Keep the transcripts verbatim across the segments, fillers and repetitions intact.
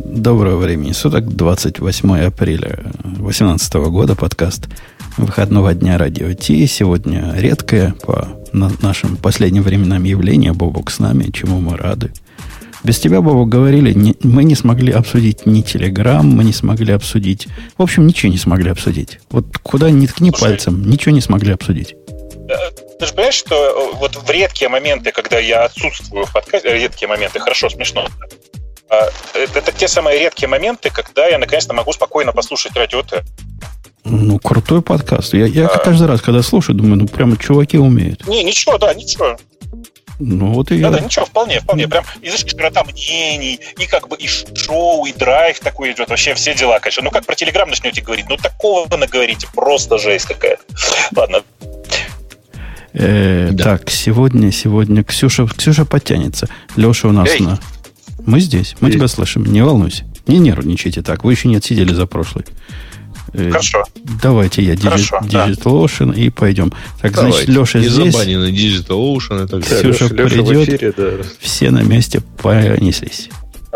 Доброго времени суток, двадцать восьмое апреля две тысячи восемнадцатого года, подкаст выходного дня Радио Ти. Сегодня редкое по нашим последним временам явление. Бобок с нами, чему мы рады. Без тебя, Бобок, говорили, не, мы не смогли обсудить ни Телеграм, мы не смогли обсудить... В общем, ничего не смогли обсудить. Вот куда ни ткни Слушай, пальцем, ничего не смогли обсудить. Ты же понимаешь, что вот в редкие моменты, когда я отсутствую в подкасте, редкие моменты, хорошо, смешно, это, это те самые редкие моменты, когда я наконец-то могу спокойно послушать Радио Т. Ну, крутой подкаст. Я, я а... каждый раз, когда слушаю, думаю, ну, прямо чуваки умеют. Не, ничего, да, ничего. Ну, вот и да, я. Да, ничего, вполне, вполне. Прям излишняя широта мнений, и как бы и шоу, и драйв такой идет. Вообще все дела, конечно. Ну, как про Телеграм начнете говорить? Ну, такого наговорите. Просто жесть какая-то. Ладно. Э, да. Так, сегодня, сегодня Ксюша, Ксюша подтянется. Леша у нас Эй. на... Мы здесь, мы Эй. тебя слышим, не волнуйся. Не нервничайте так, вы еще не отсидели за прошлый. Хорошо. Давайте я Хорошо, DigitalOcean да. и пойдем. Так, Давайте. значит, Леша не здесь. Не забанены DigitalOcean и так далее. Ксюша Леша, придет, Леша эфире, да. Все на месте понеслись.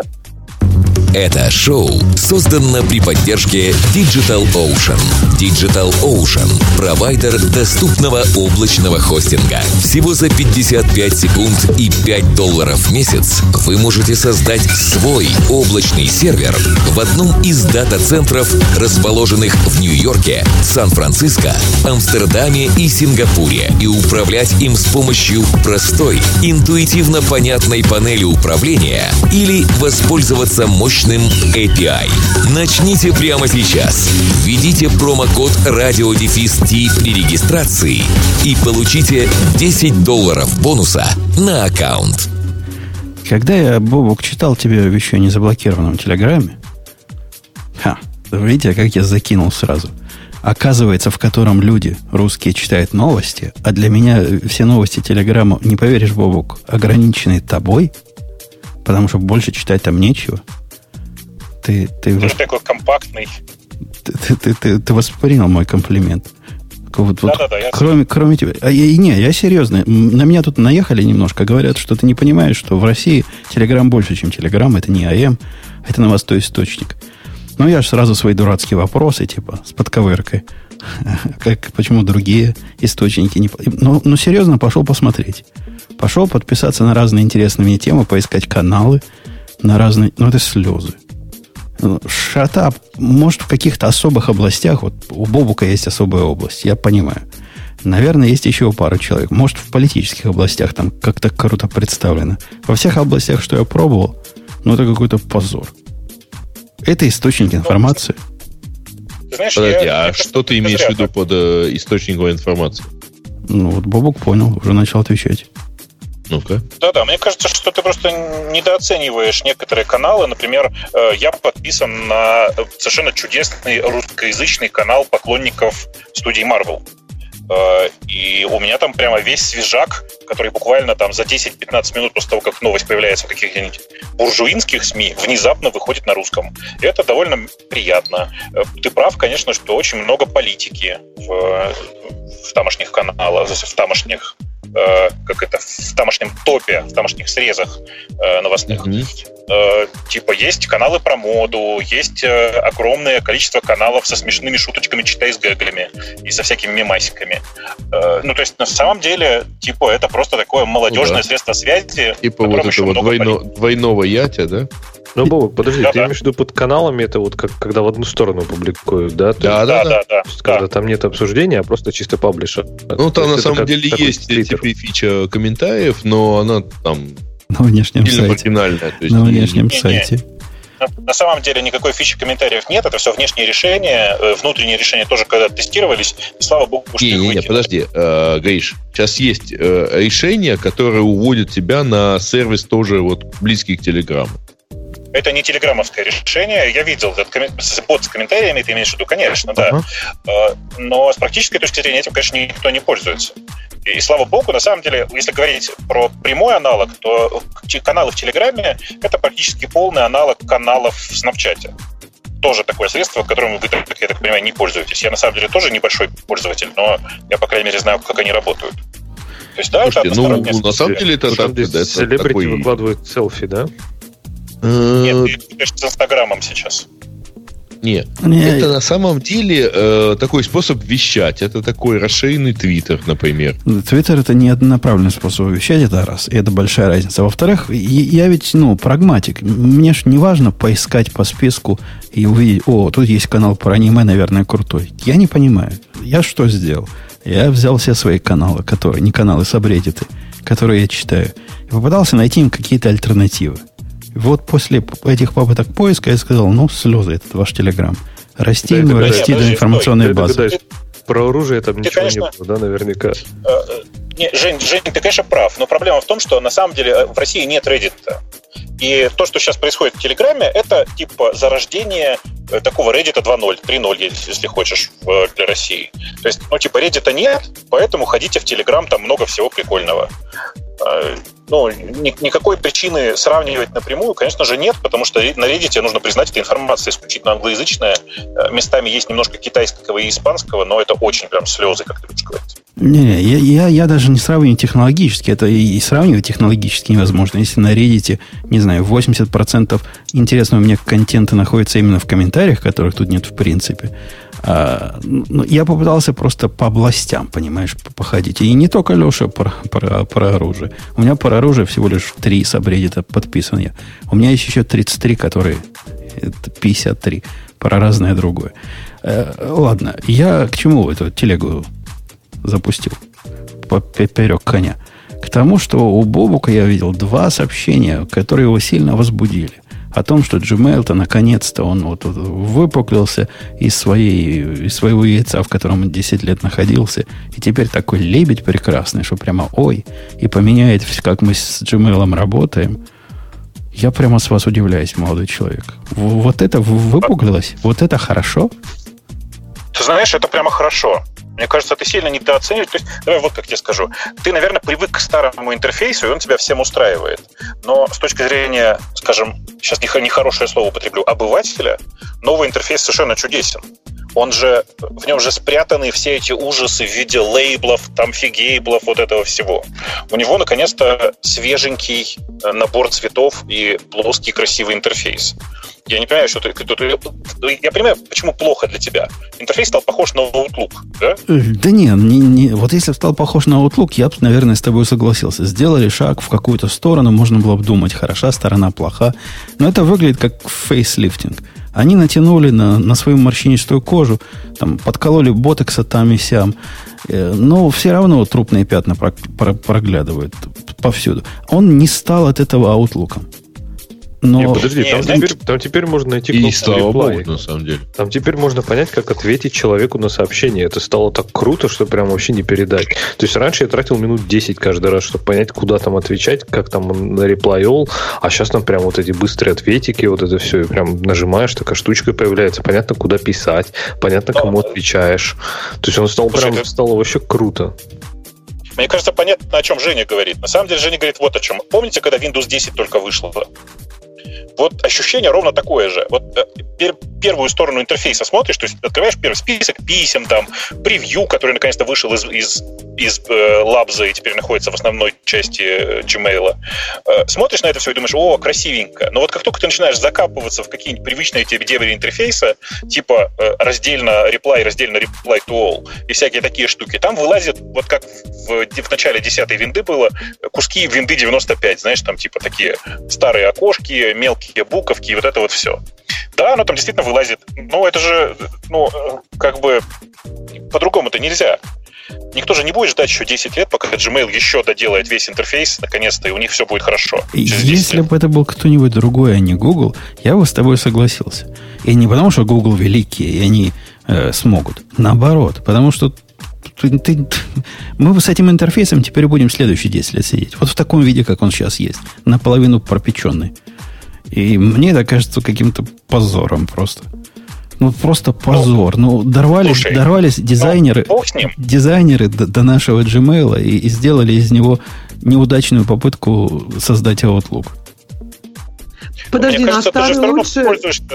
Это шоу создано при поддержке DigitalOcean. DigitalOcean – провайдер доступного облачного хостинга. Всего за пятьдесят пять секунд и пять долларов в месяц вы можете создать свой облачный сервер в одном из дата-центров, расположенных в Нью-Йорке, Сан-Франциско, Амстердаме и Сингапуре, и управлять им с помощью простой, интуитивно понятной панели управления или воспользоваться мощным эй пи ай. Начните прямо сейчас. Введите промокод радиодефис-ти при регистрации и получите десять долларов бонуса на аккаунт. Когда я, Бобок, читал тебе в еще не заблокированном Телеграме, ха, видите, как я закинул сразу. Оказывается, в котором люди русские читают новости, а для меня все новости Телеграма, не поверишь, Бобок, ограничены тобой, потому что больше читать там нечего. Ты, ты, ты восп... такой компактный. Ты, ты, ты, ты, ты воспринял мой комплимент. Вот, вот, да, да, да, кроме, кроме тебя. А я, не, я серьезно. На меня тут наехали немножко. Говорят, что ты не понимаешь, что в России Телеграм больше, чем Телеграм. Это не АМ, это новостной источник. Ну, я же сразу свои дурацкие вопросы, типа, с подковыркой. Как, почему другие источники не... Ну, ну, серьезно, пошел посмотреть. Пошел подписаться на разные интересные мне темы, поискать каналы на разные... Ну, это слезы. Шатап, может, в каких-то особых областях, вот у Бобука есть особая область, я понимаю. Наверное, есть еще пару человек. Может, в политических областях там как-то круто представлено. Во всех областях, что я пробовал, ну, это какой-то позор. Это источник информации. Ты знаешь, Подожди, я, а я что ты имеешь в виду под э, источником информации? Ну, вот Бобук понял, уже начал отвечать. Ну-ка. Да-да, мне кажется, что ты просто недооцениваешь некоторые каналы. Например, я подписан на совершенно чудесный русскоязычный канал поклонников студии Marvel. И у меня там прямо весь свежак, который буквально там за десять-пятнадцать минут после того, как новость появляется в каких-нибудь буржуинских СМИ, внезапно выходит на русском. И это довольно приятно. Ты прав, конечно, что очень много политики в, в тамошних каналах, в тамошних как это, в тамошнем топе, в тамошних срезах э, новостных. Mm-hmm. Э, типа есть каналы про моду, есть э, огромное количество каналов со смешными шуточками, читай с гэглями и со всякими мемасиками. Э, ну, то есть, на самом деле, типа, это просто такое молодежное ну, да. средство связи. Типа вот этого двойно, двойного ятя, да? Ну, Бобок, подожди, да, ты да. имеешь в виду под каналами, это вот как когда в одну сторону публикуют, да? Да, да, да. да, да. Когда да. там нет обсуждения, а просто чисто паблишер. Ну, там на самом деле есть теперь фича комментариев, но она там на внешнем сайте. Маргинальная. То есть на внешнем не, сайте. Не, не. На самом деле никакой фичи комментариев нет, это все внешние решения, внутренние решения тоже когда тестировались, и слава богу, что не, не, не, подожди, э, Гриш, сейчас есть э, решения, которые уводят тебя на сервис тоже вот близкий к Телеграму. Это не телеграммовское решение. Я видел этот коммен... бот с комментариями, ты имеешь в виду, конечно, да. Uh-huh. Но с практической точки зрения этим, конечно, никто не пользуется. И, слава богу, на самом деле, если говорить про прямой аналог, то каналы в Телеграме — это практически полный аналог каналов в Снапчате. Тоже такое средство, которым вы, я так понимаю, не пользуетесь. Я, на самом деле, тоже небольшой пользователь, но я, по крайней мере, знаю, как они работают. То есть, да, Слушайте, это ну, на самом деле, это, там, это, это селебрити такой... выкладывают селфи, да? Нет, ты путаешь с Инстаграмом сейчас. Нет, Нет, это на самом деле э, такой способ вещать. Это такой расширенный Твиттер, например. Твиттер — это не однонаправленный способ вещать, это раз. И это большая разница. Во-вторых, я ведь, ну, прагматик. Мне ж не важно поискать по списку и увидеть, о, тут есть канал про аниме, наверное, крутой. Я не понимаю. Я что сделал? Я взял все свои каналы, которые, не каналы, сабреддиты, которые я читаю, и попытался найти им какие-то альтернативы. Вот после этих попыток поиска я сказал, ну, слезы, этот ваш Телеграм. Расти ему, расти до информационной базы. Про оружие там ничего конечно, не было, да, наверняка. Не, Жень, Жень, ты, конечно, прав, но проблема в том, что на самом деле в России нет Reddit. И то, что сейчас происходит в Телеграме, это типа зарождение такого Reddit два ноль, три ноль, если хочешь, для России. То есть, ну, типа, Reddit нет, поэтому ходите в Телеграм, там много всего прикольного. Ну, ни, никакой причины сравнивать напрямую, конечно же, нет, потому что на Reddit, нужно признать, эта информация исключительно англоязычная. Местами есть немножко китайского и испанского, но это очень прям слезы, как ты будешь говорить. Не, я, я, я даже не сравниваю технологически. Это и, и сравнивать технологически невозможно. Если на Reddit, не знаю, восемьдесят процентов интересного мне контента находится именно в комментариях, которых тут нет в принципе. А, ну, я попытался просто по областям, понимаешь, походить. И не только, Леша, про, про, про оружие. У меня про оружие всего лишь три сабреддита подписан я. У меня есть еще тридцать три, которые... Это пятьдесят три. Про разное другое. Э, ладно, я к чему эту телегу запустил поперек коня? К тому, что у Бобука я видел два сообщения, которые его сильно возбудили. О том, что Gmail-то наконец-то он вот, вот выпуклился из, своей, из своего яйца, в котором он десять лет находился. И теперь такой лебедь прекрасный, что прямо ой, и поменяет, как мы с Gmail работаем. Я прямо с вас удивляюсь, молодой человек. Вот это выпуклилось? Вот это хорошо? Ты знаешь, это прямо хорошо. Мне кажется, ты сильно недооцениваешь. То есть, давай вот как тебе скажу. Ты, наверное, привык к старому интерфейсу, и он тебя всем устраивает. Но с точки зрения, скажем, сейчас нехорошее слово употреблю, обывателя, новый интерфейс совершенно чудесен. Он же, в нем же спрятаны все эти ужасы в виде лейблов, там фигейблов, вот этого всего. У него, наконец-то, свеженький набор цветов и плоский красивый интерфейс. Я не понимаю, что ты, ты, ты... Я понимаю, почему плохо для тебя. Интерфейс стал похож на Outlook, да? Да не, не, не. Вот если стал похож на Outlook, я бы, наверное, с тобой согласился. Сделали шаг в какую-то сторону, можно было бы думать, хороша сторона, плоха. Но это выглядит как фейслифтинг. Они натянули на, на свою морщинистую кожу, там, подкололи ботокса там и сям. Но все равно трупные пятна проглядывают повсюду. Он не стал от этого аутлуком. Но... Нет, подожди, Нет, там, да? теперь, там теперь можно найти кнопку и слава reply. Богу, на самом деле. Там теперь можно понять, как ответить человеку на сообщение. Это стало так круто, что прям вообще не передать. То есть раньше я тратил минут десять каждый раз, чтобы понять, куда там отвечать, как там на reply all, а сейчас там прям вот эти быстрые ответики, вот это все, и прям нажимаешь, такая штучка появляется, понятно, куда писать, понятно, кому отвечаешь. То есть он стал Слушай, прям, это... стало вообще круто. Мне кажется, понятно, о чем Женя говорит. На самом деле Женя говорит вот о чем. Помните, когда Windows десять только вышло? Вот ощущение ровно такое же. Вот пер, первую сторону интерфейса смотришь, то есть открываешь первый список писем, там, превью, который наконец-то вышел из, из, из э, Labs и теперь находится в основной части э, Gmail. Э, смотришь на это все и думаешь, о, красивенько. Но вот как только ты начинаешь закапываться в какие-нибудь привычные тебе девери интерфейса, типа э, раздельно reply, раздельно reply to all и всякие такие штуки, там вылазят, вот как в, в начале десятой винды было, куски винды девяносто пять, знаешь, там типа такие старые окошки, мелкие буковки и вот это вот все. Да, оно там действительно вылазит. Но это же, ну, как бы по-другому-то нельзя. Никто же не будет ждать еще десять лет, пока Gmail еще доделает весь интерфейс, наконец-то, и у них все будет хорошо. Если бы это был кто-нибудь другой, а не Google, я бы с тобой согласился. И не потому, что Google великие, и они э, смогут. Наоборот, потому что ты, ты, мы с этим интерфейсом теперь будем следующие десять лет сидеть. Вот в таком виде, как он сейчас есть. Наполовину пропеченный. И мне это кажется каким-то позором просто. Ну, просто позор. Ну, ну дорвались, слушай, дорвались дизайнеры, ну, дизайнеры до, до нашего Gmail и, и сделали из него неудачную попытку создать Outlook. Подожди, ну, кажется, а старый лучше...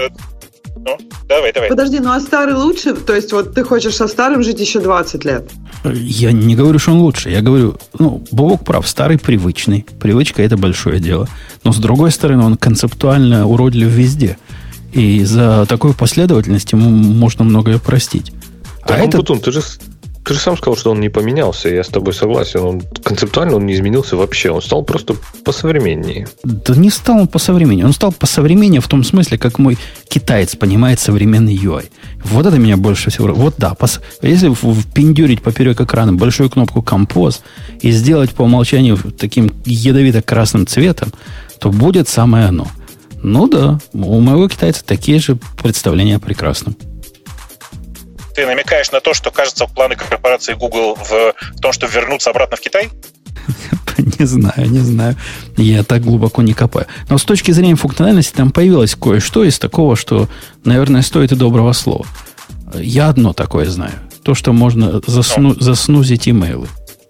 Ну, давай, давай. Подожди, ну а старый лучше? То есть вот ты хочешь со старым жить еще двадцать лет? Я не говорю, что он лучше. Я говорю, ну, Бобок прав, старый привычный. Привычка – это большое дело. Но, с другой стороны, он концептуально уродлив везде. И за такую последовательность ему можно многое простить. Так, а ну, этот... Путун, ты же, ты же сам сказал, что он не поменялся. Я с тобой согласен. Он, концептуально он не изменился вообще. Он стал просто посовременнее. Да не стал он посовременнее. Он стал посовременнее в том смысле, как мой китаец понимает современный ю ай. Вот это меня больше всего... Вот да, пос... если впендюрить поперек экрана большую кнопку «Композ» и сделать по умолчанию таким ядовито-красным цветом, то будет самое оно. Ну да, у моего китайца такие же представления о прекрасном. Ты намекаешь на то, что, кажется, планы корпорации Google в, в том, чтобы вернуться обратно в Китай? Не знаю, не знаю. Я так глубоко не копаю. Но с точки зрения функциональности там появилось кое-что из такого, что, наверное, стоит и доброго слова. Я одно такое знаю. То, что можно засну, заснузить имейлы.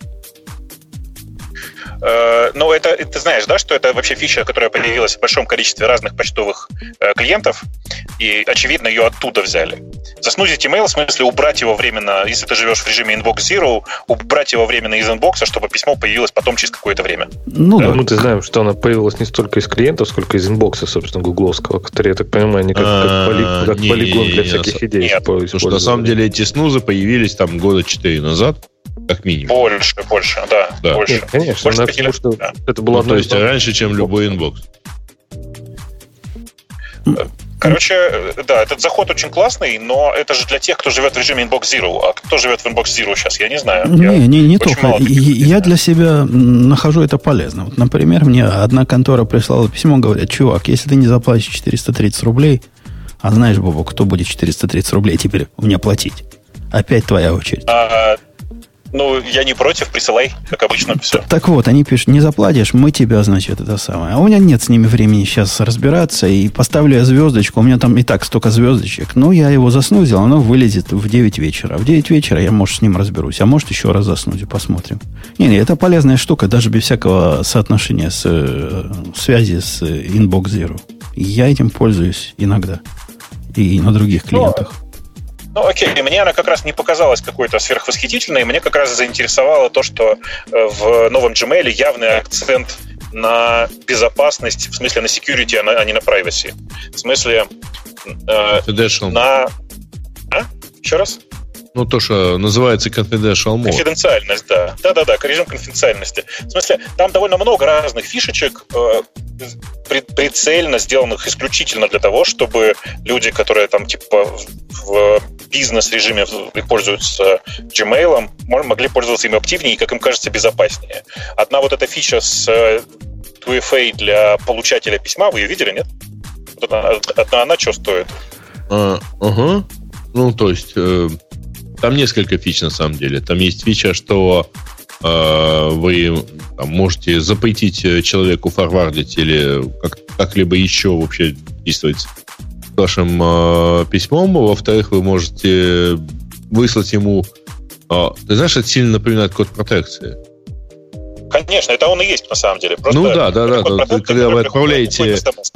Ну, это, ты знаешь, да, что это вообще фича, которая появилась в большом количестве разных почтовых э, клиентов, и, очевидно, ее оттуда взяли. Заснузить email, в смысле убрать его временно, если ты живешь в режиме Inbox Zero, убрать его временно из инбокса, чтобы письмо появилось потом через какое-то время. Ну, да. Мы-то знаем, что она появилась не столько из клиентов, сколько из инбокса, собственно, гугловского, который, я так понимаю, не как, как, поли, как не, полигон для не, всяких не, идей. Нет, потому что на самом деле эти снузы появились там года четыре назад. Как минимум. Больше, больше, да. да. Больше. Нет, конечно, больше она, потому что да. это было ну, то есть раньше, чем любой инбокс. Короче, да, этот заход очень классный, но это же для тех, кто живет в режиме Inbox Zero. А кто живет в Inbox Zero сейчас, я не знаю. Не, я не, не только. Я для себя нахожу это полезно. Вот, например, мне одна контора прислала письмо, говорят, чувак, если ты не заплатишь четыреста тридцать рублей, а знаешь, Бобу, кто будет четыреста тридцать рублей теперь у меня платить? Опять твоя очередь. А, ну, я не против, присылай, как обычно, все. Так вот, они пишут, не заплатишь, мы тебя, значит, это самое. А у меня нет с ними времени сейчас разбираться, и поставлю я звездочку, у меня там и так столько звездочек. Ну, я его заснузил, оно вылезет в девять вечера. В девять вечера я, может, с ним разберусь, а может, еще раз заснузю, посмотрим. Не, не, это полезная штука, даже без всякого соотношения с э, связи с Inbox Zero. Я этим пользуюсь иногда. И на других клиентах. Но... Ну, окей, мне она как раз не показалась какой-то сверхвосхитительной. Мне как раз заинтересовало то, что в новом Gmail явный акцент на безопасность, в смысле на security, а не на privacy. В смысле э, на... А? Еще раз? Ну, то, что называется confidential mode. Конфиденциальность, да. Да-да-да, режим конфиденциальности. В смысле, там довольно много разных фишечек, э, прицельно сделанных исключительно для того, чтобы люди, которые там типа в бизнес-режиме пользуются Gmail, могли пользоваться им активнее и, как им кажется, безопаснее. Одна вот эта фича с ту эф эй для получателя письма, вы ее видели, нет? Вот одна, одна она что стоит? А, ага. Ну, то есть... Э... Там несколько фич, на самом деле. Там есть фича, что э, вы там, можете запретить человеку форвардить или как, как-либо еще вообще действовать с вашим э, письмом. Во-вторых, вы можете выслать ему... Э, ты знаешь, это сильно напоминает код протекции. Конечно, это он и есть на самом деле. Просто ну да, да, да. да когда вы отправляете...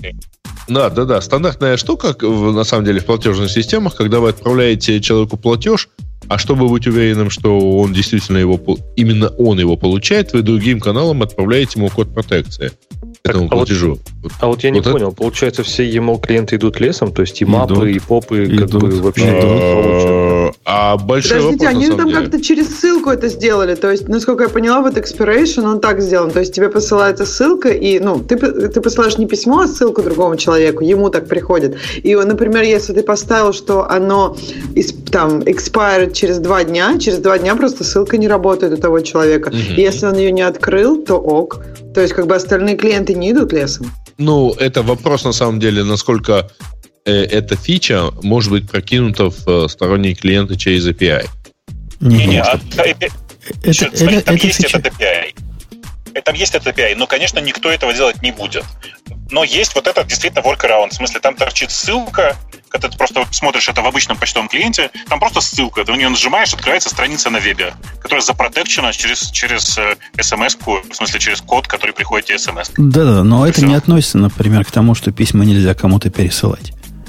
Да, да, да. Стандартная штука, на самом деле, в платежных системах, когда вы отправляете человеку платеж, а чтобы быть уверенным, что он действительно его, именно он его получает, вы другим каналам отправляете ему код протекции к этому так, платежу. А вот, а вот я не вот понял, это... получается, все и эм эл-клиенты идут лесом, то есть и мапы, идут. И попы как идут. Бы вообще идут. А большой Подождите, вопрос, они там деле. Как-то через ссылку это сделали, то есть, насколько я поняла, вот expiration, он так сделан, то есть тебе посылается ссылка, и, ну, ты, ты посылаешь не письмо, а ссылку другому человеку, ему так приходит. И, например, если ты поставил, что оно там expired через два дня, через два дня просто ссылка не работает у того человека. Mm-hmm. И если он ее не открыл, то ок. То есть, как бы остальные клиенты не идут лесом. Ну, это вопрос, на самом деле, насколько э, эта фича может быть прокинута в э, сторонние клиенты через эй пи ай. Не, не, а, это, смотри, там есть этот эй пи ай. Там есть этот эй пи ай, но, конечно, никто этого делать не будет. Но есть вот этот действительно workaround. В смысле, там торчит ссылка, когда ты просто смотришь это в обычном почтовом клиенте, там просто ссылка, ты на нее нажимаешь, открывается страница на вебе, которая запротекчена через, через эс эм эс-ку, в смысле, через код, который приходит тебе эс эм эс. Да-да, но и это все. Не относится, например, к тому, что письма нельзя кому-то пересылать.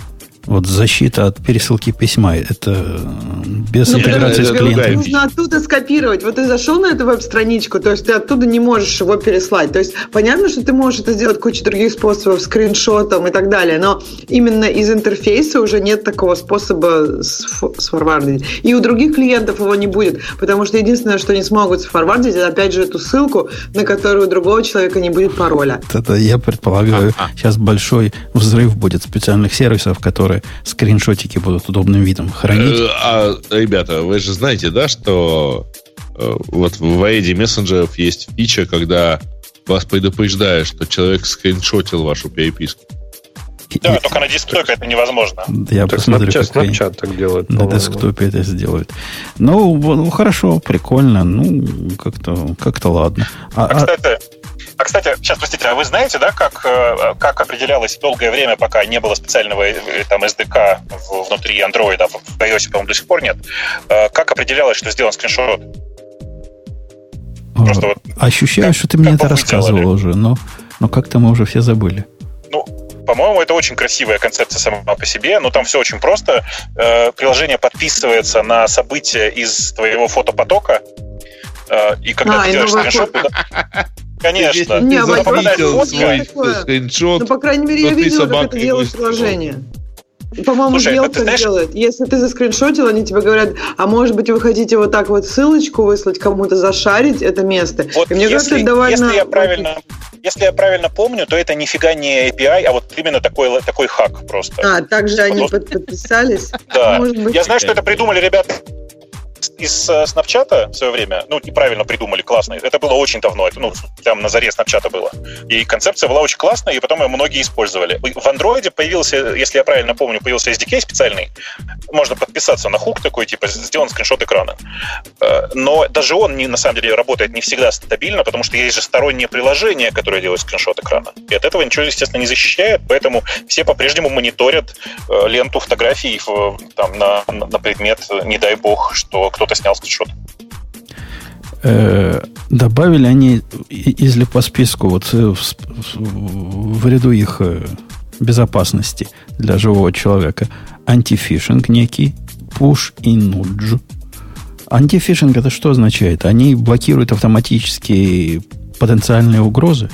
Вот защита от пересылки письма, это без ну, интеграции с клиентом. Нужно оттуда скопировать. Вот ты зашел на эту веб-страничку, то есть ты оттуда не можешь его переслать. То есть понятно, что ты можешь это сделать кучей других способов, скриншотом и так далее, но именно из интерфейса уже нет такого способа сфорвардить. И у других клиентов его не будет, потому что единственное, что они смогут сфорвардить, это опять же эту ссылку, на которую у другого человека не будет пароля. Это я предполагаю, А-а. сейчас большой взрыв будет специальных сервисов, которые скриншотики будут удобным видом хранить. А, ребята, вы же знаете, да, что вот в Эдди мессенджеров есть фича, когда вас предупреждает, что человек скриншотил вашу переписку. Да, только на десктопе это невозможно. Я так посмотрю, Snapchat, как Snapchat так делает. На десктопе это сделают. Ну, ну, хорошо, прикольно. Ну, как-то, как-то ладно. А, а, кстати, а, кстати, сейчас, простите, а вы знаете, да, как, как определялось долгое время, пока не было специального там эс ди кей внутри Android, а в iOS, по-моему, до сих пор нет, как определялось, что сделан скриншот? Просто вот, Ощущаю, как, что ты мне это рассказывал делали? уже, но, но как-то мы уже все забыли. Ну, по-моему, это очень красивая концепция сама по себе, но там все очень просто. Э, приложение подписывается на события из твоего фотопотока, э, и когда а, ты делаешь скриншот... Да, конечно. Не, ты заметил свой скриншот, ну, по крайней мере, я видела, как это делает приложение. По-моему, Yelp так знаешь... делает. Если ты заскриншотил, они тебе говорят, а может быть, вы хотите вот так вот ссылочку выслать, кому-то зашарить это место. Вот и мне если, кажется, это довольно... Если я, правильно, если я правильно помню, то это нифига не эй пи ай, а вот именно такой, такой хак просто. А, также они вот, подписались? Да. Я знаю, что это придумали ребята из Snapchat в свое время, ну, неправильно придумали, классно. Это было очень давно, это, ну, прям на заре Snapchat было. И концепция была очень классная, и потом ее многие использовали. В Android появился, если я правильно помню, появился эс ди кей специальный. Можно подписаться на хук такой, типа, сделан скриншот экрана. Но даже он, не, на самом деле, работает не всегда стабильно, потому что есть же сторонние приложения, которые делают скриншот экрана. И от этого ничего, естественно, не защищает, поэтому все по-прежнему мониторят ленту фотографий там, на, на предмет, не дай бог, что кто-то снял скриншот. Э, добавили они, если по списку, вот в, в ряду их безопасности для живого человека, антифишинг некий, push и nudge. Антифишинг это что означает? Они блокируют автоматически потенциальные угрозы?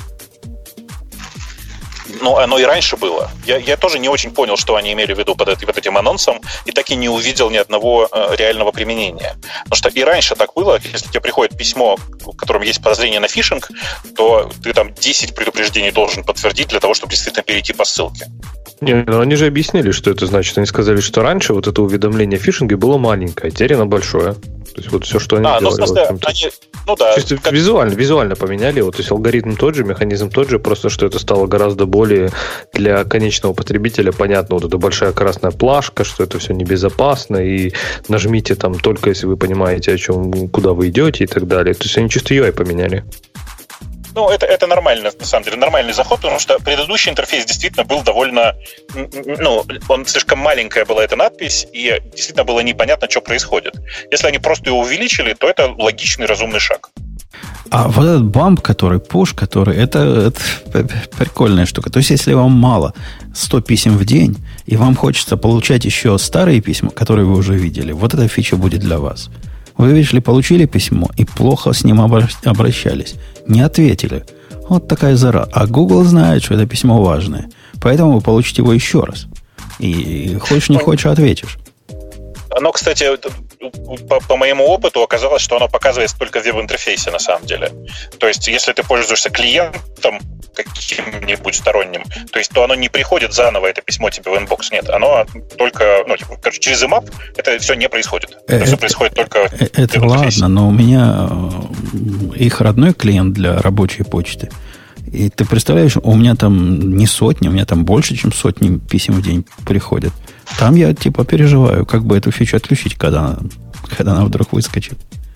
Ну, оно и раньше было. Я, я тоже не очень понял, что они имели в виду под, под этим анонсом, и так и не увидел ни одного э, реального применения. Потому что и раньше так было, если тебе приходит письмо, в котором есть подозрение на фишинг, то ты там десять предупреждений должен подтвердить для того, чтобы действительно перейти по ссылке. Не, ну они же объяснили, что это значит. Они сказали, что раньше вот это уведомление о фишинге было маленькое, а теперь оно большое. То есть вот все, что они а, делали. Ну, в смысле, они, ну да. Чисто как... визуально, визуально поменяли. Вот, то есть алгоритм тот же, механизм тот же, просто что это стало гораздо более для конечного потребителя понятно. Вот эта большая красная плашка, что это все небезопасно, и нажмите там только если вы понимаете, о чем, куда вы идете и так далее. То есть они чисто ю ай поменяли. Ну, это, это нормально, на самом деле, нормальный заход, потому что предыдущий интерфейс действительно был довольно... Ну, он слишком маленькая была эта надпись, и действительно было непонятно, что происходит. Если они просто ее увеличили, то это логичный, разумный шаг. А вот этот бамп, который push, который... Это, это прикольная штука. То есть, если вам мало сто писем в день, и вам хочется получать еще старые письма, которые вы уже видели, вот эта фича будет для вас. Вы, видишь ли, получили письмо и плохо с ним обращались. Не ответили. Вот такая зара. А Google знает, что это письмо важное. Поэтому вы получите его еще раз. И хочешь, не хочешь, ответишь. Оно, кстати, по, по моему опыту оказалось, что оно показывается только в веб-интерфейсе на самом деле. То есть, если ты пользуешься клиентом каким-нибудь сторонним, то есть, то оно не приходит заново, это письмо тебе в инбокс. Нет, оно только, ну, типа, короче, через имап это все не происходит. Это, это все происходит только в Это, это ладно, но у меня их родной клиент для рабочей почты. И ты представляешь, у меня там не сотни, у меня там больше, чем сотни писем в день приходят. Там я, типа, переживаю, как бы эту фичу отключить, когда она, когда она вдруг выскочит.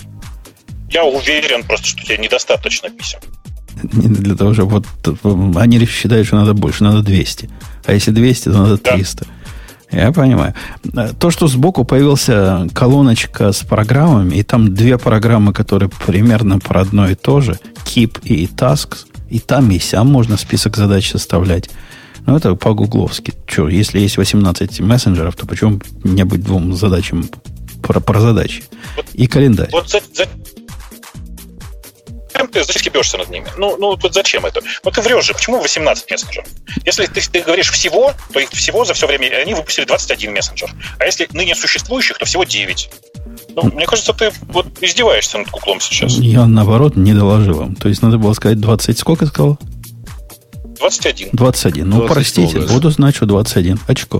Я уверен просто, что тебе недостаточно писем. Не для того, чтобы вот они считают, что надо больше, надо двести. А если двести, то надо триста. Да. Я понимаю. То, что сбоку появился колоночка с программами, и там две программы, которые примерно про одно и то же, Keep и Tasks, и там и сям можно список задач составлять. Ну, это по-гугловски. Че, если есть восемнадцать мессенджеров, то почему не быть двум задачам про, про задачи? Вот, и календарь. Вот за, за... ты заскибешься над ними. Ну, ну, вот зачем это? Вот ты врешь же, почему восемнадцать мессенджеров? Если ты, ты говоришь всего, то их всего за все время они выпустили двадцать один мессенджер. А если ныне существующих, то всего девять. Ну, мне кажется, ты вот издеваешься над Гуглом сейчас. Я, наоборот, не доложил вам. То есть, надо было сказать двадцать, сколько сказал? двадцать один. двадцать один. Ну, простите, много, буду знать, что двадцать один. Очко.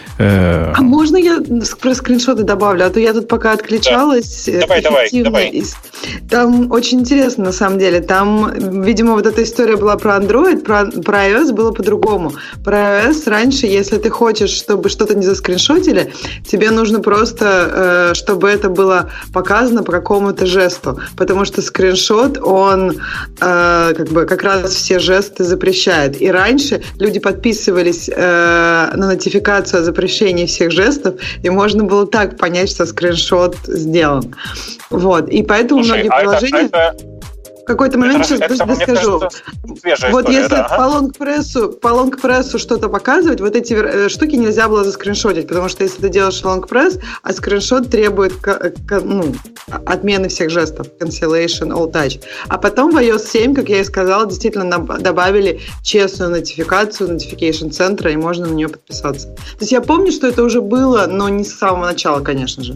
А можно я про скриншоты добавлю? А то я тут пока отключалась. Да. Давай, давай, давай. Там очень интересно, на самом деле. Там, видимо, вот эта история была про Android, про, про iOS было по-другому. Про iOS раньше, если ты хочешь, чтобы что-то не заскриншотили, тебе нужно просто, чтобы это было показано по какому-то жесту. Потому что скриншот, он как бы как раз все жесты запрещает. И раньше люди подписывались на нотификацию о запрещении запрещение всех жестов, и можно было так понять, что скриншот сделан. Вот. И поэтому Слушай, многие а приложения... Это, это... В какой-то момент, это, сейчас это, быстро скажу. Кажется, вот история, если да, по лонгпрессу, по лонгпрессу что-то показывать, вот эти штуки нельзя было заскриншотить, потому что если ты делаешь лонгпресс, а скриншот требует ну, отмены всех жестов, cancellation, all touch. А потом в iOS семь, как я и сказала, действительно добавили честную нотификацию, notification центра, и можно на нее подписаться. То есть я помню, что это уже было, но не с самого начала, конечно же.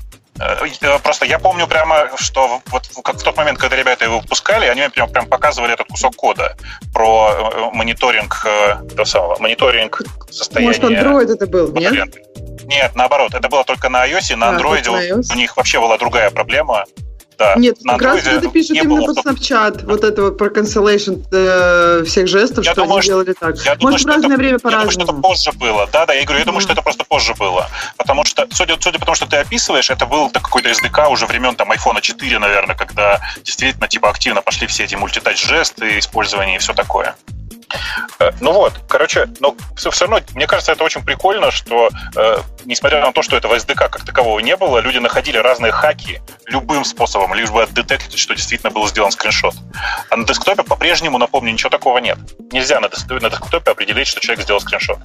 Просто я помню прямо, что вот как в тот момент, когда ребята его выпускали, они прям, прям показывали этот кусок кода про мониторинг того самого, мониторинг состояния. Может, Android это был, нет? Нет, наоборот, это было только на iOS, на Android а, у них вообще была другая проблема. Да. Нет, на как раз это пишут именно под Snapchat, вот это вот про cancellation э, всех жестов, я что думаю, они что, делали так. Я Может, в разное это, время по-разному. Я думаю, что это позже было. Да, да, я говорю, я mm-hmm. думаю, что это просто позже было. Потому что, судя, судя по тому, что ты описываешь, это был какой-то эс ди кей уже времен там айфон четыре, наверное, когда действительно типа активно пошли все эти мультитач-жесты, использование и все такое. Ну вот, короче, но все, все равно, мне кажется, это очень прикольно, что э, несмотря на то, что этого эс ди кей как такового не было, люди находили разные хаки любым способом, лишь бы отдетектить, что действительно был сделан скриншот. А на десктопе по-прежнему, напомню, ничего такого нет. Нельзя на десктопе, на десктопе определить, что человек сделал скриншот.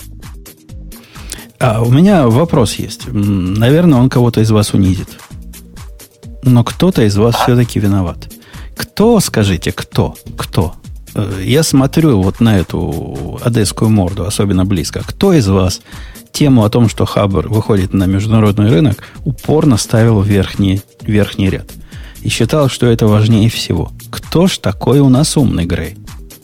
А у меня вопрос есть. Наверное, он кого-то из вас унизит. Но кто-то из вас а? все-таки виноват. Кто, скажите, кто? Кто? Я смотрю вот на эту одесскую морду, особенно близко. Кто из вас тему о том, что Хабр выходит на международный рынок, упорно ставил в верхний, верхний ряд? И считал, что это важнее всего. Кто ж такой у нас умный, Грей?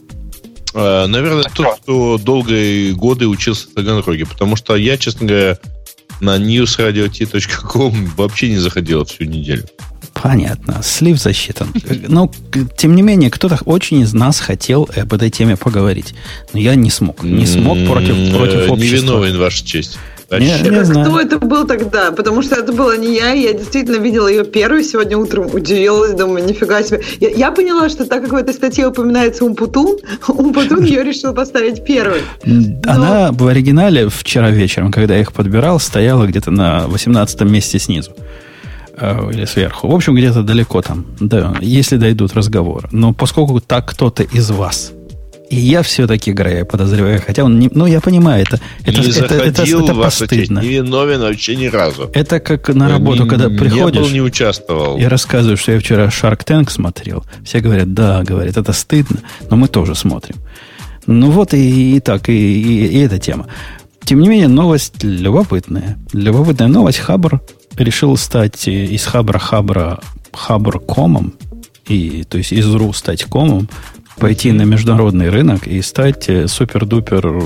А, наверное, а тот, кто долгие годы учился в Таганроге. Потому что я, честно говоря, на ньюс радио ти точка ком вообще не заходил всю неделю. Понятно. Слив засчитан. Но, тем не менее, кто-то очень из нас хотел об этой теме поговорить. Но я не смог. Не смог против, против общества. Невиновен, ваша честь. Не, не знаю. Кто это был тогда? Потому что это была не я, и я действительно видела ее первой сегодня утром, удивилась, думаю, нифига себе. Я, я поняла, что так как в этой статье упоминается Умпутун, Умпутун ее решил поставить первой. Но... Она в оригинале вчера вечером, когда я их подбирал, стояла где-то на восемнадцатом месте снизу. Или сверху. В общем, где-то далеко там, да, если дойдут разговоры. Но поскольку так кто-то из вас, и я все-таки, Грея, подозреваю, хотя он не... Ну, я понимаю, это, это, не это, это, это, это постыдно. Не виновен вообще ни разу. Это как на работу, не, когда приходишь... Не был, не участвовал. И рассказываю, что я вчера Shark Tank смотрел. Все говорят, да, говорят, это стыдно, но мы тоже смотрим. Ну, вот и, и так, и, и, и эта тема. Тем не менее, новость любопытная. Любопытная новость. Хабр решил стать из Хабра Хабра Хабр-комом, и, то есть из РУ стать комом, пойти на международный рынок и стать супер-дупер...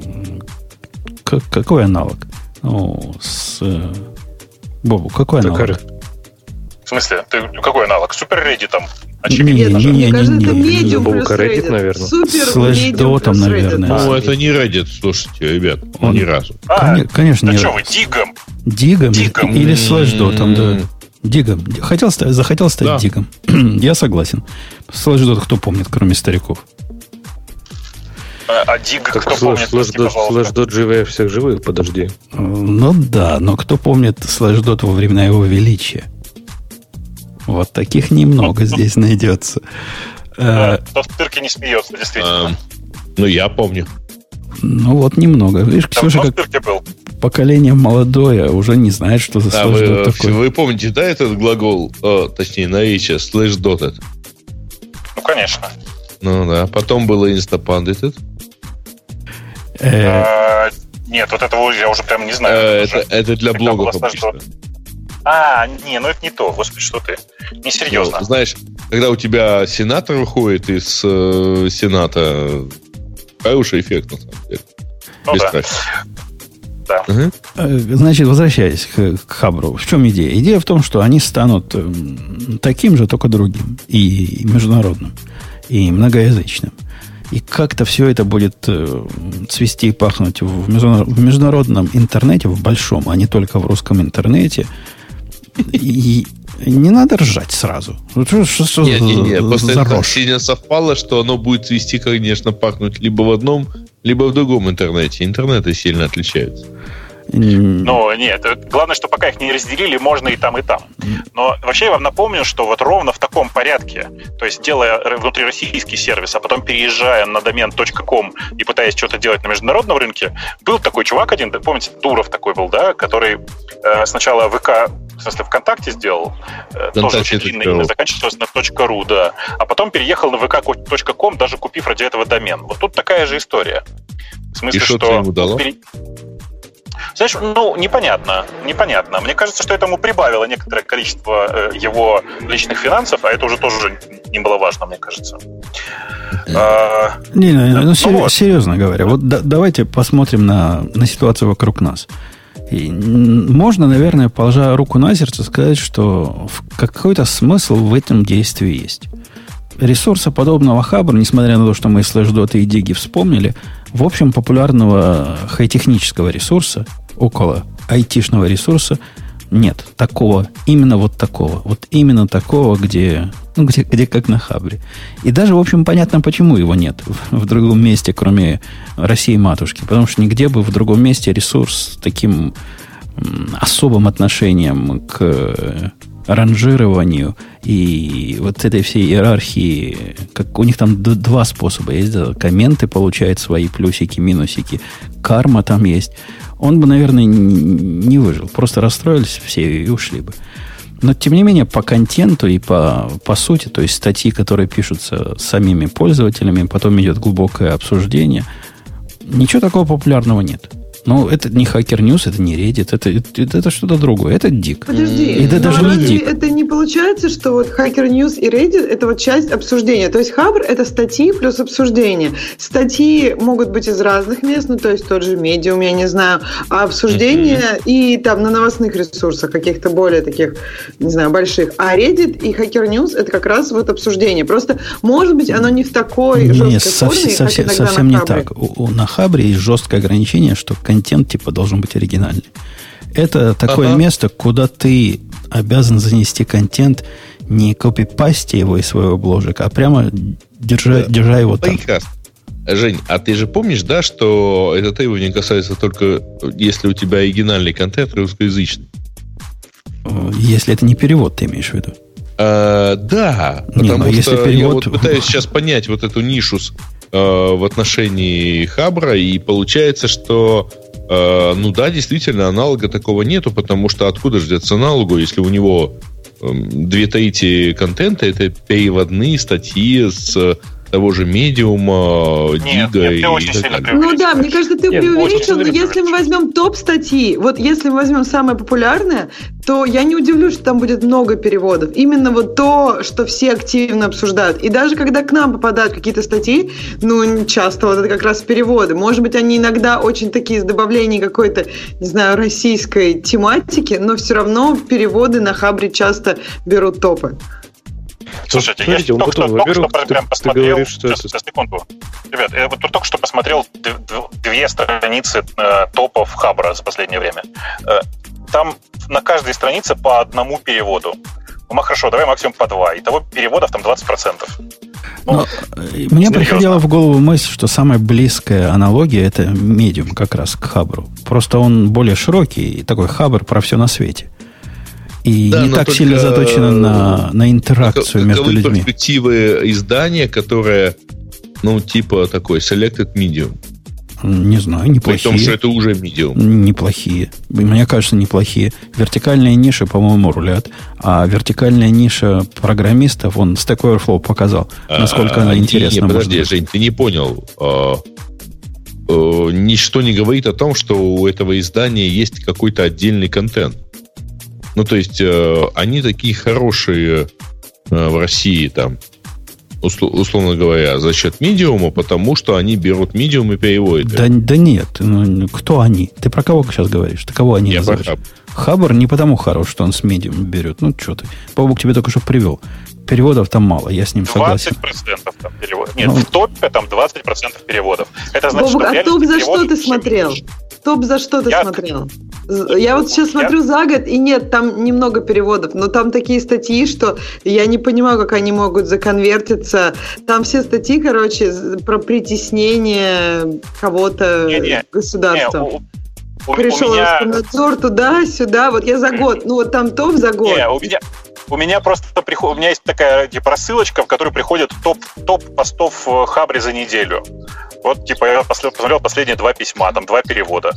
Как, какой аналог? Ну, с... Бобу, какой аналог? Так, в смысле? Ты какой аналог? Супер-реди там? Очевидно. Не, не, не, мне кажется, не, это не, медиум плюс Reddit, наверное. Супер Слэш-дотом, наверное. Ну, это не Reddit, слушайте, ребят. Он, ни разу. А, конечно, да не что вы, Дигом? Дигом? Дигом. Или слэш-дотом, да. Дигом. Хотел стать, захотел стать да. Дигом. Я согласен. Слэш-дот кто помнит, кроме стариков? А, а Диг как кто слэш, помнит? Слэш-дот живее всех живых, подожди. Ну да, но кто помнит слэш-дот во времена его величия? Вот таких немного здесь найдется. Да, кто в цирке не смеется, действительно. Ну, я помню. Ну вот немного. Видишь, Ксюша, как был. Поколение молодое, уже не знает, что за да, Slashdot вы, такое. Вы помните, да, этот глагол, о, точнее, наречие, Slashdotted? Ну, конечно. Ну да, потом было Instapandited. Э, Нет, вот этого я уже прям не знаю. Это, это для блогов обычно. А, не, ну это не то. Господи, что ты? Несерьезно. Ну, знаешь, когда у тебя сенатор выходит из э, Сената, хороший эффект, на самом деле. Ну без да. страсти. Да. Угу. Значит, возвращаясь к, к Хабру. В чем идея? Идея в том, что они станут таким же, только другим. И международным. И многоязычным. И как-то все это будет цвести и пахнуть в международном интернете, в большом, а не только в русском интернете. И не надо ржать сразу. Что, что, что нет, за, нет, нет. Просто за это рожь? сильно совпало, что оно будет цвести, конечно, пахнуть либо в одном, либо в другом интернете. Интернеты сильно отличаются. Ну, нет, главное, что пока их не разделили, можно и там, и там. Но вообще я вам напомню, что вот ровно в таком порядке, то есть делая внутрироссийский сервис, а потом переезжая на домен точка ком и пытаясь что-то делать на международном рынке, был такой чувак один, помните, Дуров такой был, да, который э, сначала ВК, в смысле, ВКонтакте сделал, э, тоже очень длинное имя, заканчивалось на .ру, да, а потом переехал на вэ ка точка ком, даже купив ради этого домен. Вот тут такая же история. В смысле, и что, что... ему дало? Знаешь, ну, непонятно, непонятно. Мне кажется, что этому прибавило некоторое количество э, его личных финансов, а это уже тоже немаловажно, мне кажется. А, не, не, ну, ну, сери- вот. серьезно говоря, вот да, давайте посмотрим на, на ситуацию вокруг нас. И можно, наверное, положа руку на сердце, сказать, что какой-то смысл в этом действии есть. Ресурса подобного Хабра, несмотря на то, что мы Slashdot и Digi вспомнили, в общем, популярного хай-технического ресурса, около айтишного ресурса, нет. Такого, именно вот такого. Вот именно такого, где, ну, где, где как на Хабре. И даже, в общем, понятно, почему его нет в, в другом месте, кроме России-матушки. Потому что нигде бы в другом месте ресурс с таким м, особым отношением к ранжированию и вот этой всей иерархии, как у них там д- два способа есть, да, комменты получают свои плюсики, минусики, карма там есть. Он бы, наверное, не выжил. Просто расстроились все и ушли бы. Но, тем не менее, по контенту и по, по сути, то есть статьи, которые пишутся самими пользователями, потом идет глубокое обсуждение, ничего такого популярного нет. Ну, это не Hacker News, это не Reddit, это, это, это что-то другое, это Дик. Подожди, это но даже не разве Дик. Это не получается, что вот Hacker News и Reddit это вот часть обсуждения. То есть Хабр это статьи плюс обсуждение. Статьи могут быть из разных мест, ну, то есть тот же Medium, я не знаю, а обсуждение mm-hmm. и там на новостных ресурсах каких-то более таких, не знаю, больших. А Reddit и Hacker News это как раз вот обсуждение. Просто, может быть, оно не в такой не, жесткой совсем, форме, совсем, как иногда совсем на не Хабре. так. У, у, на Хабре есть жесткое ограничение, что контент типа должен быть оригинальный. Это такое ага. место, куда ты обязан занести контент, не копипасти его из своего бложика, а прямо держа, да. держа его там. Прекрасно. Жень, а ты же помнишь, да, что это требование касается только, если у тебя оригинальный контент русскоязычный? Если это не перевод, ты имеешь в виду? А, да, не, потому если что перевод... я вот пытаюсь сейчас понять вот эту нишу с, э, в отношении Хабра, и получается, что э, ну да, действительно, аналога такого нету, потому что откуда же взяться аналогу, если у него э, две трети контента это переводные статьи с того же медиума, Дига и так далее. Ну да, мне кажется, ты преувеличил, но если мы возьмем топ статьи, вот если мы возьмем самое популярное, то я не удивлюсь, что там будет много переводов. Именно вот то, что все активно обсуждают. И даже когда к нам попадают какие-то статьи, ну, часто вот это как раз переводы. Может быть, они иногда очень такие с добавлением какой-то, не знаю, российской тематики, но все равно переводы на Хабре часто берут топы. Слушайте, я Смотрите, только, что, только что ты, прям ты посмотрел... говоришь, что сейчас, это... сейчас, секунду. Ребят, я вот только что посмотрел две страницы э, топов Хабра за последнее время. Э, там на каждой странице по одному переводу. Ну, хорошо, давай максимум по два. Итого переводов там двадцать процентов. Ну, Но, мне серьезно. Приходила в голову мысль, что самая близкая аналогия это Medium как раз к Хабру. Просто он более широкий, и такой Хабр про все на свете. И да, не так сильно заточено на, на интеракцию между людьми. Перспективы издания, которое, ну, типа такой selected medium. Не знаю, неплохие. При том, что это уже Medium. Неплохие. Мне кажется, неплохие. Вертикальные ниши, по-моему, рулят. А вертикальная ниша программистов, он Stack Overflow показал, насколько а, она интересна. Не, подожди, Жень, ты не понял. А, а, ничто не говорит о том, что у этого издания есть какой-то отдельный контент. Ну, то есть, а, они такие хорошие а, в России там, условно говоря, за счет медиума, потому что они берут медиум и переводят. Да, да нет, ну, кто они? Ты про кого сейчас говоришь? Ты кого они Я называешь? Хабр. Хабр не потому хорош, что он с медиум берет. Ну, что ты. Бобук тебе только что привел. Переводов там мало, я с ним согласен. двадцать процентов там переводов. Нет, ну, в топе там двадцать процентов переводов. Это значит, Бобук, что а топ за что ты смотрел? Топ за что ты я... смотрел? Я вот сейчас я... смотрю за год, и нет, там немного переводов, но там такие статьи, что я не понимаю, как они могут законвертиться. Там все статьи, короче, про притеснение кого-то не, не, государства. Не, у, у, Пришел у меня... Роскомнадзор туда-сюда, вот я за год, ну вот там топ за год. Не, у меня... У меня просто приход... у меня есть такая типа рассылочка, в которой приходит топ, топ постов в Хабре за неделю. Вот, типа, я посмотрел последние два письма, там два перевода.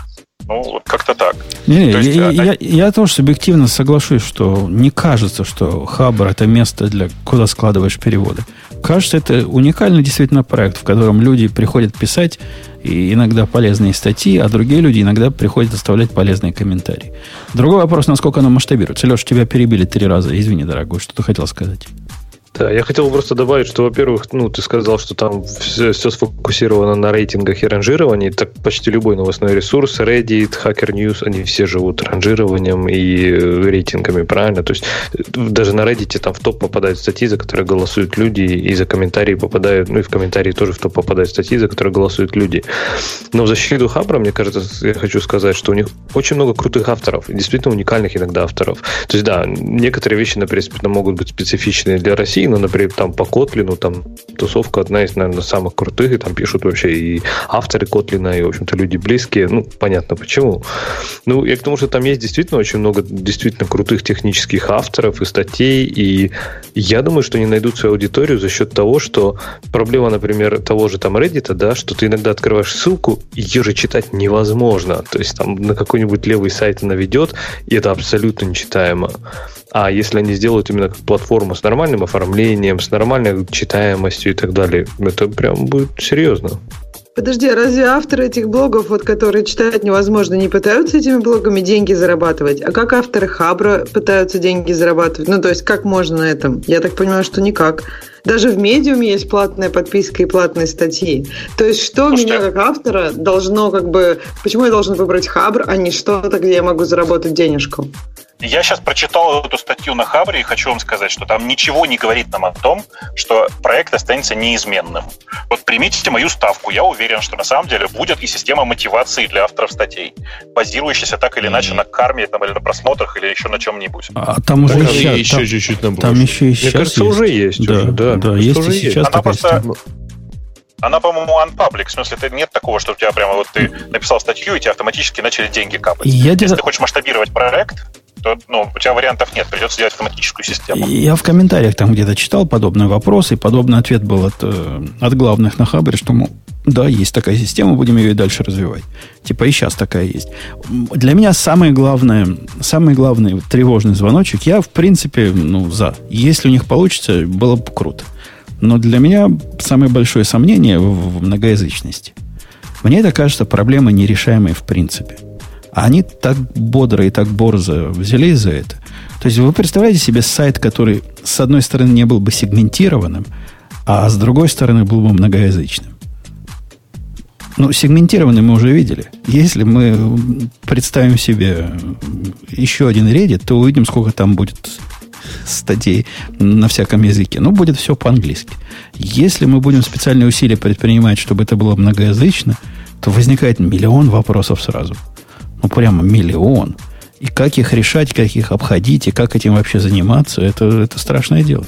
Ну, вот как-то так. Не, То есть, я, я, я тоже субъективно соглашусь, что не кажется, что Хабр это место, для куда складываешь переводы. Кажется, это уникальный действительно проект, в котором люди приходят писать и иногда полезные статьи, а другие люди иногда приходят оставлять полезные комментарии. Другой вопрос, насколько оно масштабируется. Леша, тебя перебили три раза. Извини, дорогой, что ты хотел сказать? Да, я хотел просто добавить, что, во-первых, ну, ты сказал, что там все, все сфокусировано на рейтингах и ранжировании. Так почти любой новостной ресурс, Reddit, Hacker News, они все живут ранжированием и рейтингами, правильно? То есть даже на Reddit там в топ попадают статьи, за которые голосуют люди, и за комментарии попадают, ну и в комментарии тоже в топ попадают статьи, за которые голосуют люди. Но в защиту Хабра, мне кажется, я хочу сказать, что у них очень много крутых авторов, и действительно уникальных иногда авторов. То есть, да, некоторые вещи, например, могут быть специфичные для России, но, например, там по Котлину, там тусовка одна из, наверное, самых крутых, и там пишут вообще и авторы Котлина, и, в общем-то, люди близкие. Ну, понятно, почему. Ну, я к тому, что там есть действительно очень много действительно крутых технических авторов и статей, и я думаю, что они найдут свою аудиторию за счет того, что проблема, например, того же там Reddit, да, что ты иногда открываешь ссылку, и ее же читать невозможно. То есть там на какой-нибудь левый сайт она ведет, и это абсолютно нечитаемо. А если они сделают именно как платформу с нормальным оформлением, с нормальной читаемостью и так далее, это прям будет серьезно. Подожди, а разве авторы этих блогов, вот, которые читать невозможно, не пытаются этими блогами деньги зарабатывать? А как авторы Хабра пытаются деньги зарабатывать? Ну, то есть, как можно на этом? Я так понимаю, что никак. Даже в Медиуме есть платная подписка и платные статьи. То есть, что Слушайте, меня как автора должно как бы... Почему я должен выбрать Хабр, а не что-то, где я могу заработать денежку? Я сейчас прочитал эту статью на Хабре и хочу вам сказать, что там ничего не говорит нам о том, что проект останется неизменным. Вот примите мою ставку. Я уверен, что на самом деле будет и система мотивации для авторов статей, базирующаяся так или иначе mm-hmm. на карме там, или на просмотрах, или еще на чем-нибудь. А там уже так, еще, еще там, чуть-чуть набросили. Там еще и сейчас Мне кажется, есть. уже есть. Да, уже, да, да есть уже и сейчас есть. Она такая просто... система. Она, по-моему, unpublic. В смысле, нет такого, что у тебя прямо вот ты написал статью, и тебе автоматически начали деньги капать. Я Если где-то... ты хочешь масштабировать проект, то ну, у тебя вариантов нет. Придется делать автоматическую систему. Я в комментариях там где-то читал подобный вопрос, и подобный ответ был от, от главных на Хабре, что, мол, да, есть такая система, будем ее и дальше развивать. Типа и сейчас такая есть. Для меня самый главный, самый главный тревожный звоночек, я, в принципе, ну, за. Если у них получится, было бы круто. Но для меня самое большое сомнение в, в многоязычности. Мне это кажется проблемой нерешаемой в принципе. А они так бодро и так борзо взялись за это. То есть вы представляете себе сайт, который с одной стороны не был бы сегментированным, а с другой стороны был бы многоязычным. Ну, сегментированный мы уже видели. Если мы представим себе еще один Reddit, то увидим, сколько там будет статей на всяком языке. Ну, будет все по-английски. Если мы будем специальные усилия предпринимать, чтобы это было многоязычно, то возникает миллион вопросов сразу. Ну, прямо миллион. И как их решать, как их обходить, и как этим вообще заниматься, это, это страшное дело.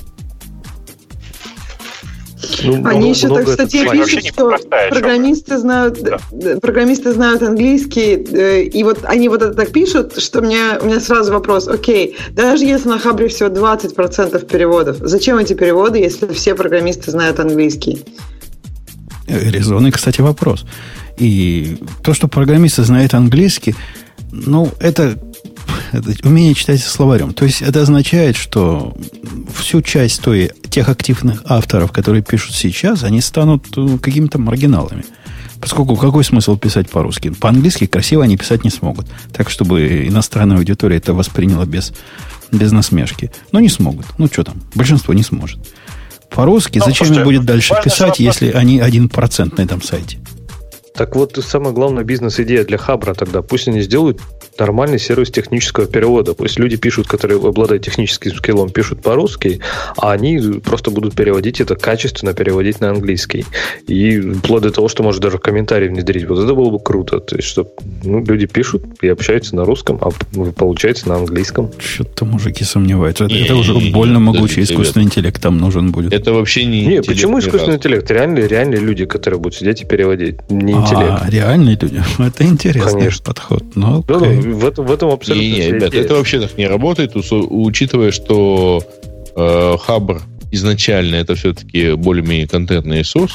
Ну, Они много, еще так в статье пишут, что программисты знают, да. программисты знают английский, и вот они вот это так пишут, что мне, у меня сразу вопрос, окей, даже если на Хабре всего двадцать процентов переводов, зачем эти переводы, если все программисты знают английский? Резонный, кстати, вопрос. И то, что программисты знают английский, ну, это, это умение читать словарем. То есть это означает, что всю часть той, тех активных авторов, которые пишут сейчас, они станут какими-то маргиналами. Поскольку какой смысл писать по-русски? По-английски красиво они писать не смогут. Так, чтобы иностранная аудитория это восприняла без, без насмешки. Но не смогут. Ну, что там? Большинство не сможет. По-русски ну, зачем им будет дальше писать, если они один процент на этом сайте? Так вот, самая главная бизнес-идея для Хабра тогда. Пусть они сделают нормальный сервис технического перевода. Пусть люди пишут, которые обладают техническим скиллом, пишут по-русски, а они просто будут переводить это, качественно переводить на английский. И вплоть до того, что может даже комментарии внедрить. Вот это было бы круто. То есть, что ну, люди пишут и общаются на русском, а получается на английском. Что-то мужики сомневаются. Это, это уже больно могучий искусственный интеллект там нужен будет. Это вообще не Не, почему искусственный интеллект? Реальные, реальные люди, которые будут сидеть и переводить. Не интеллект. А, реальные люди. Это интересный Конечно. подход. Ну, да, в, этом, в этом абсолютно... Не, не, ребят, это вообще так не работает, учитывая, что э, Хабр изначально это все-таки более-менее контентный ресурс.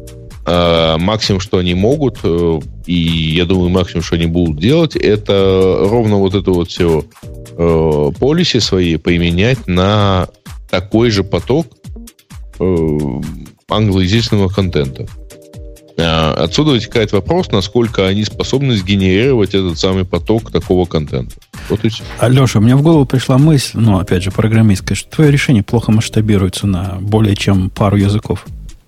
Э, максимум, что они могут, э, и я думаю, максимум, что они будут делать, это ровно вот эту вот все э, полиси свои поменять на такой же поток э, англоязычного контента. Отсюда вытекает вопрос, насколько они способны сгенерировать этот самый поток такого контента. Вот и все. Алеша, у меня в голову пришла мысль, ну, опять же, программистская, что твое решение плохо масштабируется на более чем пару языков.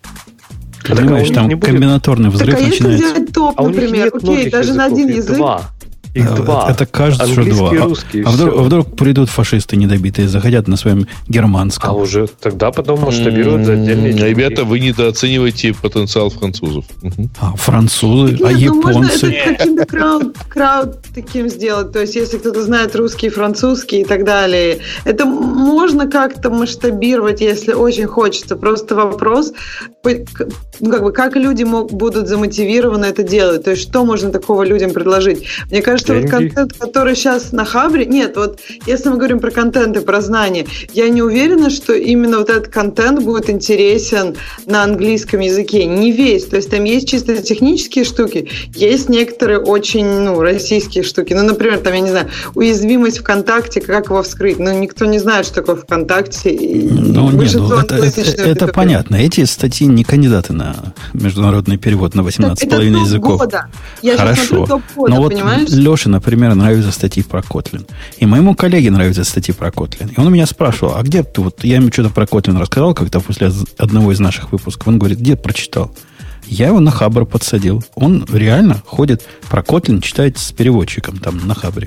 Ты понимаешь, там комбинаторный взрыв так, а начинается. Если взять топ, а например, окей, даже языков, на один язык. Два. Их Это, два. это кажется, что два. А, русский, а, вдруг, а вдруг придут фашисты недобитые, захотят на своем германском. А уже тогда потом масштабируют за отдельные языки. Ребята, вы недооцениваете потенциал французов. А французы, Нет, а ну, японцы? можно это каким-то крауд, крауд таким сделать. То есть, если кто-то знает русский, французский и так далее, это можно как-то масштабировать, если очень хочется. Просто вопрос, ну, как бы, как люди мог, будут замотивированы это делать. То есть, что можно такого людям предложить? Мне кажется, что вот контент, который сейчас на Хабре... Нет, вот если мы говорим про контент и про знания, я не уверена, что именно вот этот контент будет интересен на английском языке. Не весь. То есть там есть чисто технические штуки, есть некоторые очень, ну, российские штуки. Ну, например, там, я не знаю, уязвимость ВКонтакте, как его вскрыть. Ну, никто не знает, что такое ВКонтакте. Ну, нет, ну, это, это, это понятно. Эти статьи не кандидаты на международный перевод на восемнадцать с половиной языков. Года. Я Хорошо. Топ-года, но вот понимаешь? Леше, например, нравится статьи про Kotlin. И моему коллеге нравятся статьи про Kotlin. И он у меня спрашивал, а где ты вот... Я ему что-то про Kotlin рассказал как-то после одного из наших выпусков. Он говорит, где прочитал? Я его на Хабр подсадил. Он реально ходит про Kotlin, читает с переводчиком там на Хабре.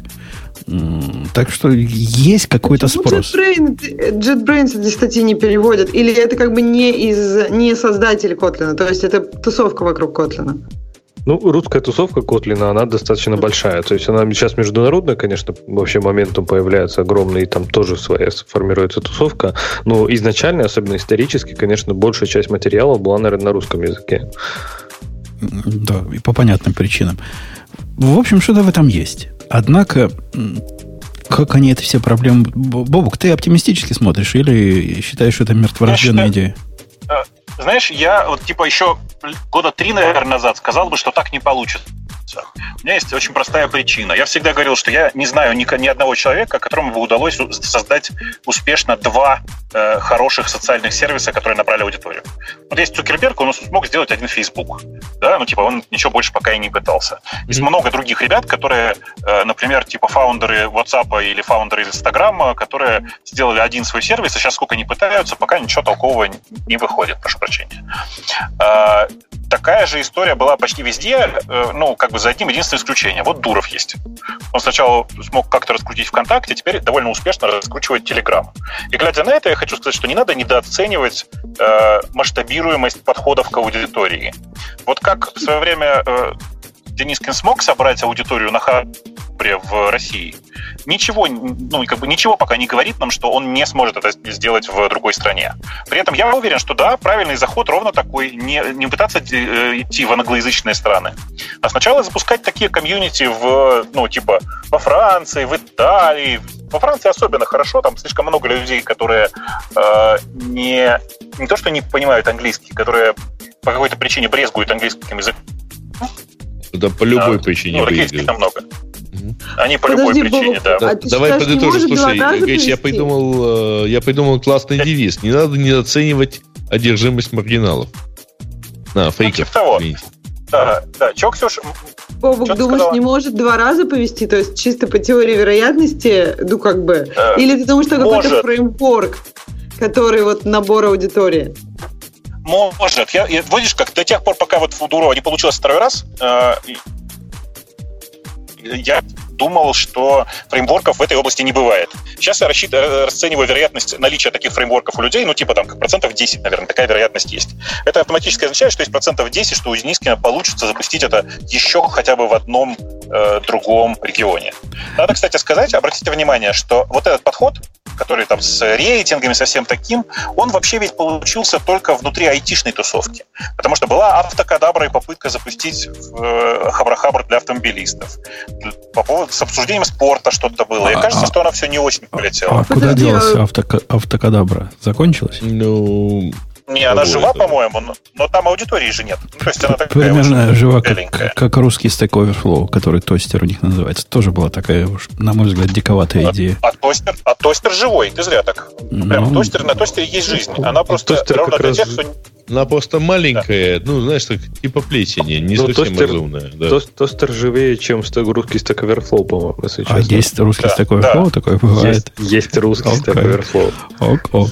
Так что есть какой-то спрос. JetBrains, JetBrains эти статьи не переводят? Или это как бы не, из, не создатели Kotlin? То есть это тусовка вокруг Kotlin? Ну, русская тусовка Котлина, она достаточно большая. То есть она сейчас международная, конечно, вообще моментом появляется огромный, и там тоже своя формируется тусовка. Но изначально, особенно исторически, конечно, большая часть материала была, наверное, на русском языке. Да, и по понятным причинам. В общем, что-то в этом есть. Однако, как они это все проблемы... Бобук, ты оптимистически смотришь или считаешь, что это мертворожденная идея? Знаешь, я вот типа еще года три, наверное, назад сказал бы, что так не получится. У меня есть очень простая причина. Я всегда говорил, что я не знаю ни, ни одного человека, которому бы удалось создать успешно два э, хороших социальных сервиса, которые набрали аудиторию. Вот есть Цукерберг, он смог сделать один Facebook. Да? Ну, типа, он ничего больше пока и не пытался. Есть mm-hmm. много других ребят, которые, э, например, типа фаундеры WhatsApp или фаундеры из Instagram, которые сделали один свой сервис, и сейчас сколько они пытаются, пока ничего толкового не выходит, прошу прощения. Э, такая же история была почти везде, э, ну, как бы за одним единственным исключением. Вот Дуров есть. Он сначала смог как-то раскрутить ВКонтакте, теперь довольно успешно раскручивает Телеграм. И глядя на это, я хочу сказать, что не надо недооценивать э, масштабируемость подходов к аудитории. Вот как в свое время э, Денискин смог собрать аудиторию на Хабре в России, ничего, ну, как бы ничего пока не говорит нам, что он не сможет это сделать в другой стране. При этом я уверен, что да, правильный заход ровно такой, не, не пытаться идти в англоязычные страны, а сначала запускать такие комьюнити в, ну, типа, во Франции, в Италии. Во Франции особенно хорошо, там слишком много людей, которые э, не, не то что не понимают английский, которые по какой-то причине брезгуют английским языком, Да, по любой а, причине ну, выиграют. Там много. Угу. Они по Подожди, любой причине, Бобок, да. а да давай подытожим. Слушай, Гриш, я придумал, я придумал классный девиз. Не надо недооценивать одержимость маргиналов. На, фейков. Ну, типа того. Да, да. Чё, Ксюш? Бобок, думаешь, сказала? Не может два раза повести? То есть чисто по теории вероятности, ну как бы... Э, Или ты думаешь, что какой-то фреймворк, который вот набор аудитории? Может. Я, я, видишь, как до тех пор, пока вот в Дурова не получилось второй раз, э, я думал, что фреймворков в этой области не бывает. Сейчас я рассчитываю, расцениваю вероятность наличия таких фреймворков у людей, ну, типа там, как процентов десять, наверное, такая вероятность есть. Это автоматически означает, что есть процентов десять, что у Денискина получится запустить это еще хотя бы в одном э, другом регионе. Надо, кстати, сказать, обратите внимание, что вот этот подход, который там с рейтингами, со всем таким, он вообще ведь получился только внутри айтишной тусовки. Потому что была автокадабра и попытка запустить э, хабра-хабр для автомобилистов. По поводу с обсуждением спорта что-то было. И а, кажется, а, что она все не очень полетела. А куда делась автока, автокадабра? Закончилась? Ну... Не, она вот жива, это. по-моему, но, но там аудитории же нет. То есть она такая примерно жива, как, как русский Stack Overflow, который тостер у них называется. Тоже была такая, на мой взгляд, диковатая а, идея. А тостер, а тостер живой, ты зря так. Ну, прям тостер, на тостере есть жизнь. Она просто ровно для тех, кто... Она просто маленькая, да. ну, знаешь, так, типа плесени, не ну, совсем тостер, разумная. Да. Тост, тостер живее, чем русский Stack Overflow, по-моему, если честно. А есть русский да, Stack Overflow? Да. Такое бывает? Есть, есть русский okay. Stack Overflow. Ок, ок.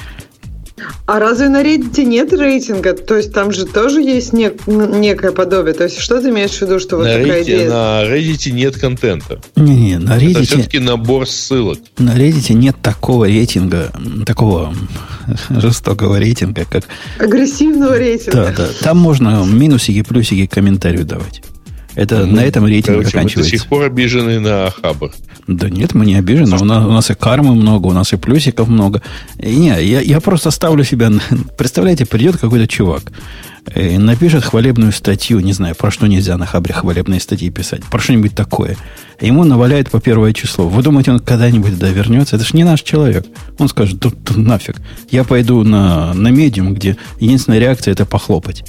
А разве на Reddit нет рейтинга? То есть там же тоже есть нек- некое подобие. То есть что ты имеешь в виду, что вот на такая Reddit, идея? На Reddit нет контента. Не-не, на Reddit... Это все-таки набор ссылок. На Reddit нет такого рейтинга, такого жестокого рейтинга, как... Агрессивного рейтинга. Да, да. Там можно минусики, плюсики, комментарию давать. Это mm-hmm. на этом рейтинг Короче, заканчивается. Мы до сих пор обижены на хабр. Да нет, мы не обижены. У нас, у нас и кармы много, у нас и плюсиков много. И не, я, я просто ставлю себя... Представляете, придет какой-то чувак и напишет хвалебную статью, не знаю, про что нельзя на хабре хвалебные статьи писать, про что-нибудь такое. Ему наваляют по первое число. Вы думаете, он когда-нибудь туда вернется? Это же не наш человек. Он скажет, да, да нафиг. Я пойду на, на медиум, где единственная реакция – это похлопать.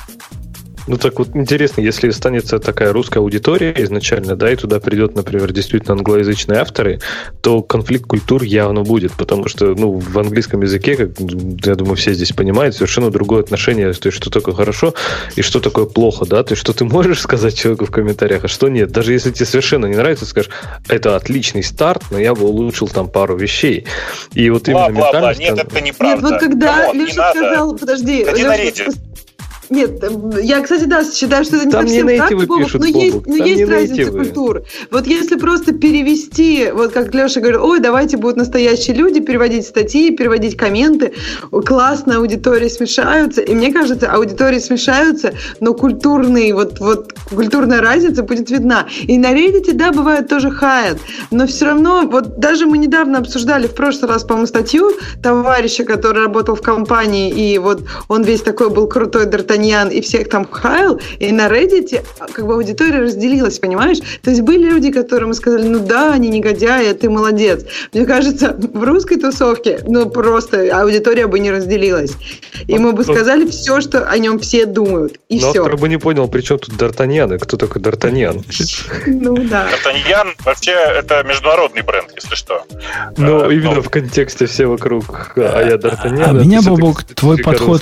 Ну, так вот интересно, если останется такая русская аудитория изначально, да, и туда придет, например, действительно англоязычные авторы, то конфликт культур явно будет, потому что, ну, в английском языке, как, я думаю, все здесь понимают, совершенно другое отношение, то есть, что такое хорошо и что такое плохо, да, то есть, что ты можешь сказать человеку в комментариях, а что нет. Даже если тебе совершенно не нравится, скажешь, это отличный старт, но я бы улучшил там пару вещей. И вот бла, именно бла, ментальность... Бла, нет, это неправда. Нет, вот когда Камон, Леша сказал, подожди, Леша, нет, я, кстати, да, считаю, что это не там совсем не так, Бобок, пишут, но Бобок, есть, но есть разница нейтивы. Культур. Вот если просто перевести, вот как Леша говорит, ой, давайте будут настоящие люди переводить статьи, переводить комменты, классно, аудитории смешаются, и мне кажется, аудитории смешаются, но культурный, вот, вот, культурная разница будет видна. И на Reddit, да, бывает тоже хаят, но все равно, вот даже мы недавно обсуждали в прошлый раз, по-моему, статью товарища, который работал в компании, и вот он весь такой был крутой Д'Артаньян, и всех там хайл, и на Reddit как бы аудитория разделилась, понимаешь? То есть были люди, которым сказали, ну да, они негодяи, ты молодец. Мне кажется, в русской тусовке, ну просто аудитория бы не разделилась. И мы бы сказали все, что о нем все думают, и но все. Автор бы не понял, при чем тут Д'Артаньян, и кто такой Д'Артаньян? Ну да. Д'Артаньян вообще это международный бренд, если что. Ну, именно в контексте все вокруг, а я Д'Артаньян. А меня, Бобок, твой подход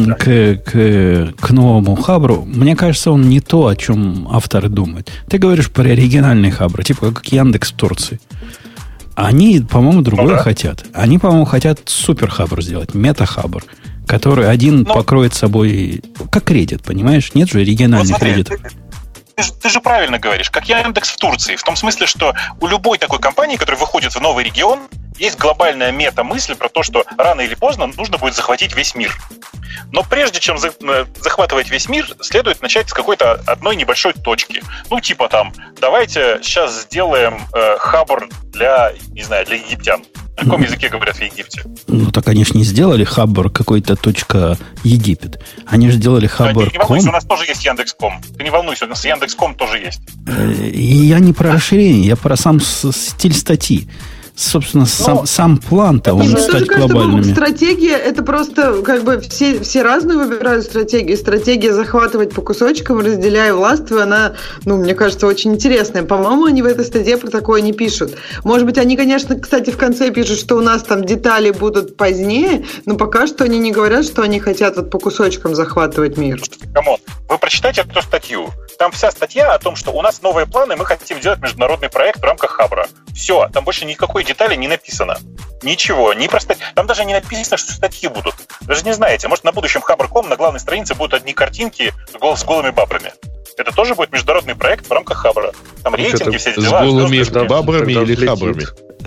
к к новому хабру, мне кажется, он не то, о чем авторы думают. Ты говоришь про оригинальный хабр, типа как Яндекс в Турции. Они, по-моему, другое ну, да. хотят. Они, по-моему, хотят суперхабр сделать, мета-хабр, который один ну, покроет собой, как Reddit, понимаешь? Нет же оригинальных ну, Reddit. Ты же, ты же правильно говоришь, как Яндекс в Турции, в том смысле, что у любой такой компании, которая выходит в новый регион, есть глобальная мета-мысль про то, что рано или поздно нужно будет захватить весь мир. Но прежде чем за, захватывать весь мир, следует начать с какой-то одной небольшой точки. Ну, типа там, давайте сейчас сделаем э, хабр для, не знаю, для египтян. На каком языке говорят в Египте? Ну, так они же не сделали хабр какой-то точка Египет. Они же сделали хабр. Да, не волнуйся, у нас тоже есть Яндекс.ком. Ты не волнуйся, у нас Яндекс.ком тоже есть. И я не про расширение, я про сам стиль статьи. собственно, сам, сам план-то, он стать глобальными. Стратегия, это просто, как бы, все, все разные выбирают стратегию. Стратегия захватывать по кусочкам, разделяя властвие, она, ну, мне кажется, очень интересная. По-моему, они в этой статье про такое не пишут. Может быть, они, конечно, кстати, в конце пишут, что у нас там детали будут позднее, но пока что они не говорят, что они хотят вот по кусочкам захватывать мир. Камон, вы прочитайте эту статью. Там вся статья о том, что у нас новые планы, мы хотим делать международный проект в рамках Хабра. Все, там больше никакой детали не написано. Ничего, не просто. Там даже не написано, что статьи будут. Даже не знаете, может, на будущем хабр точка ком на главной странице будут одни картинки с голыми бабрами. Это тоже будет международный проект в рамках Хабра. Там рейтинги, все дела. С голыми бабрами или хабрами?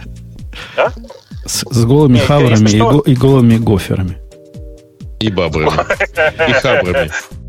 Да? С, с голыми Нет, хабрами конечно, и, го, и голыми гоферами. И бабрами. И хабрами.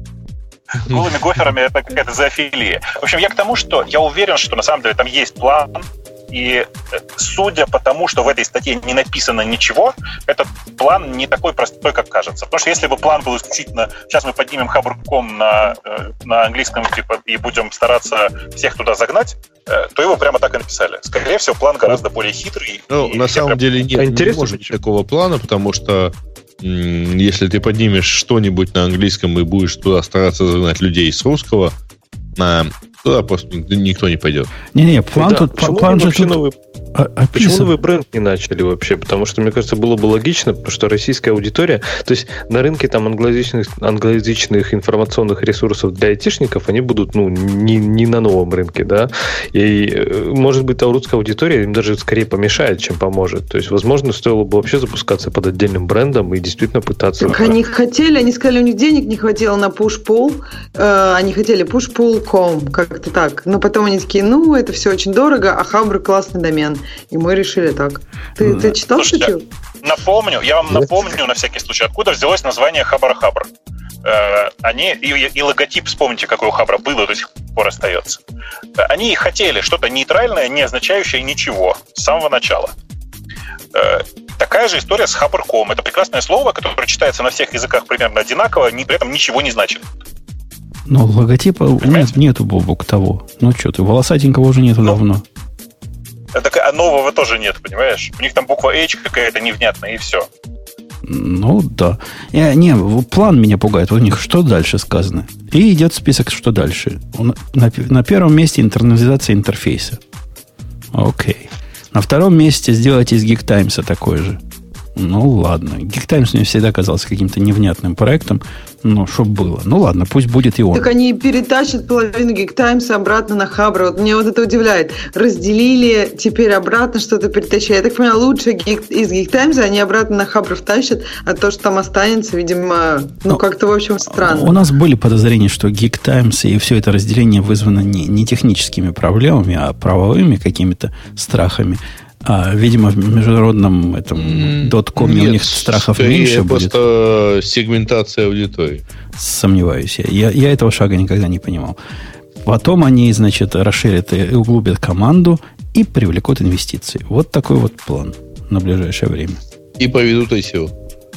Голыми гоферами это какая-то зоофилия. В общем, я к тому, что я уверен, что на самом деле там есть план, и судя по тому, что в этой статье не написано ничего, этот план не такой простой, как кажется. Потому что если бы план был исключительно сейчас мы поднимем хабр точка ком на, на английском типа, и будем стараться всех туда загнать, то его прямо так и написали. Скорее всего, план гораздо более хитрый. Ну, на самом прям... деле нет, а не может быть такого плана, потому что м- если ты поднимешь что-нибудь на английском и будешь туда стараться загнать людей с русского, на... туда просто никто не пойдет. Не-не, план да, тут... План же тут... Новый... А, почему новый бренд не начали вообще? Потому что, мне кажется, было бы логично, потому что российская аудитория, то есть на рынке там англоязычных, англоязычных информационных ресурсов для айтишников, они будут, ну, не, не на новом рынке, да, и, может быть, та русская аудитория им даже скорее помешает, чем поможет. То есть, возможно, стоило бы вообще запускаться под отдельным брендом и действительно пытаться... Так они хотели, они сказали, у них денег не хватило на push-pull, э, они хотели push-pull точка ком, как-то так, но потом они такие, ну, это все очень дорого, а Хабр классный домен. И мы решили так. Ты, да. ты читал статью? Напомню, я вам напомню на всякий случай, откуда взялось название Хабр-Хабр. Э, они, и, и логотип, вспомните, какой у Хабра был и до сих пор остается. Они хотели что-то нейтральное, не означающее ничего с самого начала. Э, такая же история с Хабр точка ком. Это прекрасное слово, которое читается на всех языках примерно одинаково, ни, при этом ничего не значит. Ну, логотипа нет, нету, Бобук, того. Ну, что ты, волосатенького уже нету ну, давно. Так, а нового тоже нет, понимаешь? У них там буква H какая-то невнятная, и все. Ну, да. Я, не, план меня пугает. У них что дальше сказано? И идет список, что дальше. На, на первом месте интернализация интерфейса. Окей. На втором месте сделать из GeekTimes такой же. Ну, ладно. GeekTimes мне всегда казался каким-то невнятным проектом. Ну, что было. Ну, ладно, пусть будет и он. Так они перетащат половину GeekTimes обратно на Хабр. Вот меня вот это удивляет. Разделили, теперь обратно что-то перетащили. Я так понимаю, лучше Geek, из GeekTimes они обратно на Хабр втащат, а то, что там останется, видимо, ну, ну как-то, в общем, странно. У нас были подозрения, что GeekTimes и все это разделение вызвано не, не техническими проблемами, а правовыми какими-то страхами. А, видимо, в международном этом доткоме у них страхов меньше будет. Просто сегментация аудитории. Сомневаюсь я. я. Я этого шага никогда не понимал. Потом они, значит, расширят и углубят команду и привлекут инвестиции. Вот такой вот план на ближайшее время. И поведут ай си о.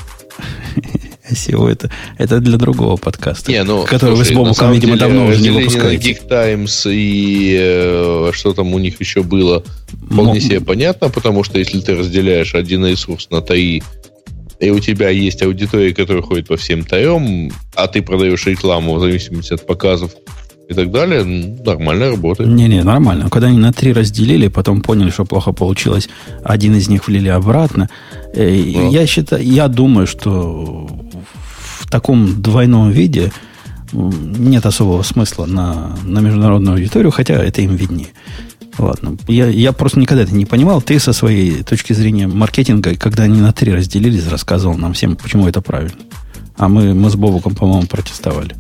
ай си о это, это для другого подкаста, не, ну, который слушай, вы с Бобуком, видимо, деле, давно уже не выпускаете. GeekTimes и э, что там у них еще было, вполне себе понятно, потому что если ты разделяешь один ресурс на ТАИ, и у тебя есть аудитория, которая ходит по всем ТАИам, а ты продаешь рекламу в зависимости от показов и так далее, нормально работает. Не-не, нормально. Когда они на три разделили, потом поняли, что плохо получилось, один из них влили обратно. Да. Я считаю, я думаю, что в таком двойном виде нет особого смысла на, на международную аудиторию, хотя это им виднее. Ладно. Я, я просто никогда это не понимал. Ты со своей точки зрения маркетинга, когда они на три разделились, рассказывал нам всем, почему это правильно. А мы, мы с Бобуком, по-моему, протестовали.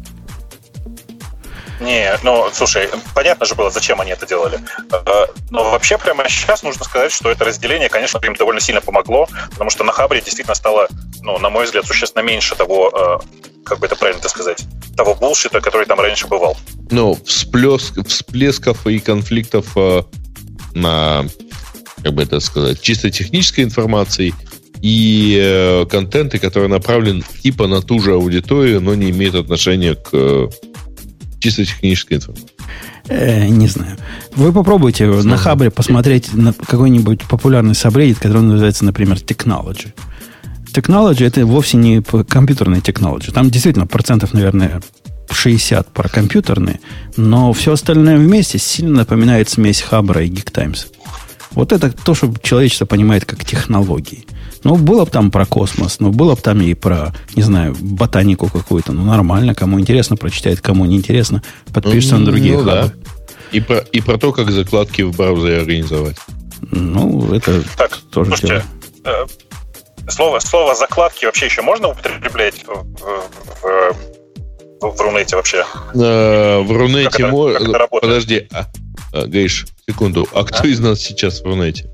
Не, ну, слушай, понятно же было, зачем они это делали. Но вообще прямо сейчас нужно сказать, что это разделение, конечно, им довольно сильно помогло, потому что на Хабре действительно стало, ну, на мой взгляд, существенно меньше того, как бы это правильно сказать, того булшита, который там раньше бывал. Ну, всплеск, всплесков и конфликтов на, как бы это сказать, чисто технической информации и э, контенты, который направлен типа на ту же аудиторию, но не имеет отношения к чисто техническая информация. Э, не знаю. Вы попробуйте на Хабре посмотреть на какой-нибудь популярный сабреддит, который называется, например, Technology. Technology это вовсе не компьютерная technology. Там действительно процентов, наверное, шестьдесят про компьютерные, но все остальное вместе сильно напоминает смесь Хабра и Geek Times. Вот это то, что человечество понимает как технологии. Ну, было бы там про космос, но было бы там и про, не знаю, ботанику какую-то. Ну, нормально, кому интересно, прочитает, кому не интересно, подпишется mm, на другие ну, хабы. Да. И, про, и про то, как закладки в браузере организовать. Ну, это так, тоже слушайте, э, слово, слово закладки вообще еще можно употреблять в, в, в, в Рунете вообще? Э, в Рунете можно... Подожди, а, а, Гриш, секунду. А, а кто из нас сейчас в Рунете?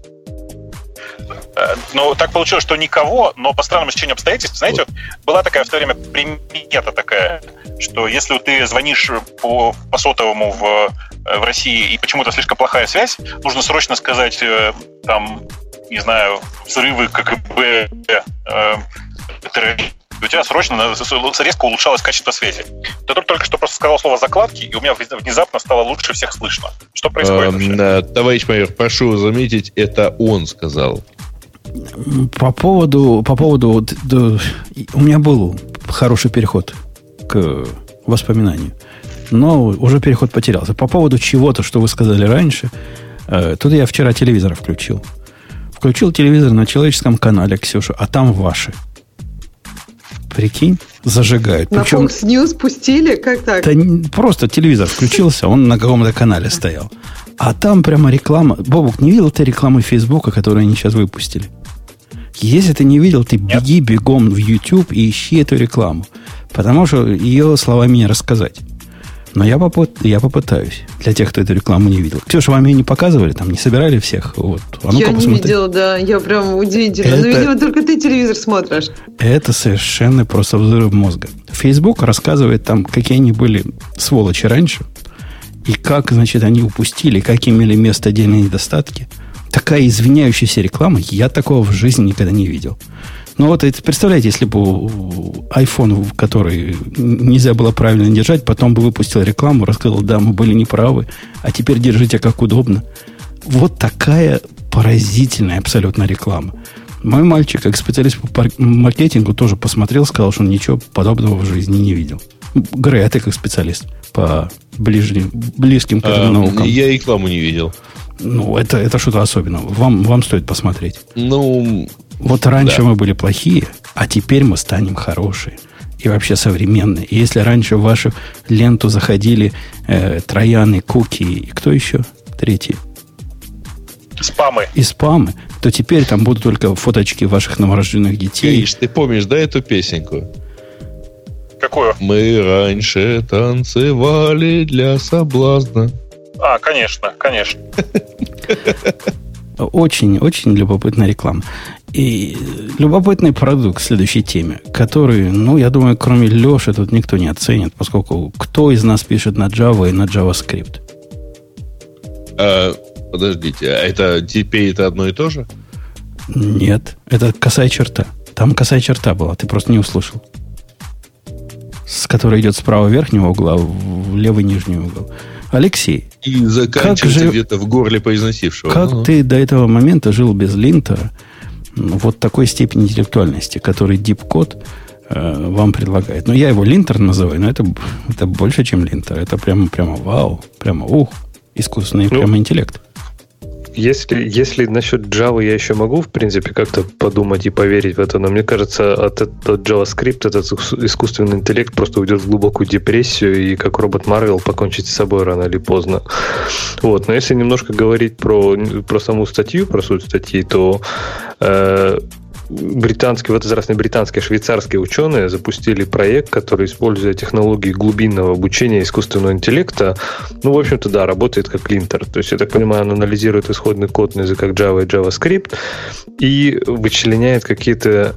Ну, так получилось, что никого, но по странному стечению обстоятельств, знаете, вот была такая в то время примета такая, что если ты звонишь по, по сотовому в, в России и почему-то слишком плохая связь, нужно срочно сказать, там, не знаю, взрывы КГБ, э, у тебя срочно резко улучшалось качество связи. Ты только что просто сказал слово «закладки», и у меня внезапно стало лучше всех слышно. Что происходит вообще? Э, товарищ майор, прошу заметить, это он сказал. По поводу, по поводу да, у меня был хороший переход к воспоминанию, но уже переход потерялся. По поводу чего-то, что вы сказали раньше, э, тут я вчера телевизор включил. Включил телевизор на человеческом канале, Ксюша, а там ваши. Прикинь, зажигают. На Причем, Fox News пустили? Как так? Да, просто телевизор включился, он на каком-то канале стоял. А там прямо реклама. Бобук, не видел ты рекламы Фейсбука, которую они сейчас выпустили? Если ты не видел, ты беги бегом в YouTube и ищи эту рекламу. Потому что ее словами не рассказать. Но я, попыт, я попытаюсь. Для тех, кто эту рекламу не видел. Ксюша, вам ее не показывали? Там не собирали всех? Вот. А ну-ка, я не посмотри. видела, да. Я прям удивительно. Это, Но, видимо, только ты телевизор смотришь. Это совершенно просто взрыв мозга. Facebook рассказывает там, какие они были сволочи раньше. И как, значит, они упустили, как имели место отдельные недостатки. Такая извиняющаяся реклама, я такого в жизни никогда не видел. Ну вот, это, представляете, если бы iPhone, который нельзя было правильно держать, потом бы выпустил рекламу, рассказал, да, мы были неправы, а теперь держите как удобно. Вот такая поразительная абсолютно реклама. Мой мальчик, как специалист по маркетингу, тоже посмотрел, сказал, что он ничего подобного в жизни не видел. Грей, а ты как специалист по ближним, близким к этому а, наукам? Я рекламу не видел. Ну, это, это что-то особенное. Вам, вам стоит посмотреть. Ну, вот раньше да. мы были плохие, а теперь мы станем хорошие. И вообще современные. И если раньше в вашу ленту заходили э, трояны, куки и кто еще? Третий. Спамы. И спамы, то теперь там будут только фоточки ваших новорожденных детей. Каиш, ты помнишь, да, эту песенку? Какую? Мы раньше танцевали для соблазна. А, конечно, конечно. Очень, очень любопытная реклама. И любопытный продукт к следующей теме, который, ну, я думаю, кроме Леши тут никто не оценит, поскольку кто из нас пишет на Java и на JavaScript? А, подождите, а это теперь это одно и то же? Нет, это косая черта. Там косая черта была, ты просто не услышал. С которой идет справа верхнего угла в левый нижний угол. Алексей, и заканчивается где-то в горле произносившего. Как ну. ты до этого момента жил без линтера, вот такой степени интеллектуальности, который DeepCode э, вам предлагает. Но я его линтер называю, но это, это больше, чем линтер. Это прямо, прямо вау, прямо ух, искусственный ну, прямо интеллект. Если, если насчет Java я еще могу, в принципе, как-то подумать и поверить в это, но мне кажется, от, от JavaScript этот искусственный интеллект просто уйдет в глубокую депрессию и как робот Марвел покончит с собой рано или поздно. Вот. Но если немножко говорить про, про саму статью, про суть статьи, то э, британские, в этот раз не британские, а швейцарские ученые запустили проект, который, используя технологии глубинного обучения искусственного интеллекта, ну, в общем-то, да, работает как линтер. То есть, я так понимаю, он анализирует исходный код на языках Java и JavaScript и вычленяет какие-то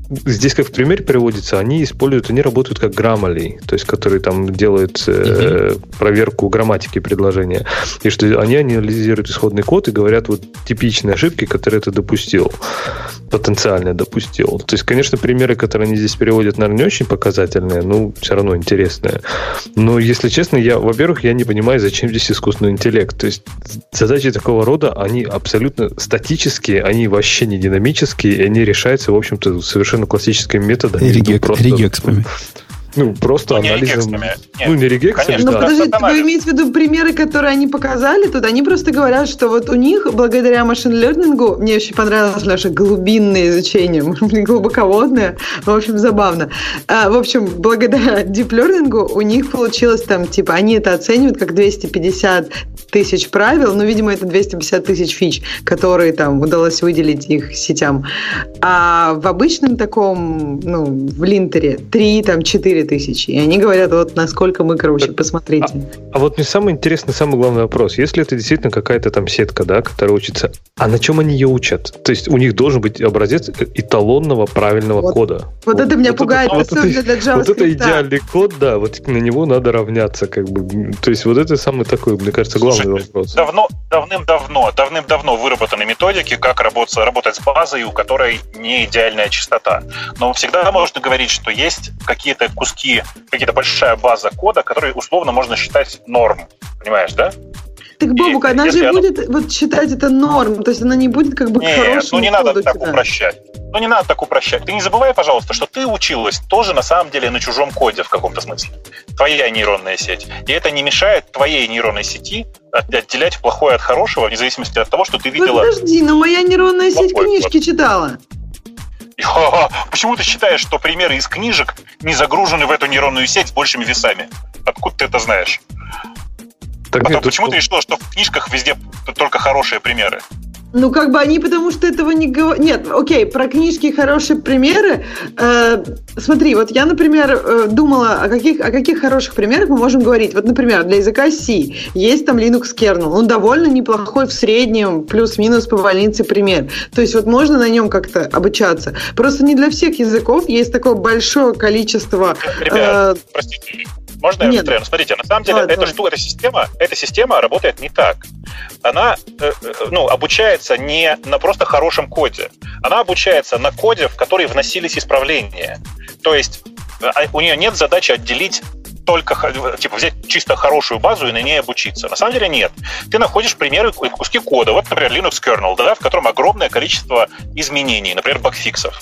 здесь как в примере приводится, они используют, они работают как Grammarly, то есть которые там делают э, mm-hmm. проверку грамматики предложения. И что они анализируют исходный код и говорят вот типичные ошибки, которые ты допустил, потенциально допустил. То есть, конечно, примеры, которые они здесь переводят, наверное, не очень показательные, но все равно интересные. Но, если честно, я, во-первых, я не понимаю, зачем здесь искусственный интеллект. То есть задачи такого рода, они абсолютно статические, они вообще не динамические, и они решаются, в общем-то, совершенно классическим методом. Реге- просто, регекспами. Ну, просто ну, анализом. Не ну, не регекспами, да. Ну, подождите, да. вы имеете в виду примеры, которые они показали тут? Они просто говорят, что вот у них, благодаря машин-лернингу, мне очень понравилось наше глубинное изучение, глубоководное, в общем, забавно. А, в общем, благодаря дип-лернингу у них получилось там, типа, они это оценивают как двести пятьдесят тысяч правил, ну, видимо, это двести пятьдесят тысяч фич, которые там удалось выделить их сетям. А в обычном таком, ну, в линтере три, там, четыре тысячи. И они говорят, вот насколько мы, короче, посмотрите. А, а вот мне самый интересный, самый главный вопрос. Если это действительно какая-то там сетка, да, которая учится, а на чем они ее учат? То есть у них должен быть образец эталонного правильного вот, кода. Вот, вот это меня вот пугает, это, особенно вот для JavaScript. Вот это идеальный код, да, вот на него надо равняться, как бы. То есть вот это самый такой, мне кажется, главный Слушай, вопрос. Давно, давным-давно, давным-давно выработаны методики, как работать, работать с базой, у которой не идеальная частота. Но всегда можно говорить, что есть какие-то куски, какие-то большая база кода, которые условно можно считать норм. Понимаешь, да? Так, Бобук, И она же оно... будет вот считать это норм, то есть она не будет как бы Нет, хорошим ну не надо так тебя. упрощать. Ну не надо так упрощать. Ты не забывай, пожалуйста, что ты училась тоже на самом деле на чужом коде в каком-то смысле. Твоя нейронная сеть. И это не мешает твоей нейронной сети отделять плохое от хорошего, вне зависимости от того, что ты видела. Подожди, но моя нейронная сеть книжки код. читала. Почему ты считаешь, что примеры из книжек не загружены в эту нейронную сеть с большими весами? Откуда ты это знаешь? Так Потом, нет, почему тут... ты решила, что в книжках везде только хорошие примеры? Ну, как бы они потому что этого не говорят. Нет, окей, про книжки хорошие примеры. Э, смотри, вот я, например, э, думала, о каких, о каких хороших примерах мы можем говорить. Вот, например, для языка C есть там Linux kernel. Он довольно неплохой в среднем, плюс-минус по больнице пример. То есть вот можно на нем как-то обучаться. Просто не для всех языков есть такое большое количество... Ребят, э, простите, можно я повторяю? Смотрите, на самом деле, Ладно, эта, штука, эта, система, эта система работает не так. Она э, ну, обучается не на просто хорошем коде. Она обучается на коде, в который вносились исправления. То есть у нее нет задачи отделить только, типа, взять чисто хорошую базу и на ней обучиться. На самом деле нет. Ты находишь примеры, куски кода. Вот, например, Linux kernel, да, в котором огромное количество изменений, например, багфиксов.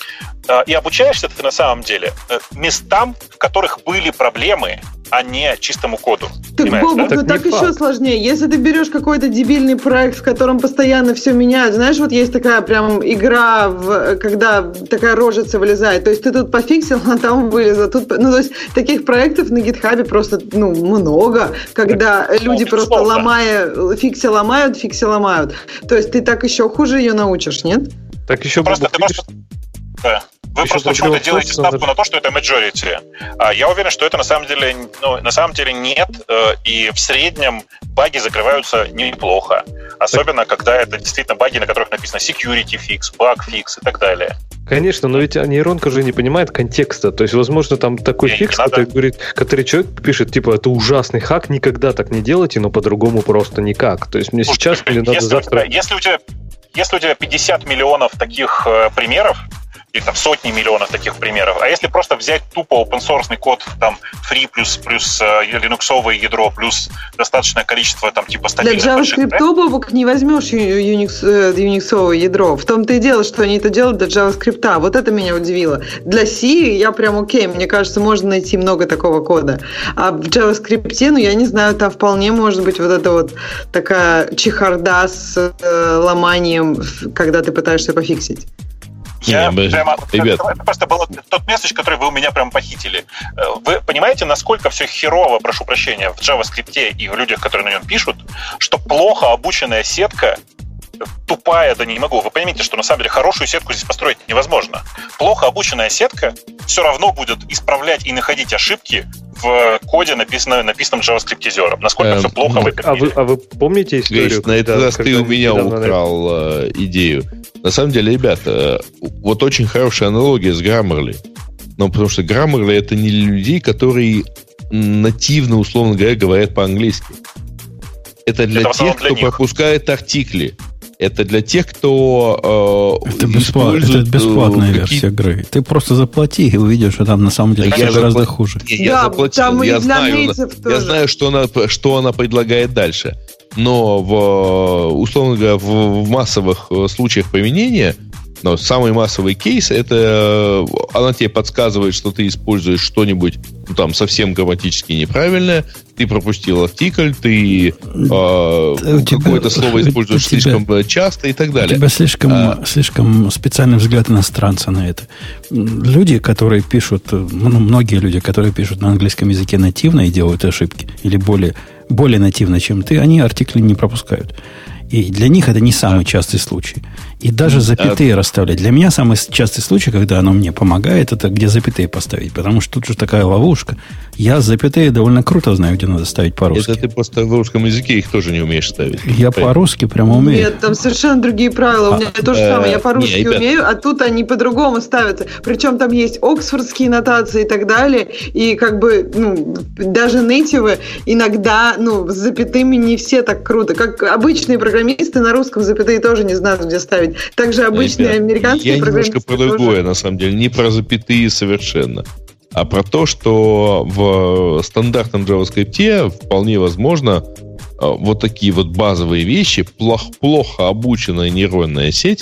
И обучаешься ты на самом деле местам, в которых были проблемы, а не чистому коду. Так, Бобук, да? ну так так еще сложнее. Если ты берешь какой-то дебильный проект, в котором постоянно все меняют, знаешь, вот есть такая прям игра, в, когда такая рожица вылезает. То есть ты тут пофиксил, а там вылезла. Тут, ну, то есть таких проектов на гитхабе просто ну, много, когда так, люди ну, просто ломая, фикси ломают, фикси ломают. То есть ты так еще хуже ее научишь, нет? Так еще просто, ты просто... Да. Вы Еще просто почему-то делаете ставку на то, что это majority. А я уверен, что это на самом деле, ну, на самом деле нет, и в среднем баги закрываются неплохо. Особенно, так. когда это действительно баги, на которых написано security fix, bug fix и так далее. Конечно, но ведь нейронка же не понимает контекста. То есть, возможно, там такой не, фикс, не который говорит, который человек пишет, типа, это ужасный хак, никогда так не делайте, но по-другому просто никак. То есть мне Слушай, сейчас мне надо завтра... Если у тебя, если у тебя пятьдесят миллионов таких э, примеров, или там сотни миллионов таких примеров. А если просто взять тупо open-source код, там, free плюс, плюс э, линуксовое ядро, плюс достаточное количество, там, типа, стабильных... Для JavaScript, Бобук, не возьмешь Unix, Unix-овое ядро. В том-то и дело, что они это делают для JavaScript. Вот это меня удивило. Для C я прям окей. Мне кажется, можно найти много такого кода. А в JavaScript, ну, я не знаю, там вполне может быть вот эта вот такая чехарда с э, ломанием, когда ты пытаешься пофиксить. Я Не, прямо, ребят. это просто был тот месседж, который вы у меня прям похитили. Вы понимаете, насколько все херово, прошу прощения, в JavaScript и в людях, которые на нем пишут, что плохо обученная сетка тупая, да не могу. Вы поймите, что на самом деле хорошую сетку здесь построить невозможно. Плохо обученная сетка все равно будет исправлять и находить ошибки в коде, написанном, написанном JavaScript-зером. Насколько эм, все плохо в этом а мире. Вы, а вы помните историю? Гриш, на этот раз ты у меня украл э, идею. На самом деле, ребята, вот очень хорошая аналогия с Grammarly. Но потому что Grammarly это не для людей, которые нативно, условно говоря, говорят по-английски. Это для это тех, для кто них. пропускает артикли. Это для тех, кто э, это, бесплат, это бесплатная э, версия игры. Ты просто заплати и увидишь, что там на самом деле все гораздо запла... хуже. Не, я да, заплатил. Я знаю, я знаю, что она, что она предлагает дальше. Но в, условно говоря, в, в массовых случаях применения, но самый массовый кейс, это она тебе подсказывает, что ты используешь что-нибудь, ну, там, совсем грамматически неправильное, ты пропустил артикль, ты э, какое-то слово используешь тебя, слишком часто и так далее. У тебя слишком, а, слишком специальный взгляд иностранца на это. Люди, которые пишут, ну, многие люди, которые пишут на английском языке нативно и делают ошибки, или более, более нативно, чем ты, они артикли не пропускают. И для них это не самый частый случай. И даже запятые а... расставлять. Для меня самый частый случай, когда оно мне помогает, это где запятые поставить. Потому что тут же такая ловушка. Я запятые довольно круто знаю, где надо ставить по-русски. Это ты просто в русском языке их тоже не умеешь ставить. Я по-русски прямо умею. Нет, там совершенно другие правила. У меня а, то же самое. Я по-русски не, умею, а тут они по-другому ставятся. Причем там есть оксфордские нотации и так далее. И как бы, ну, даже нейтивы иногда, ну, с запятыми не все так круто. Как обычные программисты на русском запятые тоже не знают, где ставить. Также обычные Ребят, американские я программисты. Я немножко про другое, тоже... на самом деле. Не про запятые совершенно. А про то, что в стандартном JavaScript вполне возможно вот такие вот базовые вещи, плохо, плохо обученная нейронная сеть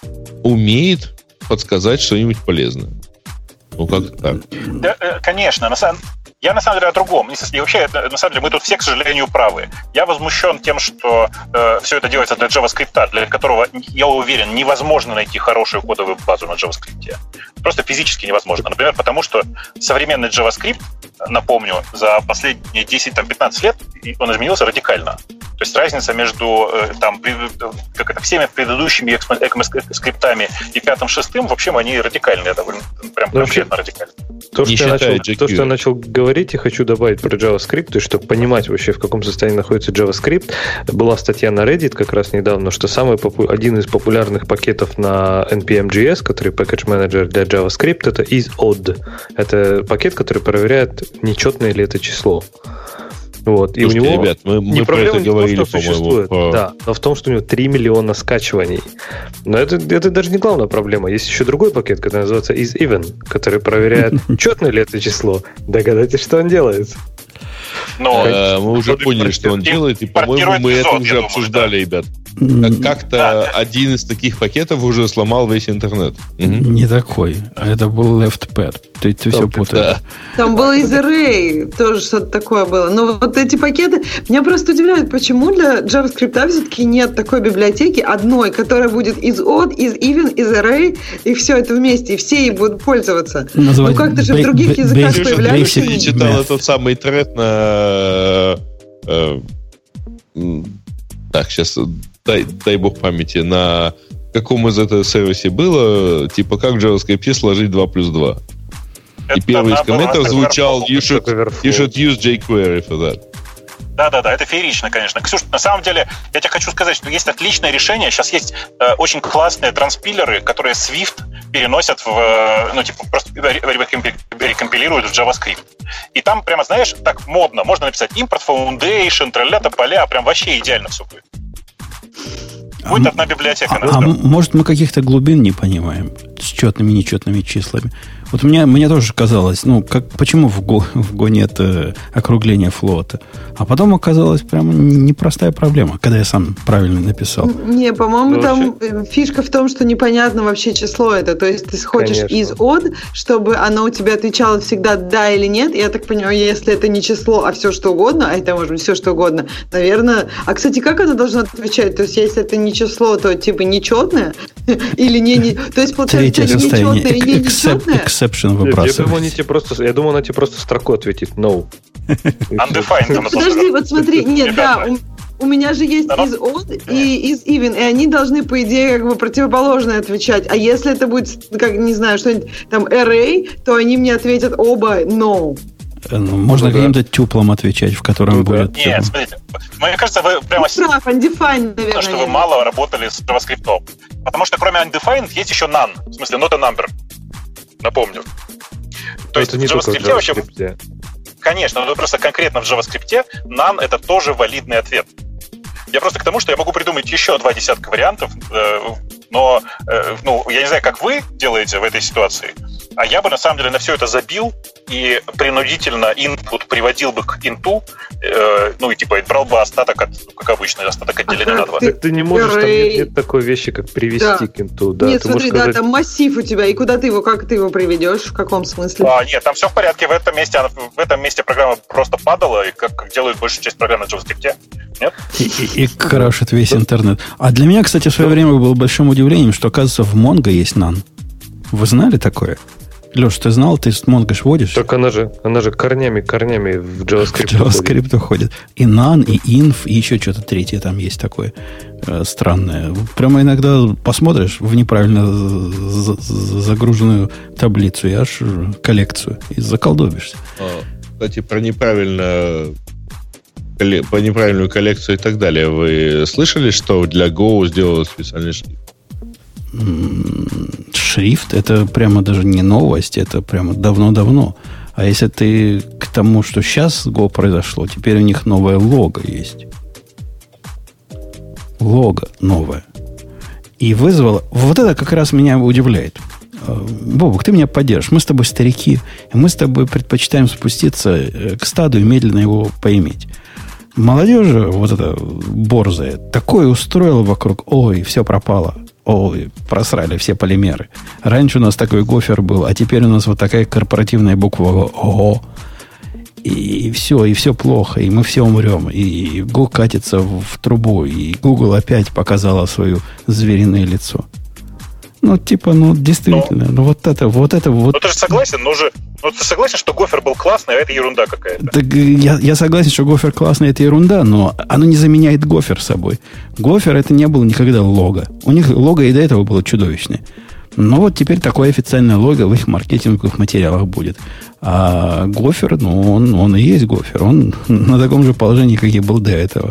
умеет подсказать что-нибудь полезное. Ну, как так? Да, конечно. На самом... Я на самом деле о другом. И вообще, на самом деле, мы тут все, к сожалению, правы. Я возмущен тем, что э, все это делается для JavaScript, для которого, я уверен, невозможно найти хорошую кодовую базу на JavaScript. Просто физически невозможно. Например, потому что современный JavaScript, напомню, за последние десять-пятнадцать лет он изменился радикально. То есть разница между э, там, как это, всеми предыдущими скриптами и пятым-шестым, в общем, они радикальные. Довольно, прям конкретно радикальные. То, что, я начал, то, что я начал говорить и хочу добавить про JavaScript, то есть, чтобы понимать вообще, в каком состоянии находится JavaScript, была статья на Reddit как раз недавно, что самый попу- один из популярных пакетов на эн пи эм джей эс, который package manager для JavaScript, это isodd. Это пакет, который проверяет, нечетное ли это число. Вот. И Слушайте, у него ребят, мы, мы не про это не говорили, том, что существует, по... да, но в том, что у него три миллиона скачиваний. Но это, это даже не главная проблема. Есть еще другой пакет, который называется isEven, который проверяет, четное ли это число. Догадайтесь, что он делает. Но, э, мы уже поняли, что он делает, и, по-моему, мы это уже обсуждали, ребят. Как-то да. один из таких пакетов уже сломал весь интернет. Угу. Не такой. Это был LeftPad. Ты, ты все путаешь. Да. Там был isArray, тоже что-то такое было. Но вот эти пакеты меня просто удивляют, почему для JavaScript все-таки нет такой библиотеки одной, которая будет isOdd, isEven, isArray, и все это вместе, и все ей будут пользоваться. Называть ну как-то же в других b- языках b- появляется. Я читал этот самый тред на... Э, э, так, сейчас... Дай, дай бог памяти, на каком из этого сервисе было, типа, как в JavaScript сложить два плюс два. Это и первый из комментов звучал you should, you should use jQuery for that. Да-да-да, это феерично, конечно. Ксюш, на самом деле, я тебе хочу сказать, что есть отличное решение. Сейчас есть э, очень классные транспилеры, которые Swift переносят в, ну, типа, просто рекомпилируют в JavaScript. И там прямо, знаешь, так модно. Можно написать import foundation, тролля-то поля, прям вообще идеально все будет. Будет а, одна библиотека. А, а может, мы каких-то глубин не понимаем с четными и нечетными числами? Вот мне, мне тоже казалось, ну, как, почему в Go, в Go нет э, округления флота? А потом оказалось прямо непростая проблема, когда я сам правильно написал. Не, по-моему, там фишка в том, что непонятно вообще число это. То есть ты хочешь isOdd, чтобы оно у тебя отвечало всегда да или нет. Я так понимаю, если это не число, а все что угодно, а это может быть все что угодно, наверное... А, кстати, как оно должно отвечать? То есть если это не число, то типа нечетное? Или не... не... То есть, получается, или нечетное, и не нечетное? Exception выбрасывать. Я думаю, они тебе просто, я думаю, она тебе просто строку ответит no. Undefined. Подожди, вот смотри, нет, да, у, у меня же есть isOdd и isEven, и они должны, по идее, как бы противоположное отвечать. А если это будет, как, не знаю, что-нибудь там array, то они мне ответят оба no. Ну, можно ну, каким-то да. тюплом отвечать, в котором ну, будет... Нет, типа... смотрите, мне кажется, вы прямо... Прав, undefined, наверное. Что вы мало работали с JavaScript. Потому что кроме undefined есть еще none. В смысле, not a number. Напомню. То есть это не в JavaScript, в JavaScript вообще... Конечно, но просто конкретно в JavaScript none это тоже валидный ответ. Я просто к тому, что я могу придумать еще два десятка вариантов, но ну, я не знаю, как вы делаете в этой ситуации, а я бы на самом деле на все это забил и принудительно input приводил бы к инту, э, ну и типа брал бы остаток, от, как обычно, остаток отделения а на два. Так ты не можешь, там нет, нет такой вещи, как привести да. к инту. Да, нет, ты смотри, да, сказать... там массив у тебя, и куда ты его, как ты его приведешь, в каком смысле? А, нет, там все в порядке, в этом месте, в этом месте программа просто падала, и как, как делают большую часть программ на JavaScript. Нет? И, и, и крашит весь интернет. А для меня, кстати, в свое время было большим удивлением, что, оказывается, в Mongo есть none. Вы знали такое? Леш, ты знал, ты с Mongo водишь? Так она же, она же корнями, корнями в JavaScript, в JavaScript уходит. И none, и inf, и еще что-то третье там есть такое э, странное. Прямо иногда посмотришь в неправильно загруженную таблицу и аж коллекцию, и заколдобишься. А, кстати, про неправильно... по неправильную коллекцию и так далее. Вы слышали, что для Go сделали специальный шрифт? Шрифт? Это прямо даже не новость, это прямо давно-давно. А если ты к тому, что сейчас с Go произошло, теперь у них новое лого есть. Лого новое. И вызвало... Вот это как раз меня удивляет. Бобок, ты меня поддержишь. Мы с тобой старики, и мы с тобой предпочитаем спуститься к стаду и медленно его поиметь. Молодежи, вот это борзая, такое устроила вокруг, ой, все пропало, ой, просрали все полимеры. Раньше у нас такой гофер был, а теперь у нас вот такая корпоративная буква О. И все, и все плохо, и мы все умрем. И Go катится в трубу, и Google опять показала свое звериное лицо. Ну, типа, ну, действительно, но, ну, вот это, вот это, вот... Ну, ты же согласен, но же... Ну, ты согласен, что гофер был классный, а это ерунда какая-то? Так я, я согласен, что гофер классный, это ерунда, но оно не заменяет гофер собой. Гофер это не было никогда лого. У них лого и до этого было чудовищное. Но вот теперь такое официальное лого в их маркетинговых материалах будет. А гофер, ну, он, он и есть гофер. Он на таком же положении, как и был до этого.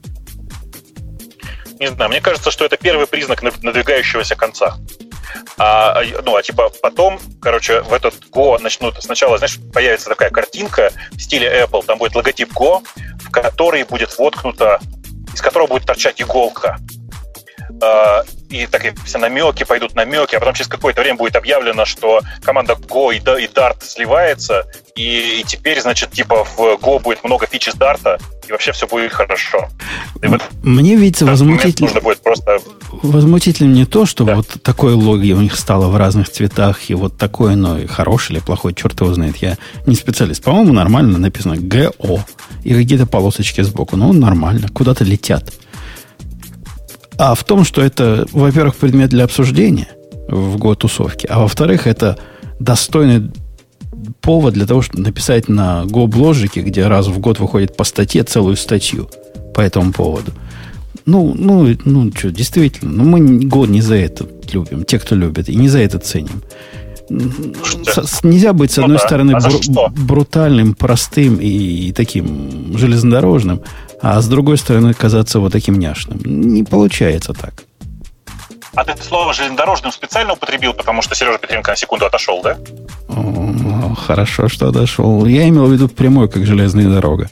Не знаю, мне кажется, что это первый признак надвигающегося конца. А, ну, а типа потом, короче, в этот Go начнут сначала, знаешь, появится такая картинка в стиле Apple, там будет логотип Go, в который будет воткнута, из которого будет торчать иголка. А, и так и все намеки пойдут, намеки, а потом через какое-то время будет объявлено, что команда Go и Dart сливается, и, и теперь, значит, типа в Go будет много фич из Dart, и вообще все будет хорошо. И вот мне видится возмутительно. Нужно будет просто... Возмутительно не то, что да. вот такое лого у них стало в разных цветах, и вот такое, но и хорошее или плохое, черт его знает. Я не специалист. По-моему, нормально написано ГО и какие-то полосочки сбоку. Ну, нормально, куда-то летят. А в том, что это, во-первых, предмет для обсуждения в Go-тусовке, а во-вторых, это достойный повод для того, чтобы написать на Go-бложике, где раз в год выходит по статье целую статью по этому поводу. Ну, ну, ну, что, действительно, ну, мы Go не за это любим, те, кто любит, и не за это ценим. С, нельзя быть, с одной ну, да. стороны, а бру- брутальным, простым и, и таким железнодорожным, а с другой стороны, казаться вот таким няшным. Не получается так. А ты слово «железнодорожным» специально употребил, потому что Сережа Петренко на секунду отошел, да? О, хорошо, что отошел. Я имел в виду прямой, как железная дорога.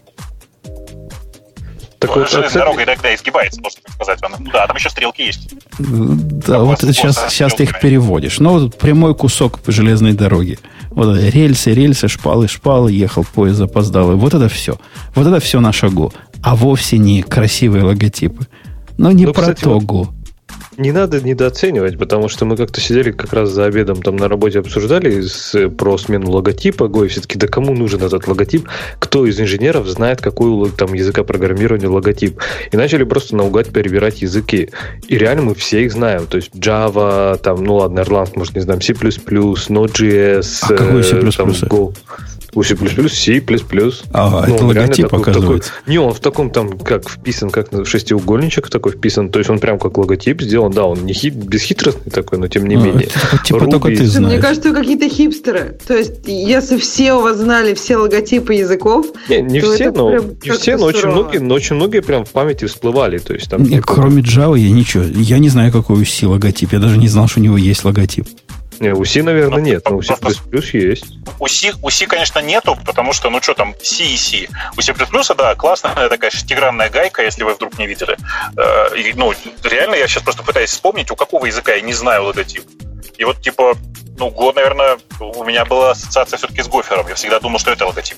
Так вот, железная кстати... дорога иногда изгибается, можно так сказать. Да, там еще стрелки есть. Да, как вот сейчас, сейчас ты их переводишь. Но вот прямой кусок железной дороги. Вот рельсы, рельсы, шпалы, шпалы, ехал поезд запоздалый. Вот это все. Вот это все на шагу. А вовсе не красивые логотипы. Но не ну, про кстати, то Go. Не надо недооценивать, потому что мы как-то сидели как раз за обедом там на работе, обсуждали с, про смену логотипа Go, и все-таки, да кому нужен этот логотип? Кто из инженеров знает, какой там языка программирования логотип? И начали просто наугад перебирать языки. И реально мы все их знаем. То есть Java, там, ну ладно, Erlang, может, не знаем, C++, Node.js, а какой C++? Там, Go. У C++, C++. А, ну, это логотип, такой, оказывается. Такой, не, он в таком там, как вписан, как шестиугольничек такой вписан. То есть он прям как логотип сделан. Да, он не хит, бесхитростный такой, но тем не ну, менее. Это, типа Ruby. Только ты знаешь. Мне кажется, вы какие-то хипстеры. То есть, если все у вас знали все логотипы языков... Не, не все, но, не все но, очень многие, но очень многие прям в памяти всплывали. То есть, там, не, типа... Кроме Java я ничего. Я не знаю, какой у C логотип. Я даже не знал, что у него есть логотип. Не, у C, наверное, но, нет, но у C++ есть. У C, у C, конечно, нету, потому что, ну что там, C и C. У C++, да, классная такая шестигранная гайка, если вы вдруг не видели. И, ну, реально, я сейчас просто пытаюсь вспомнить, у какого языка я не знаю логотип. И вот, типа, ну, год, наверное, у меня была ассоциация все-таки с Гофером. Я всегда думал, что это логотип.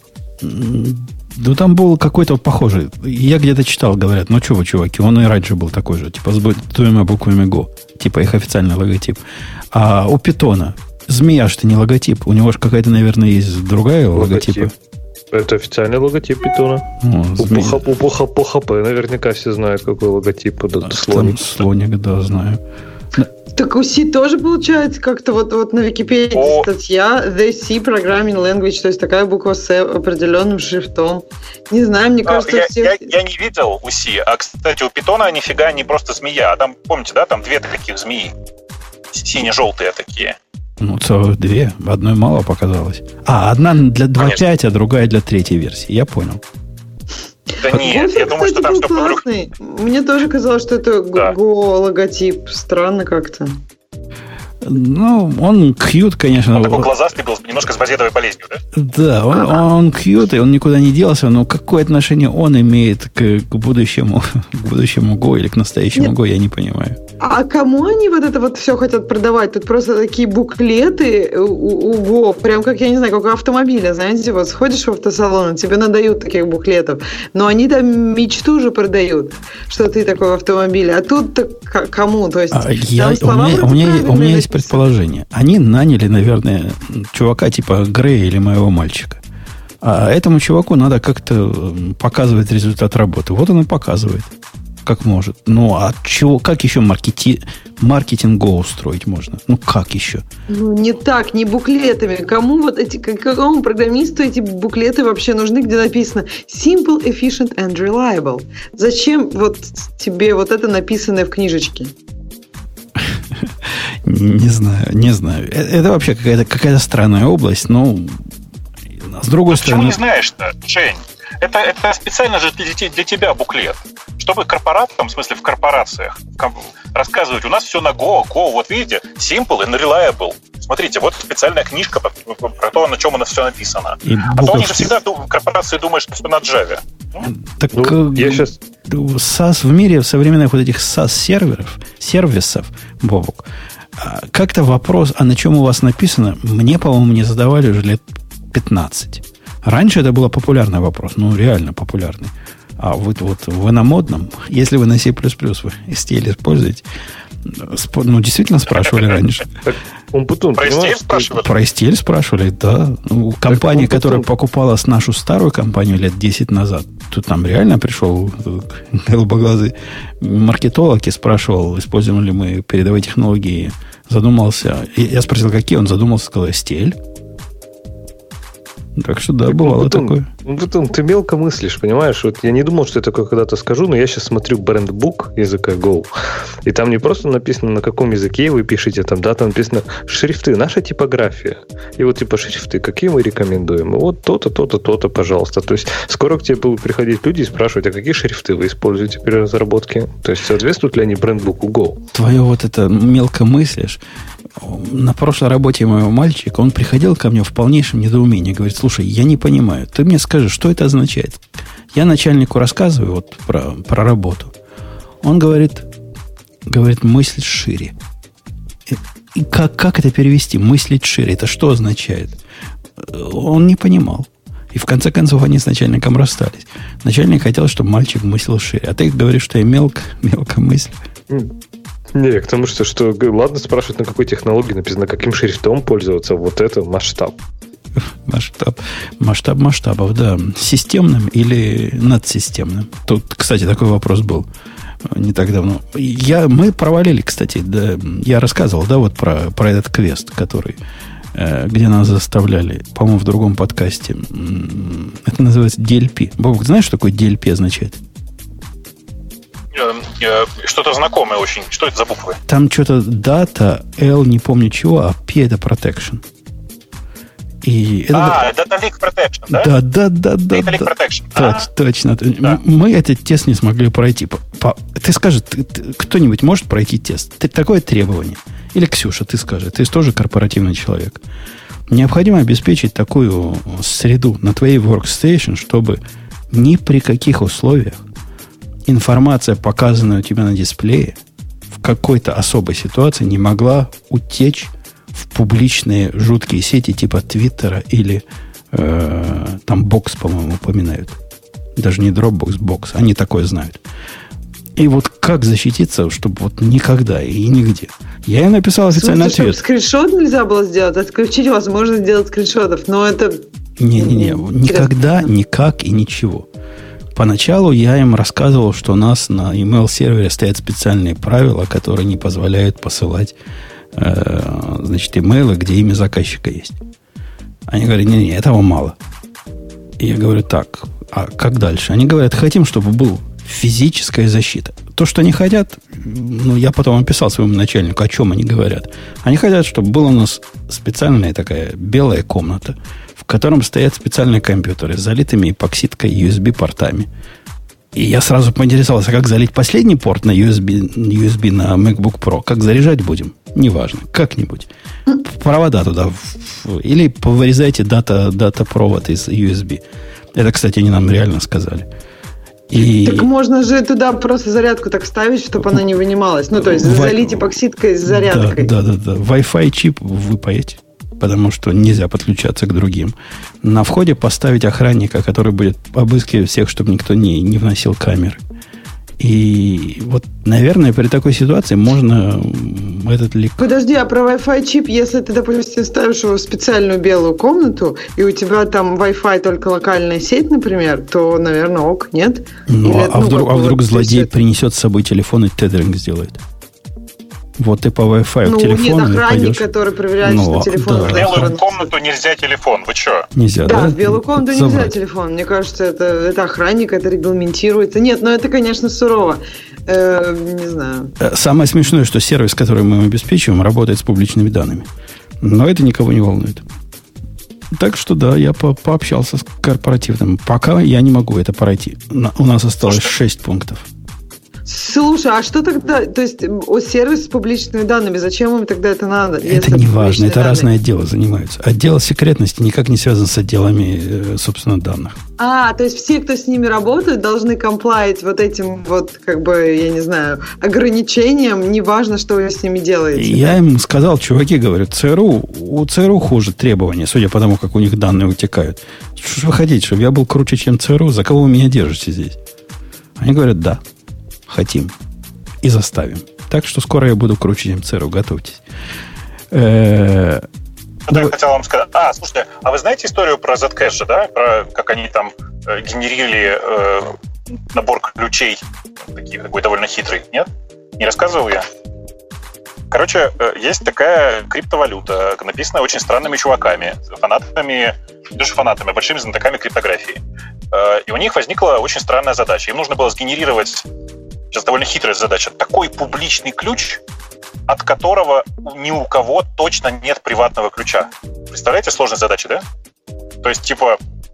Да там был какой-то похожий. Я где-то читал, говорят, ну что вы, чуваки, он и раньше был такой же, типа с двумя буквами Go. Типа их официальный логотип. А у Питона змея что не логотип. У него же какая-то, наверное, есть другая логотип. логотипа. Это официальный логотип Питона. О, у по эйч пи наверняка все знают, какой логотип. Да, слоник. Слоник, да, знаю. Так у C тоже получается как-то вот, вот на Википедии О. статья The C Programming Language, то есть такая буква с определенным шрифтом. Не знаю, мне кажется... Я, все... я, я не видел у C, а, кстати, у Питона нифига не просто змея, а там, помните, да, там две таких змеи, сине-желтые такие. Ну, целых две, одной мало показалось. А, одна для два точка пять, а другая для третьей версии, я понял. Да нет, Гофер, я думаю, кстати, что там... был классный. Мне тоже казалось, что это да. Go-логотип. Странно как-то. Ну, он cute, конечно. Он такой глазастый был, немножко с базедовой болезнью, да? Да, он, он cute, и он никуда не делся, но какое отношение он имеет к, к будущему, к будущему Go или к настоящему Нет. Go, я не понимаю. А кому они вот это вот все хотят продавать? Тут просто такие буклеты у, у Go, прям как, я не знаю, как у автомобиля, знаете, вот сходишь в автосалон, тебе надают таких буклетов, но они там мечту же продают, что ты такой в автомобиле, а тут кому? То есть, а я, у, меня, у, меня, у меня есть предположение. Они наняли, наверное, чувака типа Грея или моего мальчика. А этому чуваку надо как-то показывать результат работы. Вот он и показывает, как может. Ну, а чего, как еще маркети... маркетинг Go устроить можно? Ну, как еще? Ну, не так, не буклетами. Кому вот эти, какому программисту эти буклеты вообще нужны, где написано simple, efficient and reliable? Зачем вот тебе вот это написанное в книжечке? Не знаю, не знаю. Это вообще какая-то, какая-то странная область, но с другой а стороны... Почему не знаешь-то, Жень? Это, это специально же для, для тебя буклет. Чтобы корпоратам, в смысле в корпорациях, рассказывать, у нас все на Go, Go, вот видите, simple and reliable. Смотрите, вот специальная книжка про, про то, на чем у нас все написано. И а буковки. То они же всегда, корпорации думают, что все на Java. Так ну, я сейчас... SaaS в мире, в современных вот этих SaaS-серверов, сервисов, Бобок, как-то вопрос, а на чем у вас написано, мне, по-моему, не задавали уже лет пятнадцать. Раньше это был популярный вопрос, ну, реально популярный. А вы, вот, вы на модном, если вы на C++ вы эс ти эл используете, ну, действительно спрашивали раньше. Про эс ти эл спрашивали? Про эс ти эл спрашивали, да. У компании, которая покупала с нашу старую компанию лет десять назад, тут там реально пришел голубоглазый маркетолог и спрашивал, используем ли мы передовые технологии. Задумался. Я спросил, какие, он задумался, сказал, эс ти эл. Так что да, так, бывало Бутун, такое. Бутун, ты мелко мыслишь, понимаешь? Вот я не думал, что я такое когда-то скажу, но я сейчас смотрю брендбук языка Go, и там не просто написано, на каком языке вы пишете, там, да, там написано шрифты, наша типография. И вот типа шрифты, какие мы рекомендуем? И вот то-то, то-то, то-то, пожалуйста. То есть скоро к тебе будут приходить люди и спрашивать, а какие шрифты вы используете при разработке? То есть соответствует ли они брендбуку Go? Твое вот это мелко мыслишь. На прошлой работе моего мальчика он приходил ко мне в полнейшем недоумении. Говорит, слушай, я не понимаю. Ты мне скажи, что это означает? Я начальнику рассказываю вот про, про работу. Он говорит, говорит, мыслить шире. И, и как, как это перевести? Мыслить шире. Это что означает? Он не понимал. И в конце концов они с начальником расстались. Начальник хотел, чтобы мальчик мыслил шире. А ты говоришь, что я мелко, мелко мыслю. Не, к тому, что, что ладно спрашивать, на какой технологии написано, каким шрифтом пользоваться, вот это масштаб. Масштаб. Масштаб масштабов, да. Системным или надсистемным? Тут, кстати, такой вопрос был не так давно. Я, мы провалили, кстати, да, я рассказывал, да, вот про, про этот квест, который где нас заставляли, по-моему, в другом подкасте. Это называется ди эл пи. Бобок, знаешь, что такое ди эл пи означает? Что-то знакомое очень. Что это за буквы? Там что-то дата, L не помню чего, а P это protection. И а, это... Data Leak Protection, да? Да, да, да, да. Data Leak да. Protection. Точ, а точно. Да. Мы этот тест не смогли пройти. По, по, ты скажи, ты, ты, кто-нибудь может пройти тест? Ты, такое требование. Или, Ксюша, ты скажи, ты тоже корпоративный человек. Необходимо обеспечить такую среду на твоей workstation, чтобы ни при каких условиях информация, показанная у тебя на дисплее, в какой-то особой ситуации не могла утечь в публичные жуткие сети типа Твиттера или э, там Бокс, по-моему, упоминают. Даже не Dropbox, Бокс. Они такое знают. И вот как защититься, чтобы вот никогда и нигде. Я ей написал официальный Слушай, ответ. Чтобы скриншот нельзя было сделать, отключить возможность делать скриншотов, но это... Не-не-не, никогда, никак и ничего. Поначалу я им рассказывал, что у нас на email-сервере стоят специальные правила, которые не позволяют посылать э, значит, имейлы, где имя заказчика есть. Они говорят, не-не, этого мало. И я говорю, так, а как дальше? Они говорят, хотим, чтобы был физическая защита. То, что они хотят, ну, я потом описал своему начальнику, о чем они говорят. Они хотят, чтобы была у нас специальная такая белая комната, в котором стоят специальные компьютеры с залитыми эпоксидкой ю эс би-портами. И я сразу поинтересовался, как залить последний порт на ю эс би, ю эс би на MacBook Pro. Как заряжать будем? Неважно. Как-нибудь. Провода туда. Или повырезайте дата, дата-провод из ю эс би. Это, кстати, они нам реально сказали. И... Так можно же туда просто зарядку так ставить, чтобы она не вынималась. Ну, то есть, Wi... залить эпоксидкой с зарядкой. Да, да, да. да. Wi-Fi чип выпаять, потому что нельзя подключаться к другим. На входе поставить охранника, который будет обыскивать всех, чтобы никто не, не вносил камеры. И вот, наверное, при такой ситуации можно этот лик... Подожди, а про Wi-Fi чип, если ты, допустим, ставишь его в специальную белую комнату, и у тебя там Wi-Fi только локальная сеть, например, то, наверное, ок, нет? Ну, Или, а, ну, вдруг, а вдруг вот злодей принесет с собой телефон и тедеринг сделает? Вот ты по Wi-Fi ну, к телефону нет, охранник, пойдешь. который проверяет, ну, что телефон... Да. В белую комнату нельзя телефон, вы что? Нельзя, да? Да, в белую комнату Забрать. нельзя телефон. Мне кажется, это, это охранник, это регламентируется. Нет, ну это, конечно, сурово. Э, не знаю. Самое смешное, что сервис, который мы обеспечиваем, работает с публичными данными. Но это никого не волнует. Так что да, я по- пообщался с корпоративным. Пока я не могу это пройти. На- у нас осталось шесть пунктов. Слушай, а что тогда? То есть о, сервис с публичными данными, зачем им тогда это надо? Это не важно, это данные? Разные отделы занимаются. Отдел секретности никак не связан с отделами, собственно, данных. А, то есть все, кто с ними работают, должны комплаить вот этим вот, как бы, я не знаю, ограничениям, неважно, что вы с ними делаете. Я им сказал, чуваки, говорю, ЦРУ, у ЦРУ хуже требования, судя по тому, как у них данные утекают. Что ж вы хотите, чтобы я был круче, чем ЦРУ? За кого вы меня держите здесь? Они говорят, да. Хотим. И заставим. Так что скоро я буду круче, чем ЦРУ. Готовьтесь. Что я хотел вам сказать? А, слушайте, а вы знаете историю про Zcash же, да? Про как они там э, генерили э, набор ключей, такие, такой довольно хитрый, нет? Не рассказывал я? Короче, э, есть такая криптовалюта, написанная очень странными чуваками, фанатами, не даже фанатами, а большими знатоками криптографии. Э, и у них возникла очень странная задача. Им нужно было сгенерировать, сейчас довольно хитрая задача, такой публичный ключ, от которого ни у кого точно нет приватного ключа. Представляете сложность задачи, да? То есть, типа,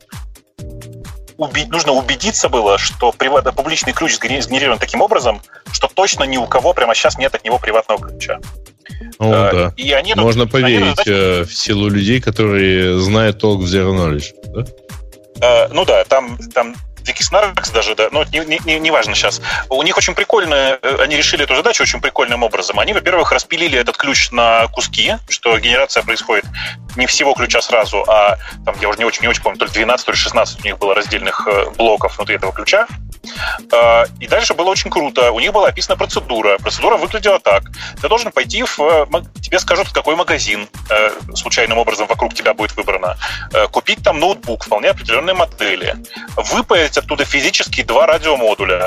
уби- нужно убедиться было, что приват- публичный ключ сгенерирован таким образом, что точно ни у кого прямо сейчас нет от него приватного ключа. О, э- да. И они Можно тут, поверить они задачи... э, в силу людей, которые знают толк в Zero Knowledge. Да? Э, ну да, там... там Викиснаркс даже, да, но не, не, не, не важно сейчас. У них очень прикольно, они решили эту задачу очень прикольным образом. Они, во-первых, распилили этот ключ на куски, что генерация происходит не всего ключа сразу, а там, я уже не очень, не очень помню, то ли двенадцать, то ли шестнадцать у них было раздельных блоков внутри этого ключа. И дальше было очень круто. У них была описана процедура. Процедура выглядела так. Ты должен пойти в... Тебе скажут, какой магазин случайным образом вокруг тебя будет выбрано. Купить там ноутбук вполне определенной модели. Выпаять оттуда физически два радиомодуля.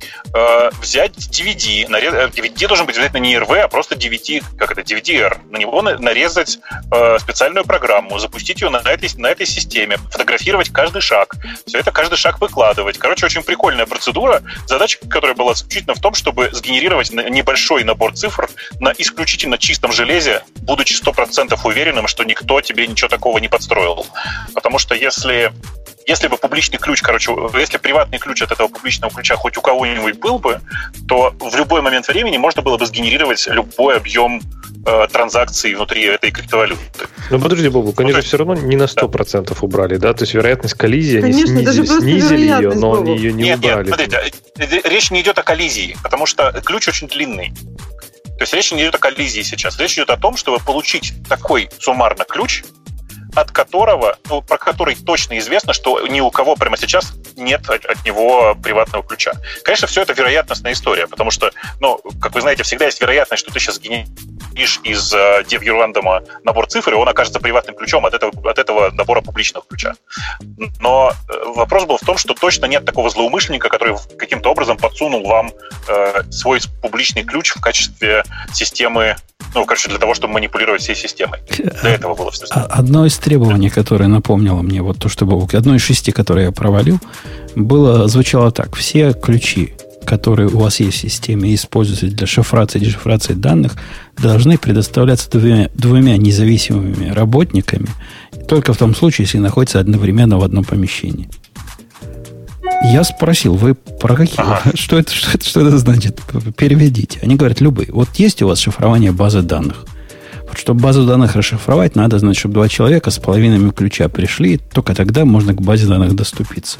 э, взять ди ви ди, нарез... ди ви ди должен быть обязательно не эр ви, а просто ди ви ди, как это, ди ви ди-R, на него нарезать э, специальную программу, запустить ее на этой, на этой системе, фотографировать каждый шаг, все это каждый шаг выкладывать. Короче, очень прикольная процедура, задача, которая была исключительно в том, чтобы сгенерировать небольшой набор цифр на исключительно чистом железе, будучи сто процентов уверенным, что никто тебе ничего такого не подстроил. Потому что если, если бы публичный ключ, короче, если приватный ключ от этого публичного ключа хоть у кого-нибудь был бы, то в любой момент времени можно было бы сгенерировать любой объем э, транзакций внутри этой криптовалюты. Ну, подожди, Бобу, они же все равно не на сто процентов да. убрали, да? То есть вероятность коллизии, конечно, они снизили, снизили ее, но Бобу. они ее не нет, убрали. Нет, смотрите, речь не идет о коллизии, потому что ключ очень длинный. То есть речь не идет о коллизии сейчас. Речь идет о том, чтобы получить такой суммарно ключ, от которого, ну, про который точно известно, что ни у кого прямо сейчас нет от, от него приватного ключа. Конечно, все это вероятностная история, потому что, ну, как вы знаете, всегда есть вероятность, что ты сейчас генеришь из uh, dev-random набор цифр, и он окажется приватным ключом от этого, от этого набора публичного ключа. Но вопрос был в том, что точно нет такого злоумышленника, который каким-то образом подсунул вам uh, свой публичный ключ в качестве системы, ну, короче, для того, чтобы манипулировать всей системой. Для этого было все. Одно из требований, которое напомнило мне вот то, что было, одно из шести, которые я провалил, было, звучало так. Все ключи, которые у вас есть в системе и используются для шифрации и дешифрации данных, должны предоставляться двумя, двумя независимыми работниками, только в том случае, если находятся одновременно в одном помещении. Я спросил, вы про какие? Ага. Что, это, что, это, что это значит? Переведите. Они говорят, любые. Вот есть у вас шифрование базы данных. Вот чтобы базу данных расшифровать, надо, значит, чтобы два человека с половинами ключа пришли, только тогда можно к базе данных доступиться.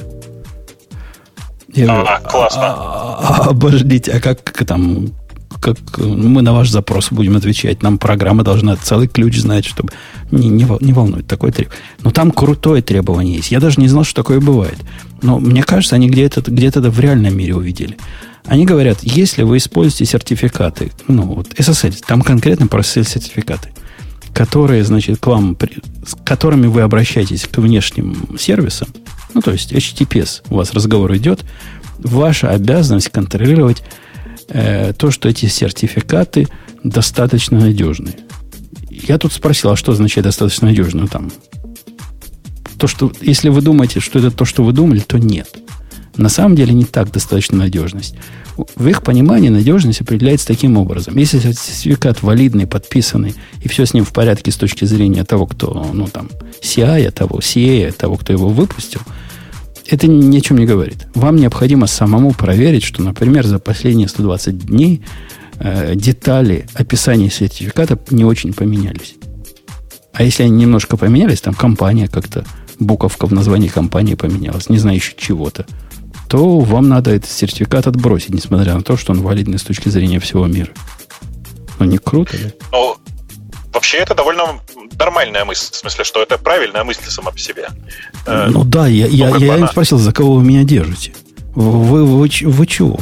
Я говорю, а, классно. А, а, обождите, а как там, как мы на ваш запрос будем отвечать? Нам программа должна целый ключ знать, чтобы... Не, не, не волнует такое требование. Но там крутое требование есть. Я даже не знал, что такое бывает. Но мне кажется, они где-то, где-то это в реальном мире увидели. Они говорят, если вы используете сертификаты, ну, вот эс эс эль, там конкретно про эс эс эль-сертификаты, которые, значит, к вам, с которыми вы обращаетесь к внешним сервисам, ну, то есть эйч ти ти пи эс, у вас разговор идет, ваша обязанность контролировать э, то, что эти сертификаты достаточно надежные. Я тут спросил, а что означает достаточно надежно? Там, то, что, если вы думаете, что это то, что вы думали, то нет. На самом деле не так достаточно надежность. В их понимании надежность определяется таким образом. Если сертификат валидный, подписанный, и все с ним в порядке с точки зрения того, кто, ну, там, си ай, того, си эй, того, кто его выпустил, это ни о чем не говорит. Вам необходимо самому проверить, что, например, за последние сто двадцать дней э, детали описания сертификата не очень поменялись. А если они немножко поменялись, там компания как-то, буковка в названии компании поменялась, не знаю еще чего-то, то вам надо этот сертификат отбросить, несмотря на то, что он валидный с точки зрения всего мира. Ну, не круто ли? Ну, вообще это довольно нормальная мысль, в смысле, что это правильная мысль сама по себе. Ну да, я, ну, я, я им спросил, за кого вы меня держите? Вы, вы, вы, вы чего?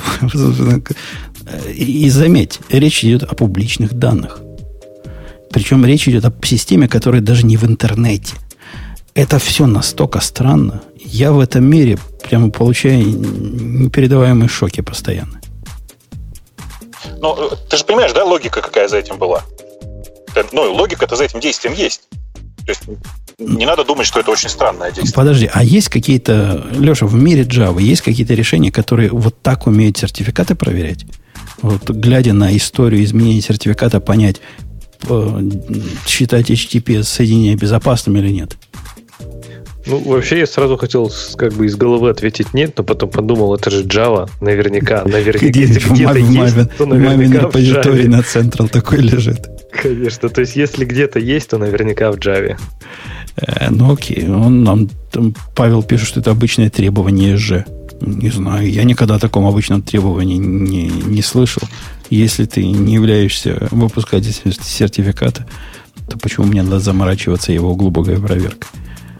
И заметь, речь идет о публичных данных. Причем речь идет о системе, которая даже не в интернете. Это все настолько странно. Я в этом мире прямо получаю непередаваемые шоки постоянно. Ну, ты же понимаешь, да, логика какая за этим была? Ну, логика-то за этим действием есть. То есть не надо думать, что это очень странное действие. Подожди, а есть какие-то, Леша, в мире Java есть какие-то решения, которые вот так умеют сертификаты проверять? Вот глядя на историю изменения сертификата, понять, считать эйч ти ти пи эс соединение безопасным или нет? Ну, вообще, я сразу хотел как бы из головы ответить нет, но потом подумал, это же Java, наверняка, наверняка где-то, где-то есть, то наверняка в Java. На Central такой лежит. Конечно, то есть, если где-то есть, то наверняка в Java. Э, ну, окей, он нам, там, Павел пишет, что это обычное требование же. Не знаю, я никогда о таком обычном требовании не, не слышал. Если ты не являешься выпускателем сертификата, то почему мне надо заморачиваться его глубокой проверкой?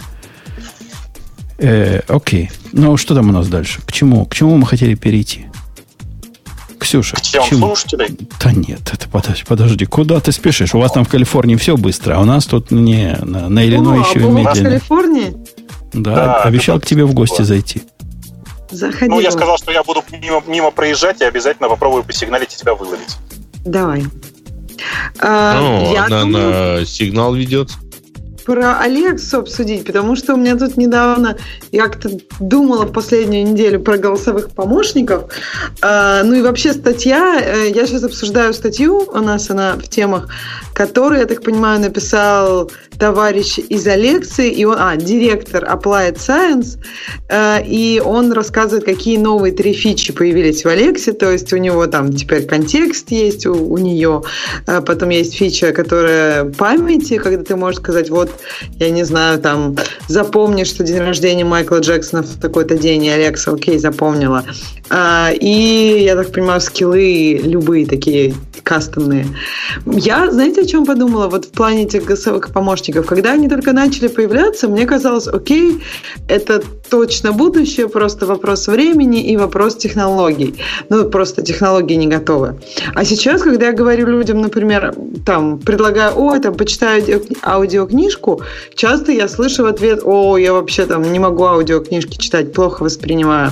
Э, окей. Ну, что там у нас дальше? К чему? К чему мы хотели перейти? Ксюша, к темам слушателей? Да нет, это подожди, подожди. Куда ты спешишь? У вас там в Калифорнии все быстро, а у нас тут не на, на Иллинойс еще а медленно. У вас в Калифорнии? Да, да, обещал к тебе в гости зайти. Заходи. Ну, я сказал, что я буду мимо, мимо проезжать и обязательно попробую посигналить и тебя выловить. Давай. А, ну, я она думаю... на сигнал ведет. Про Алексу обсудить, потому что у меня тут недавно, я как-то думала в последнюю неделю про голосовых помощников. А, ну и вообще статья, я сейчас обсуждаю статью, у нас она в темах, которую, я так понимаю, написал товарищ из Алексы, и он, а, директор Applied Science, а, и он рассказывает, какие новые три фичи появились в Алексе, то есть у него там теперь контекст есть, у, у нее, а потом есть фича, которая памяти, когда ты можешь сказать, вот я не знаю, там, запомни, что день рождения Майкла Джексона в такой-то день, и Алекса, окей, запомнила. А, и, я так понимаю, скиллы любые такие кастомные. Я, знаете, о чем подумала? Вот в плане этих голосовых помощников. Когда они только начали появляться, мне казалось, окей, это точно будущее, просто вопрос времени и вопрос технологий. Ну, просто технологии не готовы. А сейчас, когда я говорю людям, например, там, предлагаю, ой, там, почитаю аудиокнижку, часто я слышу в ответ, о, я вообще там не могу аудиокнижки читать, плохо воспринимаю.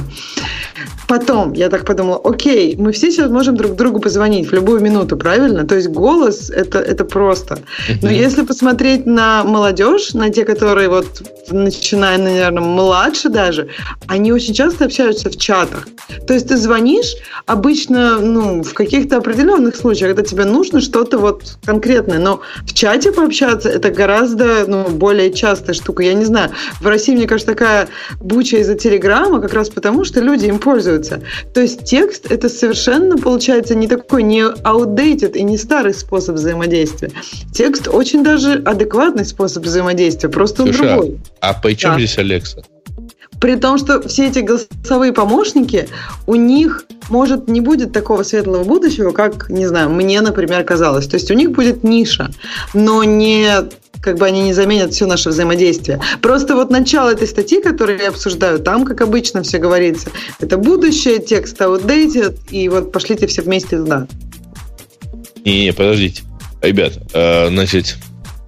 Потом я так подумала, окей, мы все сейчас можем друг другу позвонить в любую минуту, правильно? То есть голос это, это просто. Но если посмотреть на молодежь, на те, которые вот, начиная, наверное, младше даже, они очень часто общаются в чатах. То есть ты звонишь обычно, ну, в каких-то определенных случаях, когда тебе нужно что-то вот конкретное, но в чате пообщаться это гораздо, ну, более частая штука. Я не знаю, в России, мне кажется, такая буча из-за Телеграма, как раз потому, что люди им пользуются. То есть текст это совершенно, получается, не такой, не outdated и не старый способ взаимодействия. Текст очень даже адекватный способ взаимодействия, просто он Слушай, другой. А, а при чем да. здесь Алекса? При том, что все эти голосовые помощники, у них, может, не будет такого светлого будущего, как, не знаю, мне, например, казалось. То есть у них будет ниша, но не... как бы они не заменят все наше взаимодействие. Просто вот начало этой статьи, которую я обсуждаю, там, как обычно, все говорится, это будущее, текст outdated, и вот пошлите все вместе туда. Не-не, подождите. Ребят, э, значит,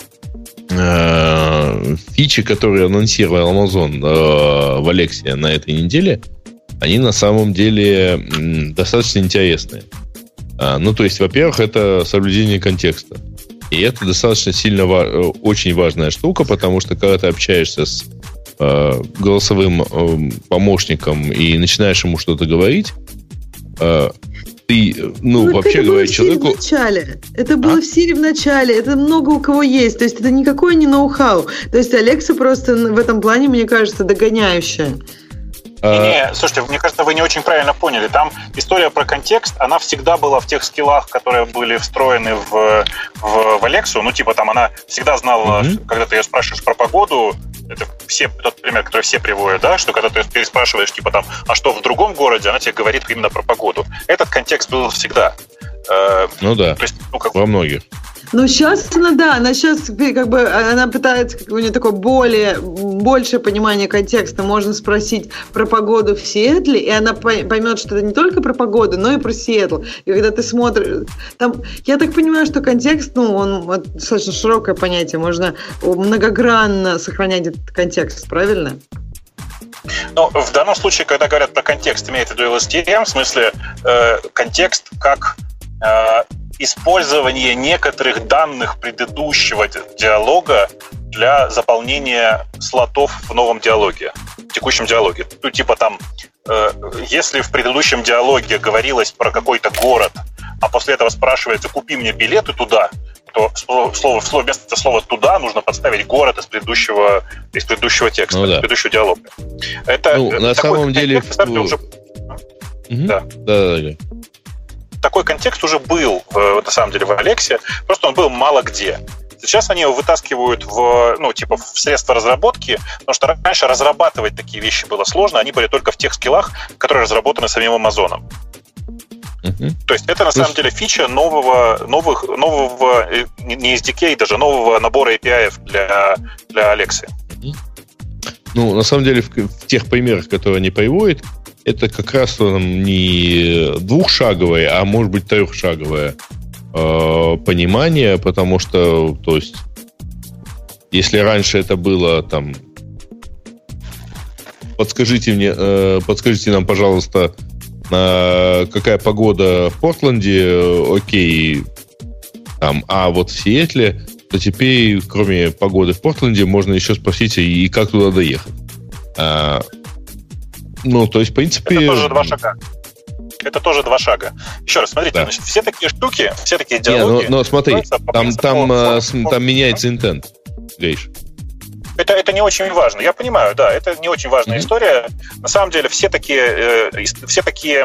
э, фичи, которые анонсировал Amazon э, в Алексе на этой неделе, они на самом деле м, достаточно интересные. А, ну, то есть, во-первых, это соблюдение контекста. И это достаточно сильно очень важная штука, потому что когда ты общаешься с э, голосовым э, помощником и начинаешь ему что-то говорить, э, ты, ну, ну вообще говоря, человеку... Это было в Siri в начале. Это было а? в Siri в начале. Это много у кого есть. То есть это никакое не ноу-хау. То есть Алекса просто в этом плане, мне кажется, догоняющая. Не, не, слушайте, мне кажется, вы не очень правильно поняли. Там история про контекст, она всегда была в тех скиллах, которые были встроены в, в, в Алексу. Ну, типа, там она всегда знала, mm-hmm. когда ты ее спрашиваешь про погоду, это все, тот пример, который все приводят, да, что когда ты переспрашиваешь, типа, там, а что в другом городе, она тебе говорит именно про погоду. Этот контекст был всегда. Ну да, то есть, ну, как... во многих. Ну, сейчас она, да, она сейчас как бы, она пытается, как бы, у нее такое более, большее понимание контекста. Можно спросить про погоду в Сиэтле, и она поймет, что это не только про погоду, но и про Сиэтл. И когда ты смотришь, там, я так понимаю, что контекст, ну, он вот, достаточно широкое понятие, можно многогранно сохранять этот контекст, правильно? Ну, в данном случае, когда говорят про контекст, имеется в виду эл эс ти эм, в смысле э, контекст как э, использование некоторых данных предыдущего диалога для заполнения слотов в новом диалоге, в текущем диалоге. Ну, типа там, э, если в предыдущем диалоге говорилось про какой-то город, а после этого спрашивается, купи мне билеты туда, то слово, слово, слово, вместо слова «туда» нужно подставить город из предыдущего, из предыдущего текста, ну, да. из предыдущего диалога. Это, ну, это на такой самом деле... контекст, уже... угу. да. Да, да, да. Такой контекст уже был, в, на самом деле, в Алексе, просто он был мало где. Сейчас они его вытаскивают в, ну, типа, в средства разработки, потому что раньше разрабатывать такие вещи было сложно, они были только в тех скиллах, которые разработаны самим Амазоном. Uh-huh. То есть это на самом деле фича нового, новых, нового, не эс ди кей, даже нового набора эй пи ай для, для Алексы. Uh-huh. Ну, на самом деле, в, в тех примерах, которые они приводят, это как раз там не двухшаговое, а может быть трехшаговое э, понимание, потому что, то есть, если раньше это было там подскажите мне, э, подскажите нам, пожалуйста, э, какая погода в Портленде, окей, там, а вот в Сиэтле, то теперь, кроме погоды в Портленде, можно еще спросить, и как туда доехать. А, ну, то есть, в принципе... Это тоже два шага. Это тоже два шага. Еще раз, смотрите, да. Значит, все такие штуки, все такие диалоги... Не, но, но смотри, там, там, там, там меняется интент, Гриш. Это, это не очень важно. Я понимаю, да, это не очень важная mm-hmm. история. На самом деле все такие, э, все такие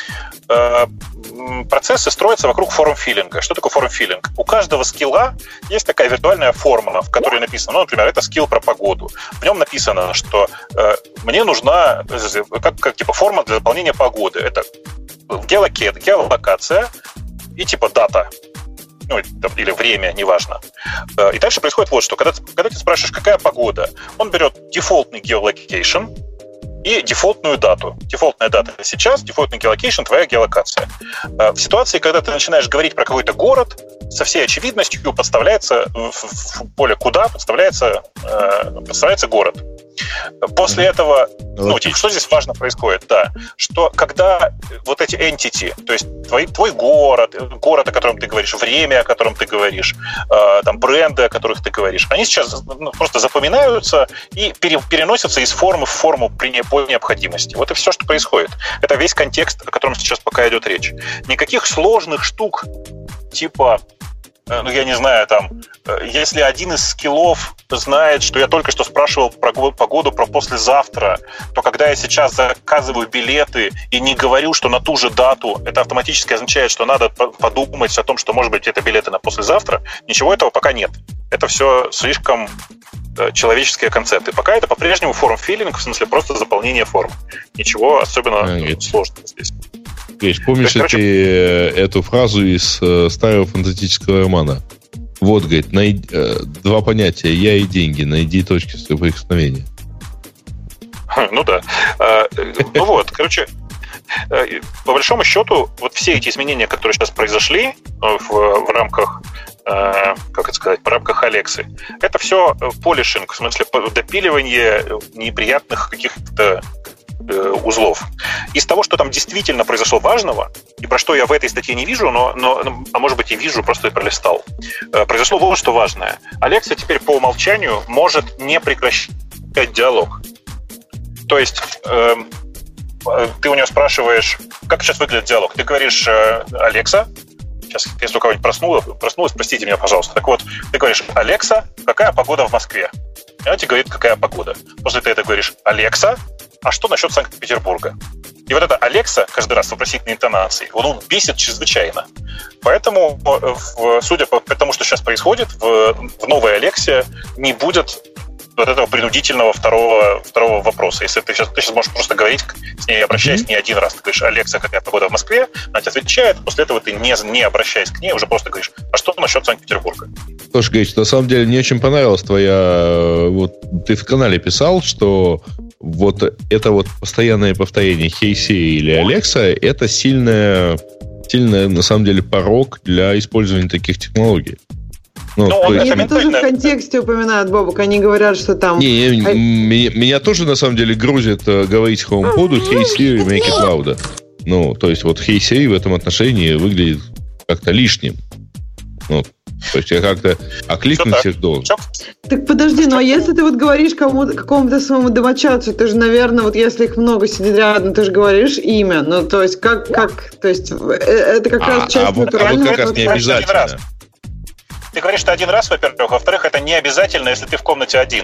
э, процессы строятся вокруг форм-филлинга. Что такое форм-филлинг? У каждого скилла есть такая виртуальная формула, в которой написано, ну, например, это скилл про погоду. В нем написано, что э, мне нужна как, как типа форма для заполнения погоды. Это геолокет, геолокация и типа дата. Ну, или время, неважно. И дальше происходит вот что. Когда, когда ты спрашиваешь, какая погода, он берет дефолтный геолокейшн и дефолтную дату. Дефолтная дата сейчас, дефолтный геолокейшн, твоя геолокация. В ситуации, когда ты начинаешь говорить про какой-то город, со всей очевидностью подставляется в поле куда подставляется, подставляется город. После этого, ну, что здесь важно происходит, да, что когда вот эти entity, то есть твой, твой город, город, о котором ты говоришь, время, о котором ты говоришь, э, там, бренды, о которых ты говоришь, они сейчас ну, просто запоминаются и пере, переносятся из формы в форму при, по необходимости. Вот и все, что происходит. Это весь контекст, о котором сейчас пока идет речь. Никаких сложных штук типа... Ну, я не знаю, там, если один из скиллов знает, что я только что спрашивал про погоду про послезавтра, то когда я сейчас заказываю билеты и не говорю, что на ту же дату, это автоматически означает, что надо подумать о том, что, может быть, это билеты на послезавтра. Ничего этого пока нет. Это все слишком человеческие концепты. Пока это по-прежнему форм-филлинг, в смысле просто заполнение форм. Ничего особенно а, сложного здесь. Гриш, помнишь ли короче... ты эту фразу из э, старого фантастического романа? Вот, говорит, найди, э, два понятия, я и деньги, найди точки соприкосновения. Ну да. Ну вот, короче, по большому счету, вот все эти изменения, которые сейчас произошли в рамках, как это сказать, в рамках Алексы, это все полишинг, в смысле допиливание неприятных каких-то узлов. Из того, что там действительно произошло важного, и про что я в этой статье не вижу, но, но а может быть и вижу, просто и пролистал, произошло вот что важное. Алекса теперь по умолчанию может не прекращать диалог. То есть э, ты у нее спрашиваешь, как сейчас выглядит диалог. Ты говоришь, Алекса, сейчас, если у кого-нибудь проснулось, проснулось, простите меня, пожалуйста. Так вот, ты говоришь, Алекса, какая погода в Москве? И она тебе говорит, какая погода. После ты это говоришь, Алекса, а что насчет Санкт-Петербурга? И вот это Алекса, каждый раз с вопросительной интонацией, он бесит чрезвычайно. Поэтому, судя по тому, что сейчас происходит, в, в новой Алексе не будет вот этого принудительного второго, второго вопроса. Если ты сейчас, ты сейчас можешь просто говорить с ней, обращаясь mm-hmm. не один раз. Ты говоришь, Алекса, какая погода в Москве? Она тебе отвечает. После этого ты, не, не обращаясь к ней, уже просто говоришь, а что насчет Санкт-Петербурга? Слушай, Гриш, на самом деле мне очень понравилась твоя... Вот ты в канале писал, что вот это вот постоянное повторение Hey Siri или Alexa, это сильное, сильное, на самом деле, порог для использования таких технологий. Ну, ну, есть... Это тоже в контексте упоминают, Бобок. Они говорят, что там... Не, не, меня, меня тоже, на самом деле, грузит э, говорить HomePod, Hey Siri, make it louder. Ну, то есть, вот Hey Siri в этом отношении выглядит как-то лишним. Ну, то есть, я как-то окликнуть всех должен. Так подожди, ну а если ты вот говоришь кому-то, какому-то своему домочадцу, ты же, наверное, вот если их много сидит рядом, ты же говоришь имя. Ну, то есть, как... как то есть, это как а, раз часть а натурального... А вот как раз не обязательно. Ты говоришь, что один раз, во-первых, во-вторых, это не обязательно, если ты в комнате один.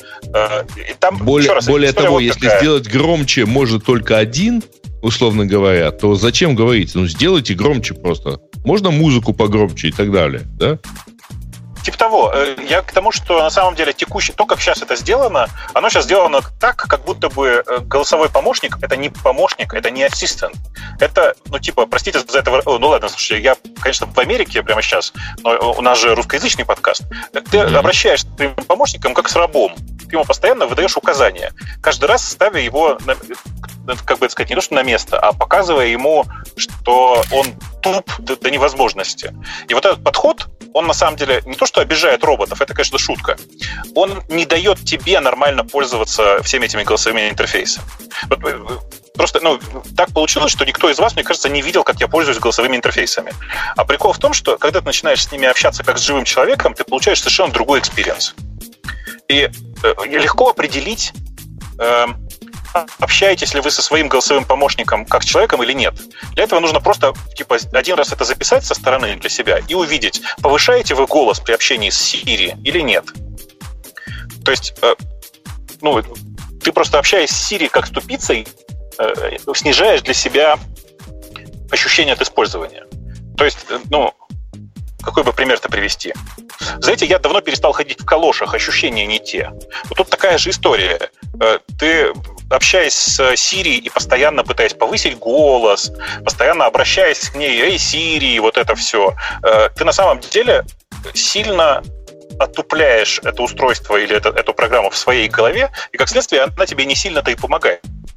И там, более раз, более того, вот если такая. сделать громче может только один, условно говоря, то зачем говорить? Ну, сделайте громче просто. Можно музыку погромче и так далее, да? Типа того. Я к тому, что на самом деле текущее, то, как сейчас это сделано, оно сейчас сделано так, как будто бы голосовой помощник, это не помощник, это не ассистент. Это, ну, типа, простите за это, ну, ладно, слушайте, я, конечно, в Америке прямо сейчас, но у нас же русскоязычный подкаст. Ты mm-hmm. обращаешься к своим помощникам как с рабом. ему постоянно выдаешь указания, каждый раз ставя его, как бы сказать, не то что на место, а показывая ему, что он туп до, до невозможности. И вот этот подход, он на самом деле не то что обижает роботов, это, конечно, шутка. Он не дает тебе нормально пользоваться всеми этими голосовыми интерфейсами. Вот, просто, ну, так получилось, что никто из вас, мне кажется, не видел, как я пользуюсь голосовыми интерфейсами. А прикол в том, что когда ты начинаешь с ними общаться как с живым человеком, ты получаешь совершенно другой экспириенс. И э, легко определить, э, общаетесь ли вы со своим голосовым помощником как с человеком или нет. Для этого нужно просто типа один раз это записать со стороны для себя и увидеть, повышаете вы голос при общении с Siri или нет. То есть, э, ну, ты просто общаясь с Siri как с тупицей, э, снижаешь для себя ощущение от использования. То есть, ну, какой бы пример-то привести? Знаете, я давно перестал ходить в калошах, ощущения не те. Вот тут такая же история. Ты, общаясь с Siri и постоянно пытаясь повысить голос, постоянно обращаясь к ней, «Эй, Siri», вот это все, ты на самом деле сильно отупляешь это устройство или это, эту программу в своей голове, и, как следствие, она тебе не сильно-то и помогает.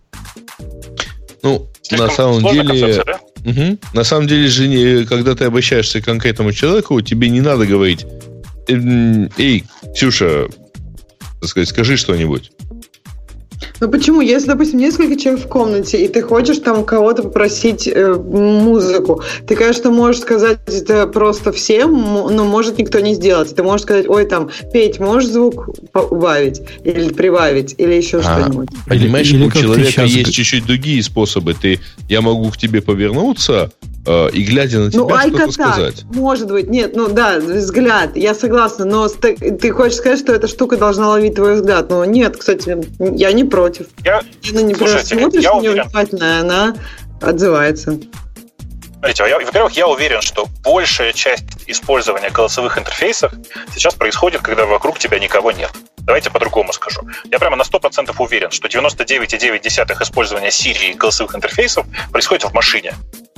Ну, слишком на самом деле... Да? Угу. На самом деле же, когда ты обращаешься к конкретному человеку, тебе не надо говорить: «Эй, Ксюша, так сказать, скажи что-нибудь». Ну почему? Если, допустим, несколько человек в комнате, и ты хочешь там кого-то попросить э, музыку, ты, конечно, можешь сказать это просто всем, но может никто не сделать. Ты можешь сказать: ой, там, Петь, можешь звук убавить или прибавить, или еще а, что-нибудь. Понимаешь, или у человека сейчас... есть чуть-чуть другие способы. Ты, я могу к тебе повернуться э, и, глядя на тебя, ну, что-то сказать. Может быть. Нет, ну да, взгляд, я согласна, но ты, ты хочешь сказать, что эта штука должна ловить твой взгляд. Но нет, кстати, я не против. Я, Она не слушайте, смотришь я на нее уверен, внимательно, она отзывается. Смотрите, я, во-первых, я уверен, что большая часть использования голосовых интерфейсов сейчас происходит, когда вокруг тебя никого нет. Давайте по-другому скажу. Я прямо на сто процентов уверен, что девяносто девять целых девять десятых использования Siri и голосовых интерфейсов происходит в машине.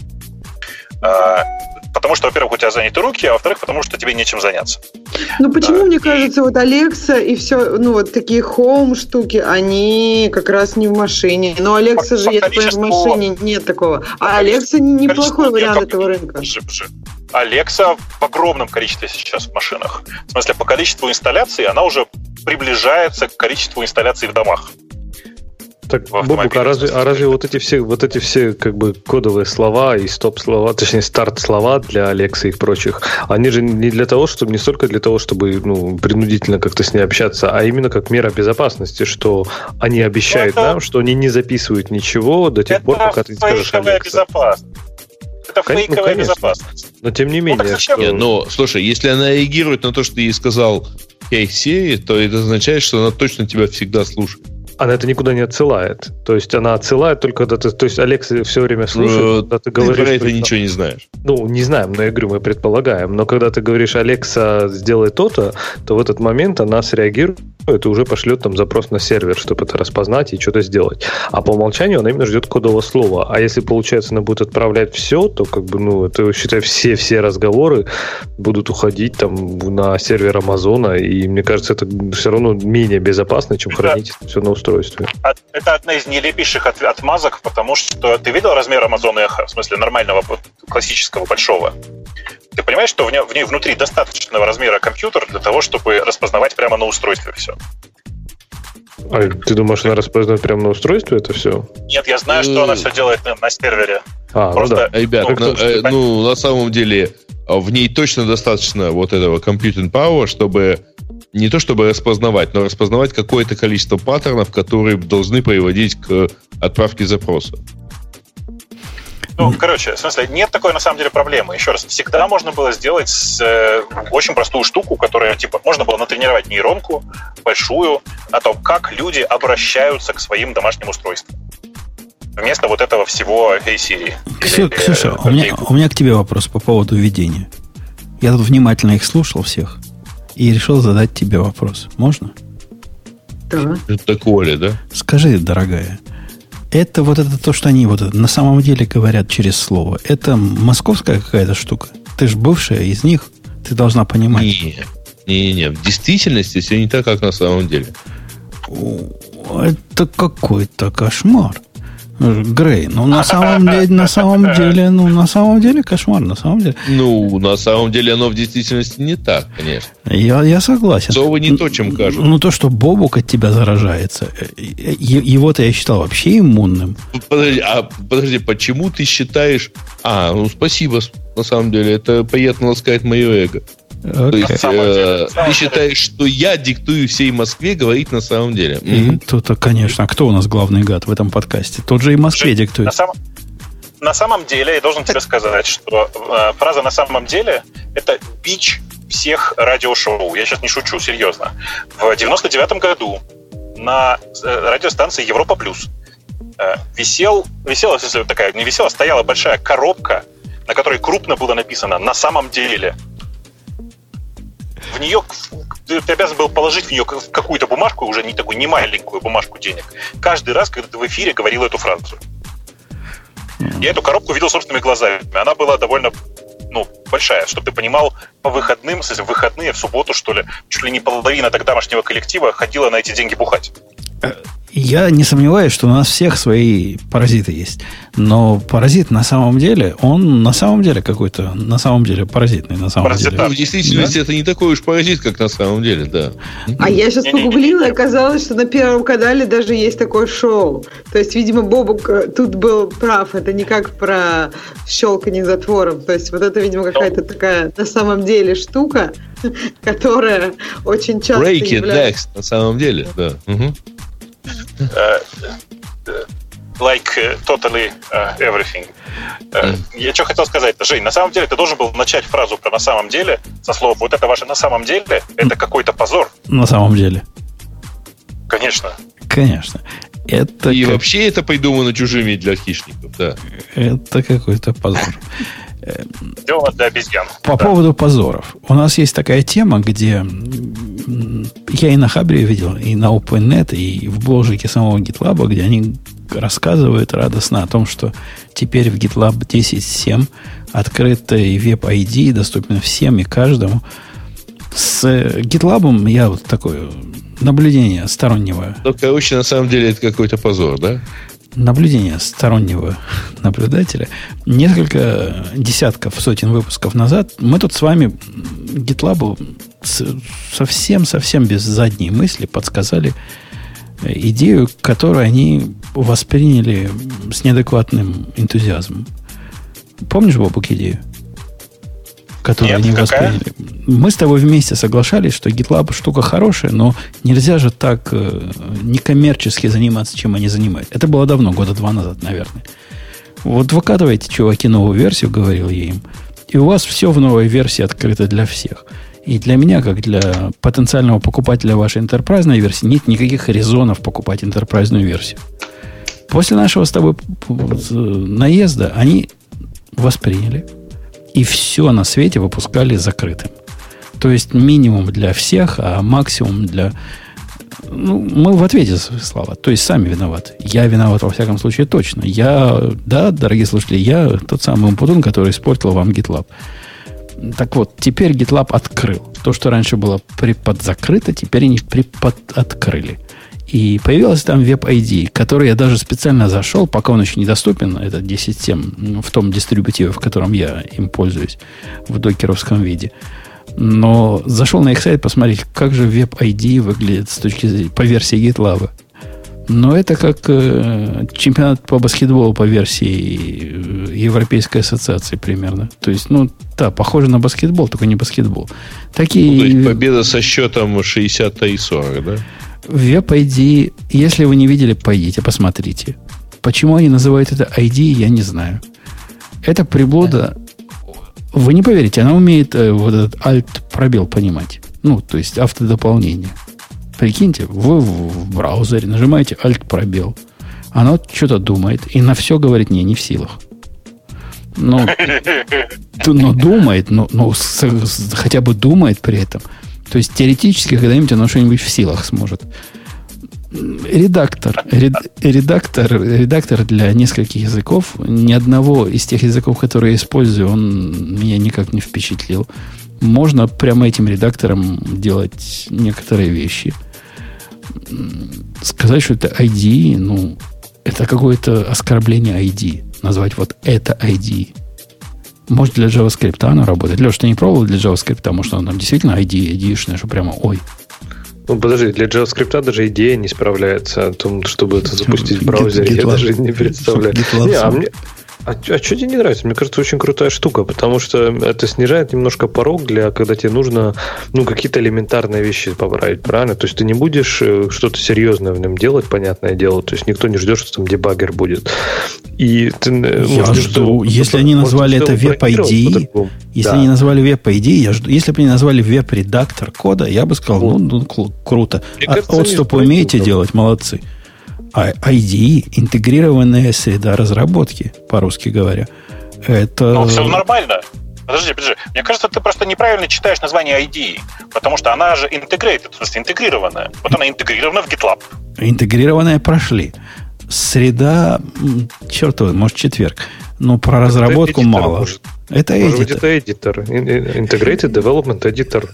Потому что, во-первых, у тебя заняты руки, а во-вторых, потому что тебе нечем заняться. Ну почему, а, мне и... кажется, вот Alexa и все, ну вот такие home штуки, они как раз не в машине. Но Alexa по, же, по я количеству... понимаю, в машине нет такого. А Alexa неплохой вариант нет, этого рынка. Alexa в огромном количестве сейчас в машинах. В смысле, по количеству инсталляций она уже приближается к количеству инсталляций в домах. Так, Бобук, а разве, а разве вот эти все, вот эти все как бы кодовые слова и стоп-слова, точнее старт-слова для Alexa и прочих, они же не для того, чтобы не столько для того, чтобы ну, принудительно как-то с ней общаться, а именно как мера безопасности, что они обещают это, нам, что они не записывают ничего до тех пор, пока ты не скажешь Alexa. Безопасность. Это Кон- фейковая ну, безопасность. Но тем не менее. Ну, что... не, но, слушай, если она реагирует на то, что ты ей сказал «Hey Siri», то это означает, что она точно тебя всегда слушает. Она это никуда не отсылает. То есть она отсылает только когда ты... То есть Alexa все время слушает, ну, когда ты говоришь... Ты про это что... ничего не знаешь. Ну, не знаем, но я говорю, мы предполагаем. Но когда ты говоришь Alexa, сделай то-то, то в этот момент она среагирует и уже пошлет там запрос на сервер, чтобы это распознать и что-то сделать. А по умолчанию она именно ждет кодового слова. А если, получается, она будет отправлять все, то как бы, ну, это, считай, все-все разговоры будут уходить там на сервер Амазона, и мне кажется, это все равно менее безопасно, чем хранить это все на устройстве. Это одна из нелепейших отмазок, потому что ты видел размер Amazon Echo, в смысле нормального, классического, большого? Ты понимаешь, что в ней, в ней внутри достаточного размера компьютер для того, чтобы распознавать прямо на устройстве все? А ты думаешь, она распознает прямо на устройстве это все? Нет, я знаю, что она все делает на, на сервере. А, Просто, ну да. Ребят, ну, ну, э, ну, на самом деле в ней точно достаточно вот этого computing power, чтобы не то чтобы распознавать, но распознавать какое-то количество паттернов, которые должны приводить к отправке запроса. Ну, короче, в смысле, нет такой на самом деле проблемы. Еще раз, всегда можно было сделать э, очень простую штуку, которая, типа, можно было натренировать нейронку большую о том, как люди обращаются к своим домашним устройствам. Вместо вот этого всего Hey Siri. Ксю, или, Ксюша, э, у, меня, у меня к тебе вопрос по поводу ведения. Я тут внимательно их слушал всех и решил задать тебе вопрос. Можно? Да. Это Коля, да? Скажи, дорогая, это вот это то, что они вот это, на самом деле говорят через слово. Это московская какая-то штука. Ты же бывшая из них, ты должна понимать. Не, не, не. В действительности все не так, как на самом деле. Это какой-то кошмар. Грей, ну на самом деле, на самом деле, ну на самом деле кошмар, на самом деле. Ну, на самом деле оно в действительности не так, конечно. Я, я согласен. Совы не то, чем кажут. Ну то, что Бобук от тебя заражается, его-то я считал вообще иммунным. Подожди, а подожди, почему ты считаешь... А, ну спасибо, на самом деле, это приятно ласкает мое эго. Okay. То есть э, ты считаешь, что я диктую всей Москве говорить на самом деле? Mm-hmm. Тут, конечно, а кто у нас главный гад в этом подкасте? Тот же и Москве Жень, диктует. На, сам, на самом деле, я должен тебе сказать, что э, фраза «на самом деле» — это бич всех радиошоу. Я сейчас не шучу, серьезно. В девяносто девятом году на э, радиостанции Европа Плюс э, висел, висела, такая, не висела, стояла большая коробка, на которой крупно было написано «на самом деле». В нее ты обязан был положить в нее какую-то бумажку, уже не такую, не маленькую бумажку денег, каждый раз, когда ты в эфире говорил эту фразу. Я эту коробку видел собственными глазами. Она была довольно, ну, большая, чтобы ты понимал, по выходным, в выходные, в субботу, что ли, чуть ли не половина тогдашнего коллектива ходила на эти деньги бухать. Я не сомневаюсь, что у нас всех свои паразиты есть. Но паразит на самом деле, он на самом деле какой-то, на самом деле паразитный. На самом деле. Ну, в действительности да? Это не такой уж паразит, как на самом деле, да. А я сейчас погуглила, и оказалось, что на Первом канале даже есть такое шоу. То есть, видимо, Бобук тут был прав. Это не как про щелканье затвором. То есть, вот это, видимо, какая-то такая на самом деле штука, которая очень часто Break it, является... next, на самом деле, да. Угу. Uh, like uh, totally uh, everything. Uh, mm. Я что хотел сказать, Жень, на самом деле ты должен был начать фразу про «на самом деле» со слов «вот это ваше на самом деле» — это какой-то позор. На самом деле. Конечно. Конечно. Это И как... вообще это придумано чужими для хищников, да. Это какой-то позор. Дело для обезьян. По да. поводу позоров. У нас есть такая тема, где я и на Хабре видел, и на OpenNet, и в бложике самого GitLab, где они рассказывают радостно о том, что теперь в GitLab десять точка семь открытый веб-ай ди доступен всем и каждому. С GitLab я вот такое наблюдение стороннего... Ну, короче, на самом деле это какой-то позор, да? Наблюдение стороннего наблюдателя. Несколько десятков, сотен выпусков назад мы тут с вами GitLab совсем-совсем без задней мысли подсказали идею, которую они восприняли с неадекватным энтузиазмом. Помнишь, Бобук, идею? Которую Нет, они какая? восприняли. Мы с тобой вместе соглашались, что GitLab штука хорошая, но нельзя же так э, некоммерчески заниматься, чем они занимаются. Это было давно, года два назад, наверное. Вот выкатывайте, чуваки, новую версию, говорил я им, и у вас все в новой версии открыто для всех. И для меня, как для потенциального покупателя вашей энтерпрайзной версии, нет никаких резонов покупать энтерпрайзную версию. После нашего с тобой наезда они восприняли и все на свете выпускали закрытым. То есть минимум для всех, а максимум для... Ну, мы в ответе за свои слова. То есть сами виноваты. Я виноват во всяком случае точно. Я, да, дорогие слушатели, я тот самый Умпутун, который испортил вам GitLab. Так вот, теперь GitLab открыл. То, что раньше было приподзакрыто, теперь они приподоткрыли. И появилась там веб-ай ди, который я даже специально зашел, пока он еще недоступен, это десять точка семь, в том дистрибутиве, в котором я им пользуюсь, в докеровском виде. Но зашел на их сайт посмотреть, как же веб-ай ди выглядит с точки зрения, по версии GitLab. Но это как э, чемпионат по баскетболу по версии Европейской ассоциации примерно. То есть, ну, да, похоже на баскетбол, только не баскетбол. Такие... Ну, то есть победа со счетом шестьдесят три сорок, да? веб-ай ди, если вы не видели, пойдите, посмотрите. Почему они называют это ай ди, я не знаю. Это приблуда... Вы не поверите, она умеет э, вот этот alt-пробел понимать. Ну, то есть автодополнение. Прикиньте, вы в, в браузере нажимаете alt-пробел. Оно что-то думает и на все говорит, не, не в силах. Но, но думает, но, но с, с, хотя бы думает при этом. То есть теоретически когда-нибудь оно что-нибудь в силах сможет. Редактор, ред, редактор, редактор для нескольких языков. Ни одного из тех языков, которые я использую, он меня никак не впечатлил. Можно прямо этим редактором делать некоторые вещи. сказать, что это ай ди и, ну, это какое-то оскорбление ай ди. Назвать вот это ай ди и. Может, для JavaScript оно работает. Леш, ты не пробовал для JavaScript? Может, он там действительно ай ди, ай ди-шное, что прямо ой. Ну, подожди, для JavaScript даже идея не справляется о том, чтобы это запустить в браузере. Я даже не представляю. Не, а мне... А, а что тебе не нравится? Мне кажется, очень крутая штука, потому что это снижает немножко порог для, когда тебе нужно, ну, какие-то элементарные вещи поправить, правильно? То есть ты не будешь что-то серьезное в нем делать, понятное дело. То есть никто не ждет, что там дебаггер будет. И ты, я может, жду. Если они назвали это веб-ай ди, если да. они назвали веб-ай ди, я жду. Если бы они назвали веб-редактор кода, я бы сказал, вот. ну, ну, круто. А отступ умеете делать? Молодцы. А ай ди и, интегрированная среда разработки, по-русски говоря, это... Ну, все нормально. Подожди, подожди. Мне кажется, ты просто неправильно читаешь название ай ди и, потому что она же integrated, в смысле интегрированная. Вот она интегрирована в GitLab. Интегрированная прошли. Среда, черт его, может, четверг. Но про это разработку эдитор, мало. Может. Это может эдитор. Это эдитор. Integrated Development Editor.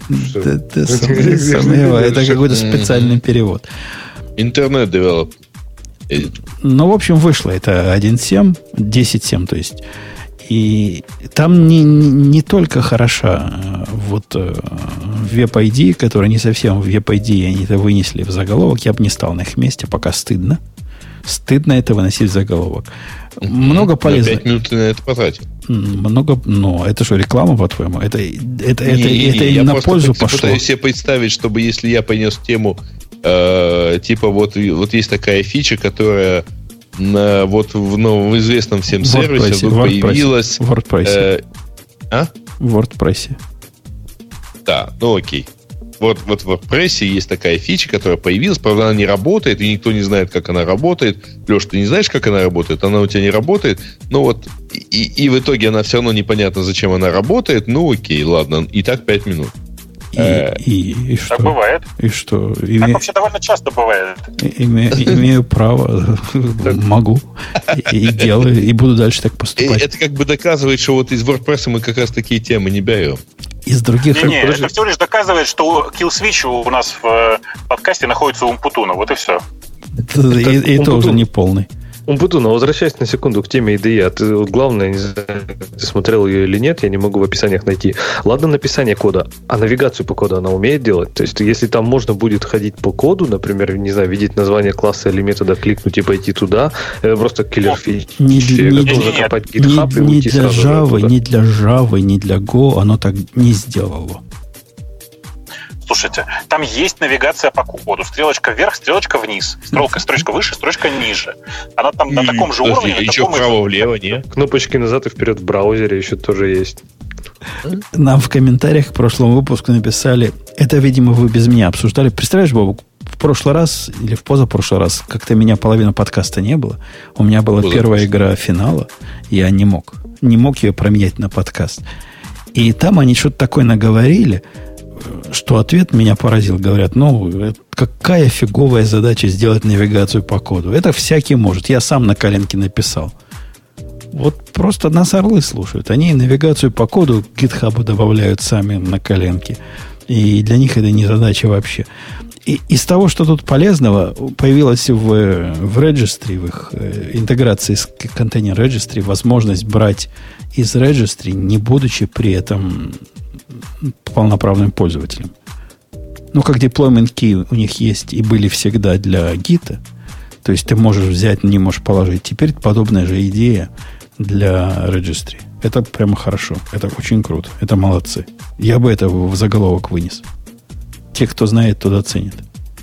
Это какой-то специальный перевод. Интернет Development. Ну, в общем, вышло это один семь, десять семь, то есть. И там не, не только хороша вот веб-ай ди, которая не совсем веб-ай ди, они это вынесли в заголовок. Я бы не стал на их месте, пока стыдно. Стыдно это выносить в заголовок. Много полезного. пять минут на это потратил. Много, но это что, реклама, по-твоему? Это, это, не, это, не, это не, и на я пользу пошло. Я пытаюсь себе представить, чтобы если я понес тему, э, типа вот, вот есть такая фича, которая на, вот в, ну, в известном всем сервисе вдруг появилась. В WordPress. Э, а? В WordPress. Да, ну окей. Вот, вот в WordPress есть такая фича, которая появилась, правда, она не работает, и никто не знает, как она работает. Леш, ты не знаешь, как она работает? Она у тебя не работает. Ну вот, и, и в итоге она все равно непонятно, зачем она работает. Ну окей, ладно, и так пять минут. И, э, и, и что? Так бывает. И что? Име... Так вообще довольно часто бывает. Име... Имею право, могу, и делаю, и буду дальше так поступать. Это как бы доказывает, что вот из WordPress мы как раз такие темы не берем. Из других... Не, не, это всего лишь доказывает, что Kill Switch у нас в подкасте находится у Умпутуна. Вот и все. Это, и, и то уже не полный. Умпутуна, возвращаясь на секунду к теме ай ди и, а ты, вот главное, не знаю, ты смотрел ее или нет, я не могу в описаниях найти. Ладно, написание кода, а навигацию по коду она умеет делать? То есть, если там можно будет ходить по коду, например, не знаю, видеть название класса или метода, кликнуть и пойти туда, это просто киллер фич. Не, я не, готов закопать GitHub и уйти сразу же оттуда. Ни для Java, ни для Go оно так не сделало. Слушайте, там есть навигация по коду. Стрелочка вверх, стрелочка вниз. Стрелка, строчка выше, строчка ниже. Она там и, на таком же подожди, уровне. Еще вправо-влево, не? Кнопочки назад и вперед в браузере еще тоже есть. Нам в комментариях к прошлому выпуску написали, это, видимо, вы без меня обсуждали. Представляешь, Бобук, в прошлый раз или в позапрошлый раз как-то меня половина подкаста не было. У меня была Позапрошлый. первая игра финала, и я не мог. Не мог ее променять на подкаст. И там они что-то такое наговорили, что ответ меня поразил. Говорят, ну, какая фиговая задача сделать навигацию по коду. Это всякий может. Я сам на коленке написал. Вот просто нас орлы слушают. Они навигацию по коду к GitHub добавляют сами на коленке. И для них это не задача вообще. И из того, что тут полезного, появилась в, в registry, в их интеграции с контейнер registry, возможность брать из registry, не будучи при этом полноправным пользователем. Ну, как deployment key у них есть и были всегда для гита. То есть ты можешь взять, не можешь положить. Теперь подобная же идея для registry. Это прямо хорошо. Это очень круто. Это молодцы. Я бы это в заголовок вынес. Те, кто знает, туда ценят.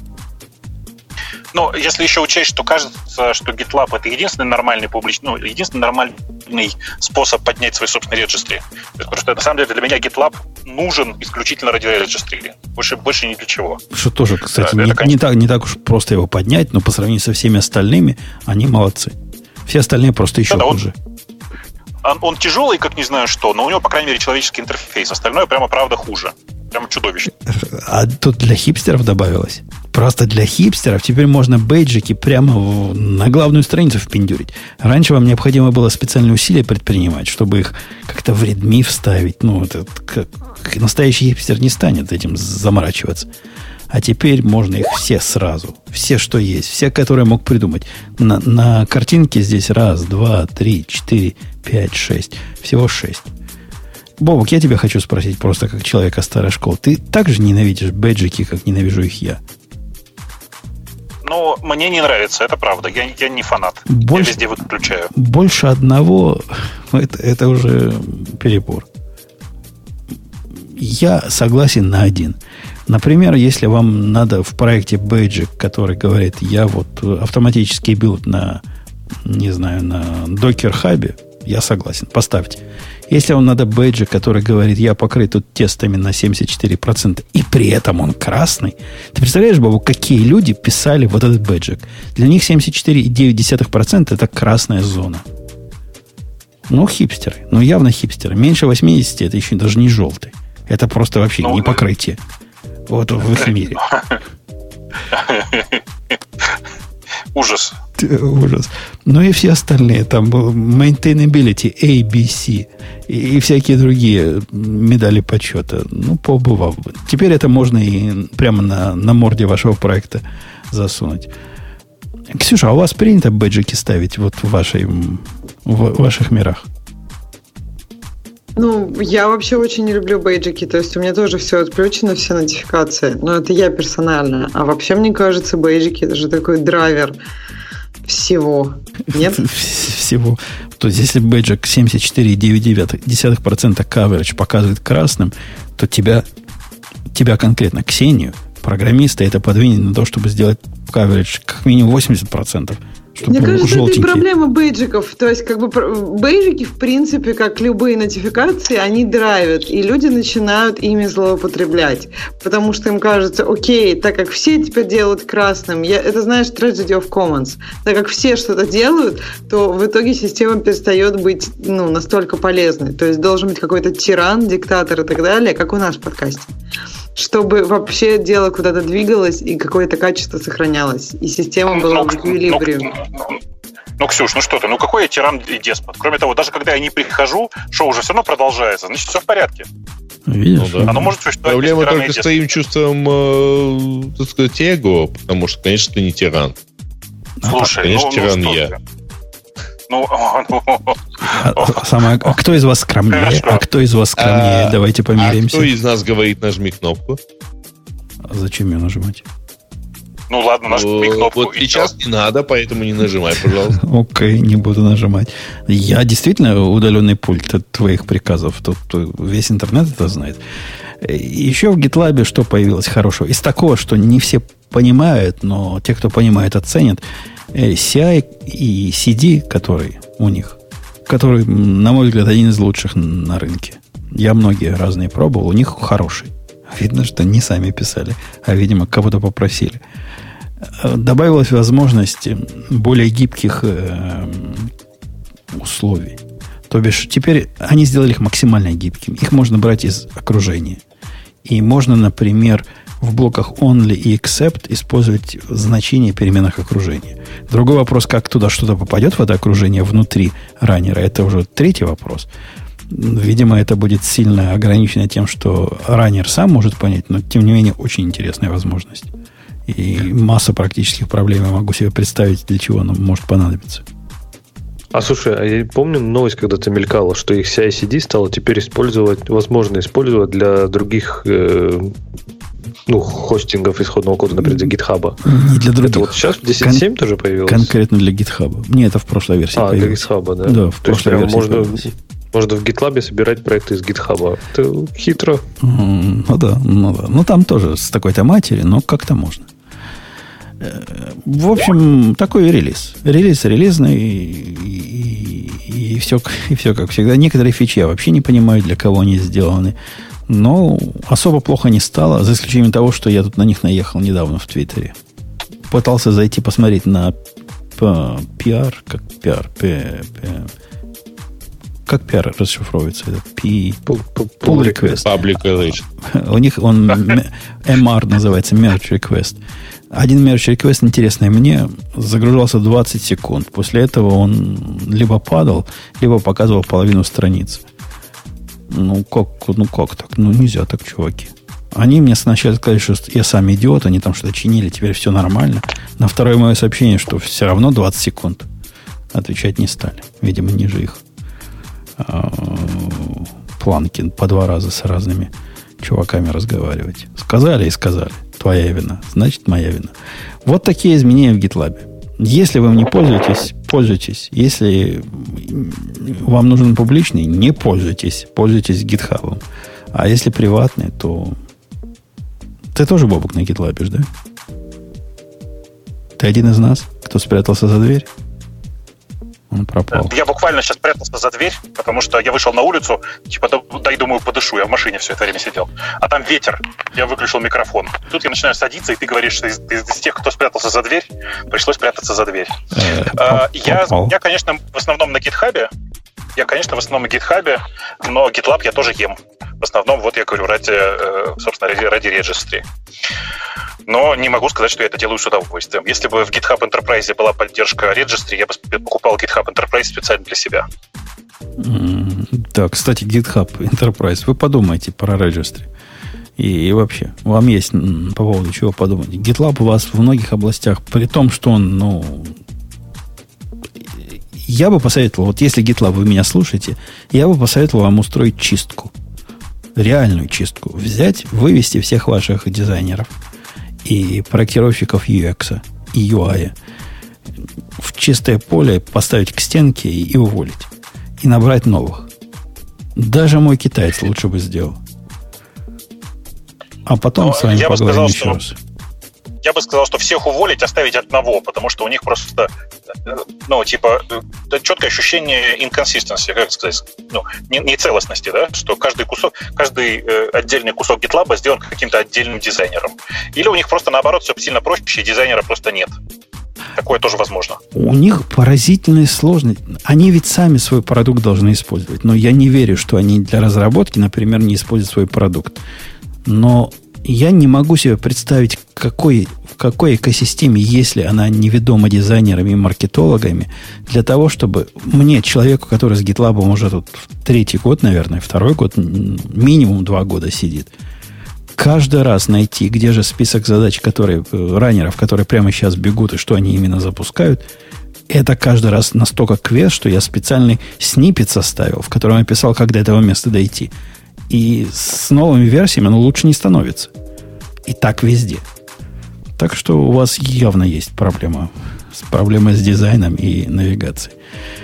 Ну, если еще учесть, что кажется, что GitLab это единственный нормальный публичный, ну, единственный нормальный способ поднять свой собственный registry. Потому что, на самом деле, для меня GitLab нужен исключительно ради registry. Больше, больше ни для чего. Что тоже, кстати, да, не, это, не, так, не так уж просто его поднять, но по сравнению со всеми остальными, они молодцы. Все остальные просто еще да, хуже. Он, он тяжелый, как не знаю что, но у него, по крайней мере, человеческий интерфейс. Остальное прямо, правда, хуже. Прямо чудовищно. А тут для хипстеров добавилось. Просто для хипстеров теперь можно бейджики прямо в, на главную страницу впендюрить. Раньше вам необходимо было специальные усилия предпринимать, чтобы их как-то в редми вставить. Ну, это, как, настоящий хипстер не станет этим заморачиваться. А теперь можно их все сразу. Все, что есть. Все, которые мог придумать. На, на картинке здесь раз, два, три, четыре, пять, шесть. Всего шесть. Бобок, я тебя хочу спросить, просто как человека старой школы. Ты так же ненавидишь бэджики, как ненавижу их я? Ну, мне не нравится, это правда. Я, я не фанат. Больше, я везде выключаю. Больше одного, это, это уже перебор. Я согласен на один. Например, если вам надо в проекте бэджик, который говорит, я вот автоматический билд на, не знаю, на Docker Hub, я согласен, поставьте. Если вам надо бэджик, который говорит, я покрыт тут тестами на семьдесят четыре процента, и при этом он красный, ты представляешь, Бабу, какие люди писали вот этот бэджик? Для них семьдесят четыре целых девять десятых процента это красная зона. Ну, хипстеры. Ну, явно хипстеры. Меньше восемьдесят это еще даже не желтый. Это просто вообще ну, не покрытие. Вот в их мире. Ужас. Ужас. Ну и все остальные. Там был maintainability, A, B, C и, и всякие другие медали почета. Ну, поубывал бы. Теперь это можно и прямо на, на морде вашего проекта засунуть. Ксюша, а у вас принято бэджики ставить вот в, вашей, в, в ваших мирах? Ну, я вообще очень не люблю бейджики, то есть у меня тоже все отключено, все нотификации, но это я персонально. А вообще, мне кажется, бейджики это же такой драйвер всего. Нет? Всего. То есть, если бейджик семьдесят четыре целых девять десятых процента coverage показывает красным, то тебя, тебя конкретно, Ксению, программиста, это подвинет на то, чтобы сделать coverage как минимум восемьдесят процентов. Мне кажется, это и проблема бейджиков. То есть, как бы бейджики, в принципе, как любые нотификации, они драйвят, и люди начинают ими злоупотреблять. Потому что им кажется, окей, так как все теперь делают красным, я, это, знаешь, tragedy of commons. Так как все что-то делают, то в итоге система перестает быть ну, настолько полезной. То есть, должен быть какой-то тиран, диктатор и так далее, как у нас в подкасте. Чтобы вообще дело куда-то двигалось и какое-то качество сохранялось. И система была в эквилибриуме. Ну, ну, ну, Ксюш, ну что ты, ну какой я тиран и деспот? Кроме того, даже когда я не прихожу, шоу уже все равно продолжается, значит, все в порядке. Видишь? Ну, да. Оно может существовать. Проблема только с твоим чувством, э, так сказать, эго, потому что, конечно, ты не тиран. Слушай, конечно, ну, тиран ну, я. Ты? Ну, ну, а, самое, а кто из вас скромнее? Хорошо. А кто из вас скромнее? А, Давайте помиримся. А кто из нас говорит, нажми кнопку? А зачем ее нажимать? Ну ладно, нажми кнопку. Вот сейчас не надо, поэтому не нажимай, пожалуйста. Окей, не буду нажимать. Я действительно удаленный пульт от твоих приказов. Тут весь интернет это знает. Еще в GitLab что появилось хорошего? Из такого, что не все понимают, но те, кто понимает, оценят. си ай и си ди, который у них, который, на мой взгляд, один из лучших на рынке. Я многие разные пробовал, у них хороший. Видно, что не сами писали, а, видимо, кого-то попросили. Добавилась возможность более гибких э, условий. То бишь, теперь они сделали их максимально гибкими. Их можно брать из окружения. И можно, например, в блоках only и except использовать значения переменных окружения. Другой вопрос, как туда что-то попадет в это окружение внутри раннера, это уже третий вопрос. Видимо, это будет сильно ограничено тем, что раннер сам может понять, но, тем не менее, очень интересная возможность. И масса практических проблем я могу себе представить, для чего она может понадобиться. А слушай, а я помню новость, когда-то мелькала, что их си ай си ди стало теперь использовать, возможно использовать для других э, ну, хостингов исходного кода, например, для GitHub. Не для других. Это вот сейчас в десять точка семь Кон- тоже появилось? Конкретно для GitHub. Не, это в прошлой версии а, появилось. А, для GitHub, да? Да, в То прошлой версии можно, появилось. можно в GitLab собирать проекты из GitHub. Это хитро. Mm, ну да, ну да. Ну там тоже с такой-то матери, но как-то можно. В общем, такой релиз. Релиз релизный, и, и, и, все, и все как всегда. Некоторые фичи я вообще не понимаю, для кого они сделаны. Но особо плохо не стало, за исключением того, что я тут на них наехал недавно в Твиттере. Пытался зайти посмотреть на пи ар, как пи ар, P, P, как пи ар расшифровывается? Это P, pull request. Public relation. У них он эм ар называется, merge request. Один merge request, интересный мне, загружался двадцать секунд. После этого он либо падал, либо показывал половину страницы. Ну как, ну как так? Ну нельзя так, чуваки. Они мне сначала сказали, что я сам идиот, они там что-то чинили, теперь все нормально. На второе мое сообщение, что все равно двадцать секунд отвечать не стали. Видимо, ниже их планки по два раза с разными чуваками разговаривать. Сказали и сказали. Твоя вина. Значит, моя вина. Вот такие изменения в GitLab. Если вы им не пользуетесь, пользуйтесь. Если вам нужен публичный, не пользуйтесь. Пользуйтесь GitHub. А если приватный, то... Ты тоже, Бобук, на GitLab, да? Ты один из нас, кто спрятался за дверь? Он пропал. Я буквально сейчас прятался за дверь, потому что я вышел на улицу, типа, дай, думаю, подышу. Я в машине все это время сидел. А там ветер. Я выключил микрофон. Тут я начинаю садиться, и ты говоришь, что из, из, из тех, кто спрятался за дверь, пришлось прятаться за дверь. Э, я, я, конечно, в основном на GitHub. Я, конечно, в основном на GitHub, но GitLab я тоже ем. В основном, вот я говорю, ради, собственно, ради, ради registry. Но не могу сказать, что я это делаю с удовольствием. Если бы в GitHub Enterprise была поддержка registry, я бы покупал GitHub Enterprise специально для себя. Да, кстати, GitHub Enterprise. Вы подумайте про registry. И, и вообще, вам есть по поводу чего подумать. GitLab у вас в многих областях, при том, что он, ну... Я бы посоветовал, вот если GitLab вы меня слушаете, я бы посоветовал вам устроить чистку. Реальную чистку. Взять, вывести всех ваших дизайнеров и проектировщиков ю экс и ю ай в чистое поле, поставить к стенке и, и уволить. И набрать новых. Даже мой китаец лучше бы сделал. А потом Но с вами поговорим еще что... раз. Я бы сказал, что всех уволить, оставить одного, потому что у них просто, ну, типа, четкое ощущение инконсистенции, как сказать, ну, нецелостности, да, что каждый кусок, каждый э, отдельный кусок GitLab сделан каким-то отдельным дизайнером. Или у них просто наоборот все сильно проще, и дизайнера просто нет. Такое тоже возможно. У них поразительная сложность. Они ведь сами свой продукт должны использовать. Но я не верю, что они для разработки, например, не используют свой продукт. Но я не могу себе представить, какой, в какой экосистеме, если она неведома дизайнерами и маркетологами, для того, чтобы мне, человеку, который с GitLab уже тут третий год, наверное, второй год, минимум два года сидит, каждый раз найти, где же список задач, которые, раннеров, которые прямо сейчас бегут, и что они именно запускают, это каждый раз настолько квест, что я специальный сниппет составил, в котором я писал, как до этого места дойти. И с новыми версиями оно лучше не становится. И так везде. Так что у вас явно есть проблема. Проблема с дизайном и навигацией.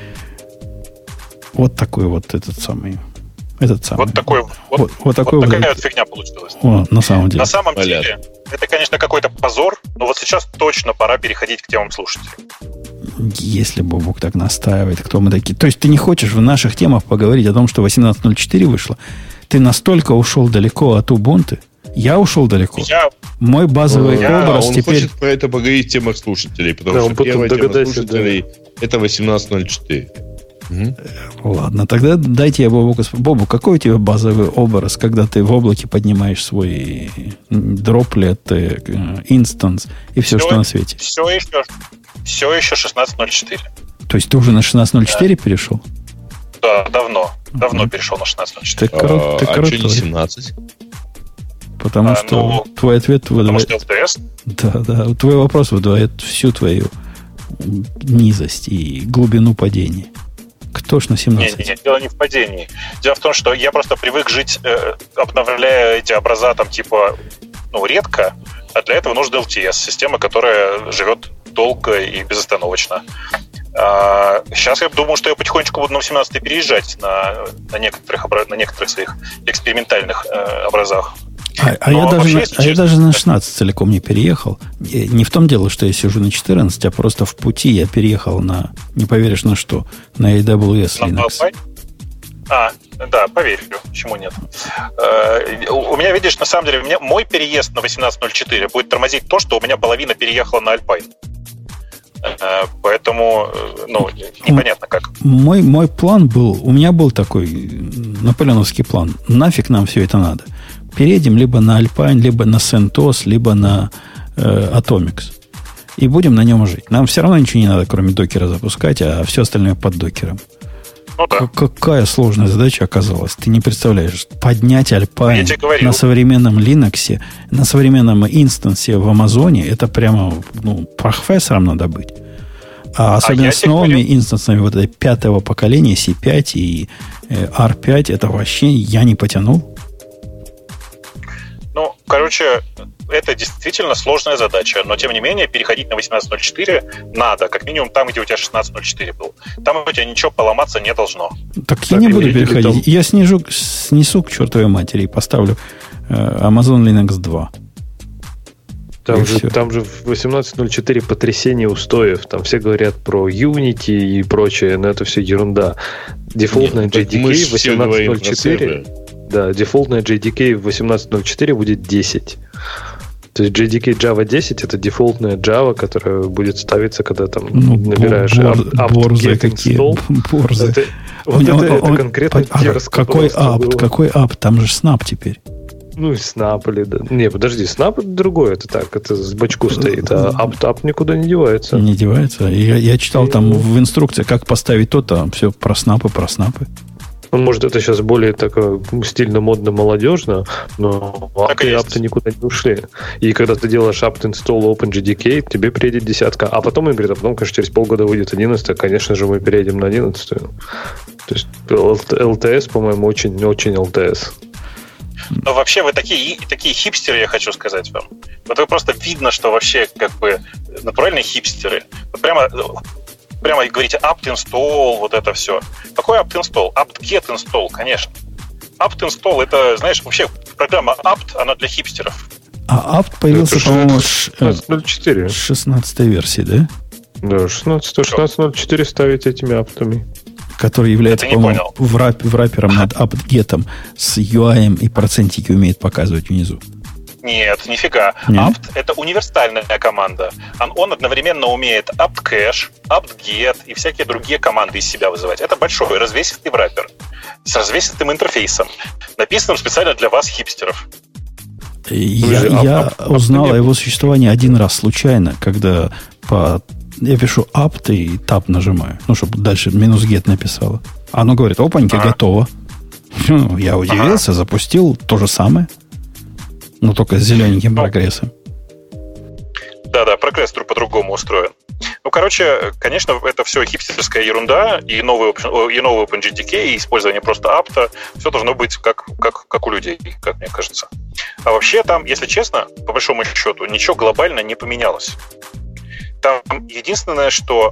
Вот такой вот этот самый... Этот самый. Вот такой вот, вот, вот, такой вот такая вот фигня получилась. О, на самом деле. На самом Понятно. деле, это, конечно, какой-то позор, но вот сейчас точно пора переходить к темам слушателей. Если бы Бог так настаивает, кто мы такие. То есть ты не хочешь в наших темах поговорить о том, что восемнадцать ноль четыре вышло? Ты настолько ушел далеко от Ubuntu. Я ушел далеко. Я... Мой базовый я... образ он теперь... Он хочет про это поговорить в темах слушателей, потому да, что первая тема слушателей да. это восемнадцать ноль четыре. Угу. Ладно, тогда дайте я Бобу... Бобу, какой у тебя базовый образ, когда ты в облаке поднимаешь свой дроплет, инстанс и все, все что на свете? Все еще, все еще шестнадцать ноль четыре. То есть ты уже на шестнадцать ноль четыре да. перешел? Да, давно. Давно uh-huh. перешел на шестнадцать ноль четыре. Ты крут, ты а крутой. что не семнадцать? Потому а, что ну, твой ответ выдавает... Потому что эл ти эс? Да, да. Твой вопрос выдавает всю твою низость и глубину падения. Кто ж на семнадцать? Нет, нет, дело не в падении. Дело в том, что я просто привык жить, э, обновляя эти образа там типа, ну, редко, а для этого нужна эл ти эс, система, которая живет долго и безостановочно. А, сейчас я думаю, что я потихонечку буду на восемнадцать переезжать на, на, некоторых, на некоторых своих экспериментальных э, образах. А, а, я даже, на, а я даже на шестнадцать целиком не переехал. И не в том дело, что я сижу на четырнадцать, а просто в пути я переехал на, не поверишь на что, на эй дабл ю эс на Linux. А, да, поверю, почему нет. У меня, видишь, на самом деле, у меня, мой переезд на восемнадцать ноль четыре будет тормозить то, что у меня половина переехала на Alpine. Поэтому, ну, непонятно как. Мой, мой план был, у меня был такой наполеоновский план. Нафиг нам все это надо. Перейдем либо на Alpine, либо на CentOS, либо на э, Atomics. И будем на нем жить. Нам все равно ничего не надо, кроме докера запускать, а все остальное под докером. Ну, да. Какая сложная задача оказалась. Ты не представляешь. Поднять Alpine на современном Linux, на современном инстансе в Амазоне, это прямо, ну, профессором надо быть. А особенно а с новыми говорю. инстансами вот этой пятого поколения си пять и ар пять, это вообще я не потянул. Ну, короче, это действительно сложная задача, но тем не менее переходить на восемнадцать ноль четыре надо, как минимум там, где у тебя шестнадцать ноль четыре был. Там у тебя ничего поломаться не должно. Так я так, не буду переходить. Там... Я снижу, снесу к чертовой матери и поставлю э, Amazon Linux два. Там же, там же в восемнадцать ноль четыре потрясение устоев. Там все говорят про Unity и прочее, но это все ерунда. Дефолтная джей ди кей в восемнадцать ноль четыре... Да, дефолтная джей ди кей в восемнадцать ноль четыре будет десять. То есть джей ди кей Java десять это дефолтная Java, которая будет ставиться, когда там ну, набираешь apt-get install. Борзы. Это, вот это, это конкретно а, дерзко. Какой apt? Какой apt? Там же Snap теперь. Ну и Snap или да. Не, подожди, Snap это другое, это так, это с бочку стоит, а apt-apt никуда не девается. Не девается. Я, я читал и... там в инструкции, как поставить то, там все про снапы, про снапы. Он, может, это сейчас более так стильно, модно, молодежно, но апты и апты никуда не ушли. И когда ты делаешь apt install OpenJDK, тебе приедет десятка. А потом он говорит, а потом, конечно, через полгода выйдет одиннадцатая, конечно же, мы переедем на одиннадцатую. То есть эл ти эс, по-моему, очень-очень эл ти эс. Но вообще вы такие, такие хипстеры, я хочу сказать вам. Вот вы просто видно, что вообще как бы натуральные хипстеры. Вот прямо... Прямо говорите apt-install, вот это все. Какой apt-install? apt-get install, конечно. Apt-install, это, знаешь, вообще программа apt, она для хипстеров. А apt появился, по-моему, шестнадцать ноль четыре. шестнадцатой версии, да? Да, шестнадцать ноль четыре ставить этими аптами. Который является, по-моему, в, рап, в рапером над apt-get'ом с ю ай и процентики умеет показывать внизу. Нет, нифига. Нет? apt — это универсальная команда. Он, он одновременно умеет apt-cache, apt-get и всякие другие команды из себя вызывать. Это большой развесистый враппер с развесистым интерфейсом, написанным специально для вас, хипстеров. Я, я узнал о его существовании один раз случайно, когда по... я пишу apt и tab нажимаю, ну, чтобы дальше минус get написало. Оно говорит, опаньки, ага. готово. Я удивился, ага. запустил то же самое. Ну, только с зелененьким ну, прогрессом. Да-да, прогресс по-другому устроен. Ну, короче, конечно, это все хипстерская ерунда, и новый, и новый OpenJDK, и использование просто апта, все должно быть как, как, как у людей, как мне кажется. А вообще там, если честно, по большому счету, ничего глобально не поменялось. Там единственное, что...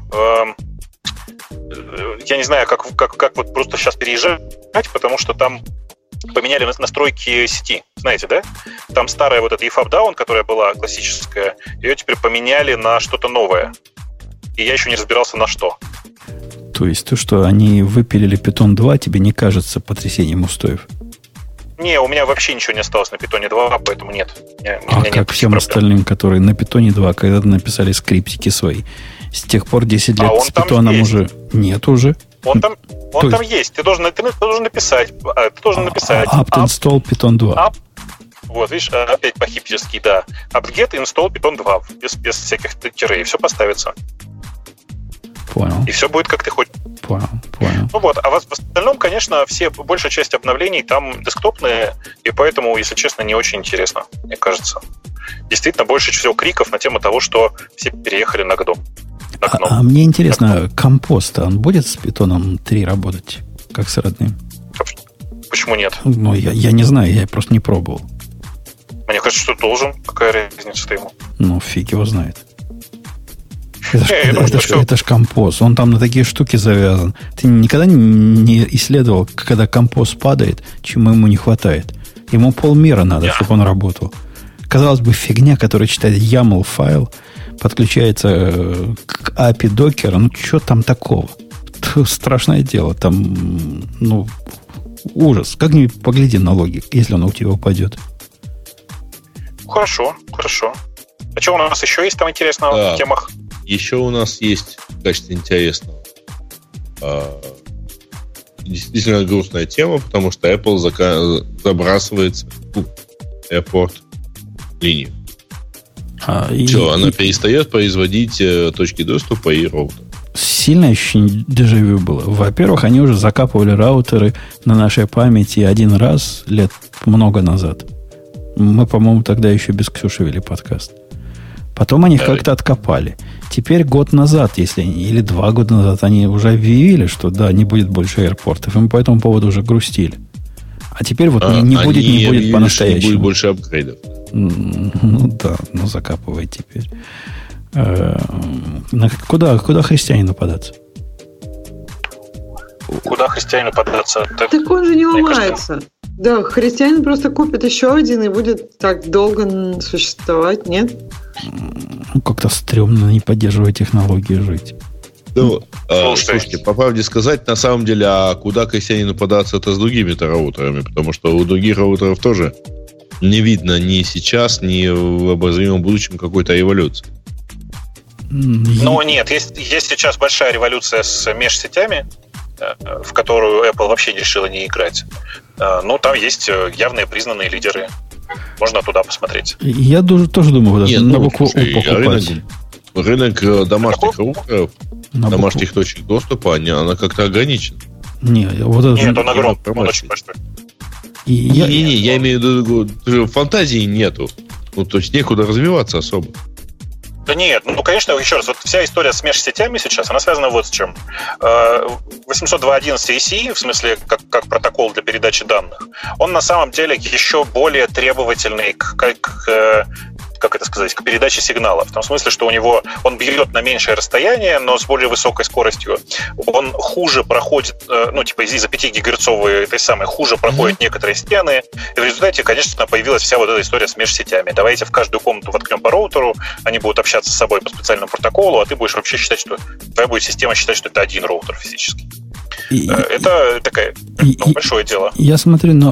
Э, я не знаю, как, как, как вот просто сейчас переезжать, потому что там поменяли настройки сети, знаете, да? Там старая вот эта и эф ап-даун, которая была классическая, ее теперь поменяли на что-то новое. И я еще не разбирался, на что. То есть то, что они выпилили Python два, тебе не кажется потрясением устоев? Не, у меня вообще ничего не осталось на Python два, поэтому нет. Меня, а как нет всем проблем. Остальным, которые на Python два когда-то написали скриптики свои? С тех пор десять лет а с Python уже нет уже. Он там, он То там есть. есть. Ты должен, ты должен написать. Ты должен написать. apt install Python два. Apt, вот, видишь, опять по-хипстерски, да. apt-get install Python два. Без, без всяких тире. И все поставится. Понял. И все будет, как ты хочешь. Понял, понял. Ну вот, а в остальном, конечно, все, большая часть обновлений там десктопные, и поэтому, если честно, не очень интересно, мне кажется. Действительно, больше всего криков на тему того, что все переехали на гном. А, а мне интересно, компост, он будет с Python три работать, как с родным? Почему нет? Ну, я, я не знаю, я просто не пробовал. Мне кажется, что должен. Какая разница-то ему? Ну, фиг его знает. Это ж, это, думаю, это, ж, это ж компост. Он там на такие штуки завязан. Ты никогда не исследовал, когда компост падает, чему ему не хватает? Ему полмира надо, yeah. чтобы он работал. Казалось бы, фигня, которая читает ямл файл, подключается к эй пи ай докера. Ну, что там такого? Страшное дело. Там, ну, ужас. Как-нибудь погляди на логи, если он у тебя упадет. Хорошо, хорошо. А что у нас еще есть там интересного да. в темах? Еще у нас есть в качестве интересного действительно грустная тема, потому что Apple зака- забрасывается в Airport линию. А, Все, и, она и... перестает производить точки доступа и роутер. С сильное ощущение дежавю было. Во-первых, они уже закапывали раутеры на нашей памяти один раз лет много назад. Мы, по-моему, тогда еще без Ксюши вели подкаст. Потом они их да. как-то откопали. Теперь год назад, если они, или два года назад, они уже объявили, что да, не будет больше аэропортов. И мы по этому поводу уже грустили. А теперь вот а, не, не будет, не будет по-настоящему. Не будет больше апгрейдов. Ну да, ну закапывай теперь. Куда, куда христианину податься? Куда христианину податься? Так, так он же не ломается. Да, христианин просто купит еще один и будет так долго существовать, нет? Ну, как-то стрёмно не поддерживая технологии жить. Ну, а, слушайте, по правде сказать, на самом деле, а куда крестьянину податься это с другими-то раутерами? Потому что у других раутеров тоже не видно ни сейчас, ни в обозримом будущем какой-то эволюции. Ну, нет, есть, есть сейчас большая революция с межсетями, в которую Apple вообще решила не играть. Ну, там есть явные признанные лидеры. Можно туда посмотреть. Я тоже думаю, вот это, на букву У покупать. Рынок, рынок домашних раутеров, домашних букву. Точек доступа, они, она как-то ограничена. Не, вот это... Нет, он огромный, он очень большой. Не-не-не, я, я имею в виду, фантазии нету. Ну, то есть некуда развиваться особо. Да нет, ну, конечно, еще раз, вот вся история с межсетями сейчас, она связана вот с чем. восемьсот два точка одиннадцать эй си, в смысле, как, как протокол для передачи данных, он на самом деле еще более требовательный к, к, как это сказать, к передаче сигнала. В том смысле, что у него он бьет на меньшее расстояние, но с более высокой скоростью. Он хуже проходит, ну, типа из-за пятигигагерцовой этой самой, хуже проходят mm-hmm. некоторые стены. И в результате, конечно, появилась вся вот эта история с межсетями. Давайте в каждую комнату воткнем по роутеру, они будут общаться с собой по специальному протоколу, а ты будешь вообще считать, что твоя будет система считать, что это один роутер физически. И, это и, такое и, ну, большое и, дело. Я смотрю на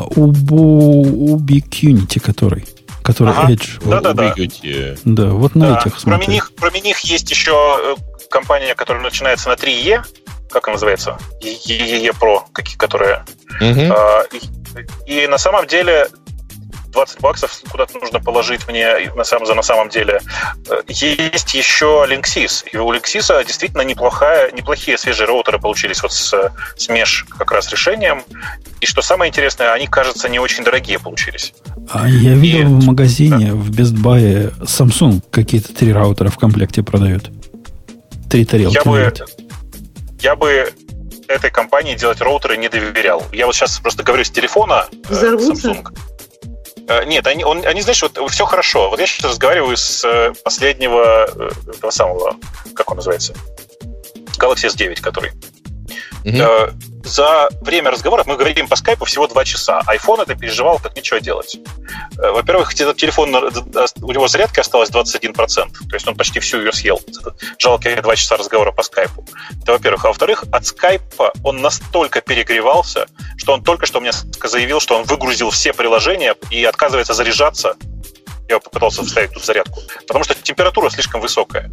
Ubiquinity, который который ага. Edge. Да, да, да. Да, вот на да. этих смотрю. Кроме них, кроме них есть еще компания, которая начинается на три и, как она называется? и и и Pro, которая... Угу. А, и, и на самом деле двадцать баксов куда-то нужно положить мне на самом, на самом деле. Есть еще Linksys. И у Linksys действительно неплохая, неплохие свежие роутеры получились вот с, с меж как раз решением. И что самое интересное, они, кажется, не очень дорогие получились. А я видел и, в магазине, да. в Best Buy, Samsung какие-то три раутера в комплекте продают. Три тарелки. Я бы, я бы этой компании делать роутеры не доверял. Я вот сейчас просто говорю с телефона Взорвутся? Samsung. Нет, они, он, они, знаешь, вот все хорошо. Вот я сейчас разговариваю с последнего, этого самого, как он называется, Galaxy эс девять, который. Mm-hmm. За время разговора, мы говорим по скайпу всего два часа. iPhone это переживал, как нечего делать. Во-первых, этот телефон, у него зарядки осталось двадцать один процент. То есть он почти всю ее съел. Это жалкие два часа разговора по скайпу. Это во-первых. А во-вторых, от скайпа он настолько перегревался, что он только что мне заявил, что он выгрузил все приложения и отказывается заряжаться. Я попытался вставить тут зарядку. Потому что температура слишком высокая.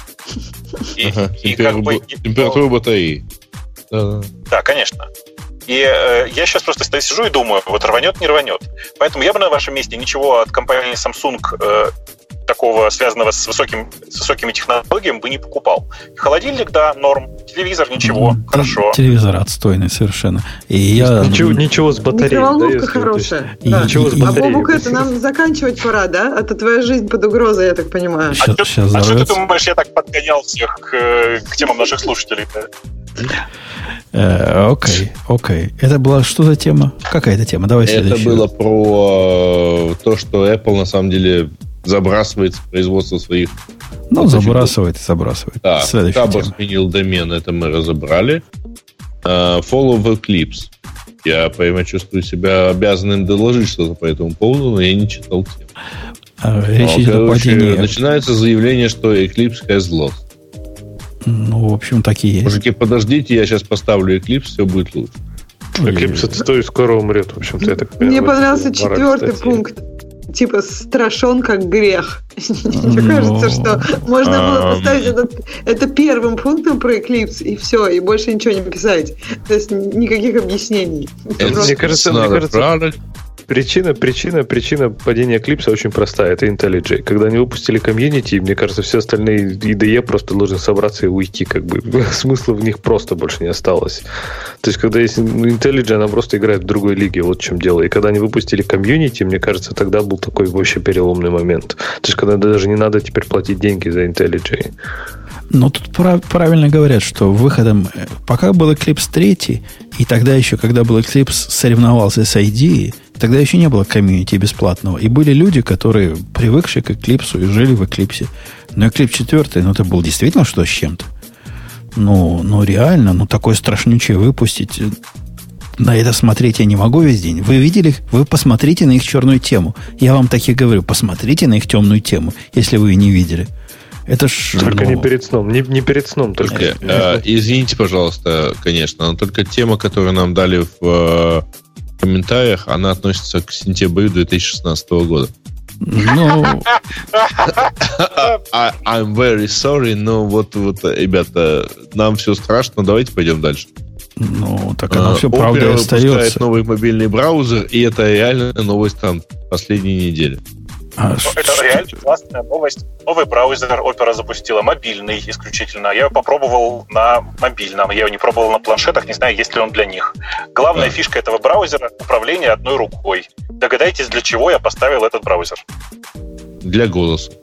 И, ага, и температура, как бы, температура батареи. Да, да, конечно. И э, я сейчас просто сижу и думаю, вот рванет, не рванет. Поэтому я бы на вашем месте ничего от компании Samsung э, такого, связанного с, высоким, с высокими технологиями, бы не покупал. Холодильник, да, норм. Телевизор, ничего, mm, хорошо. Телевизор отстойный совершенно. И я... ничего, ничего с батареей. Микроволновка да, хорошая. И, да. Ничего и, с батареей. А, Бобук, это нам заканчивать пора, да? Это твоя жизнь под угрозой, я так понимаю. Сейчас, а сейчас а что ты думаешь, я так подгонял всех к, к темам наших слушателей? Окей, окей. Это была что за тема? Какая это тема? Давай следующую. Это было про то, что Apple на самом деле забрасывает производство своих... Ну, забрасывает и забрасывает. Да, Кабр сменил домен, это мы разобрали. Uh, follow the Eclipse. Я прямо чувствую себя обязанным доложить что-то по этому поводу, но я не читал тему. Uh, речь идет о падении... Начинается заявление, что Eclipse has lost. Ну, в общем, так и есть. Мужики, подождите, я сейчас поставлю Eclipse, все будет лучше. Eclipse отстой скоро умрет, в общем-то, я так понимаю. Мне понравился четвертый пункт. Типа, страшен как грех. Мне кажется, что можно было поставить это первым пунктом про Eclipse, и все, и больше ничего не писать. То есть никаких объяснений. Мне кажется, мне кажется... Причина, причина, причина падения Eclipse очень простая. Это IntelliJ. Когда они выпустили комьюнити, мне кажется, все остальные ай ди и просто должны собраться и уйти. Как бы. Смысла в них просто больше не осталось. То есть, когда есть IntelliJ, она просто играет в другой лиге. Вот в чем дело. И когда они выпустили комьюнити, мне кажется, тогда был такой вообще переломный момент. То есть, когда даже не надо теперь платить деньги за IntelliJ. Но тут прав, правильно говорят, что выходом... Пока был Eclipse три, и тогда еще, когда был Eclipse, соревновался с ай ди и, тогда еще не было комьюнити бесплатного. И были люди, которые привыкшие к Eclipse и жили в Eclipse. Но Eclipse четыре, ну, это был действительно что с чем-то. Ну, ну, реально, ну, такое страшнючее выпустить. На это смотреть я не могу весь день. Вы видели? Вы посмотрите на их черную тему. Я вам так и говорю, посмотрите на их темную тему, если вы ее не видели. Это ж, только ну... не перед сном. Не, не перед сном только. Э, э, извините, пожалуйста, конечно, но только тема, которую нам дали в э, комментариях, она относится к сентябрю две тысячи шестнадцатого года. Ну... I'm very sorry, но вот, вот, ребята, нам все страшно, давайте пойдем дальше. Ну, так оно все правда и остается. Opera выпускает новый мобильный браузер, и это реально новость там последней недели. А, это реально классная новость. Новый браузер Opera запустила, мобильный исключительно. Я его попробовал на мобильном. Я его не пробовал на планшетах, не знаю, есть ли он для них. Главная да. фишка этого браузера — управление одной рукой. Догадайтесь, для чего я поставил этот браузер? Для голоса.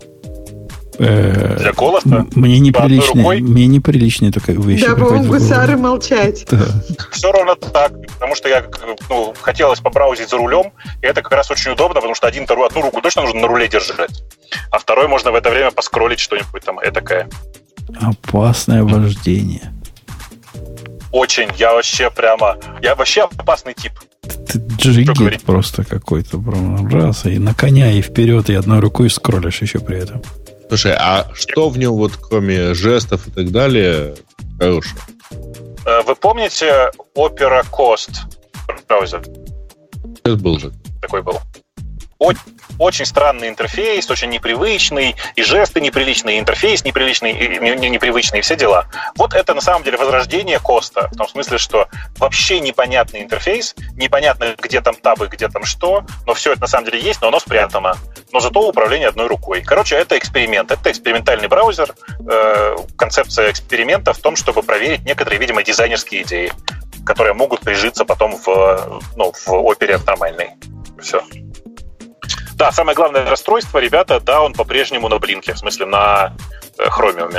Для голоса? Мне неприлично, мне неприлично только вещи. Да, по-моему, гусары молчать. Да. Все равно так, потому что я ну, хотелось побраузить за рулем, и это как раз очень удобно, потому что один, одну руку точно нужно на руле держать, а второй можно в это время поскроллить что-нибудь там этакое. Опасное вождение. Очень, я вообще прямо, я вообще опасный тип. Ты джигит просто какой-то, раз, и на коня, и вперед, и одной рукой скроллишь еще при этом. Слушай, а что в нем, вот кроме жестов и так далее, хорошего? Вы помните Opera Coast браузер? Это был же. Такой был. Очень странный интерфейс, очень непривычный, и жесты неприличные, и интерфейс неприличный, и непривычный, и все дела. Вот это на самом деле возрождение Коста, в том смысле, что вообще непонятный интерфейс, непонятно, где там табы, где там что, но все это на самом деле есть, но оно спрятано. Но зато управление одной рукой. Короче, это эксперимент, это экспериментальный браузер. Э, концепция эксперимента в том, чтобы проверить некоторые, видимо, дизайнерские идеи, которые могут прижиться потом в, ну, в опере нормальной. Все. Да, самое главное расстройство, ребята, да, он по-прежнему на блинке, в смысле на э, хромиуме.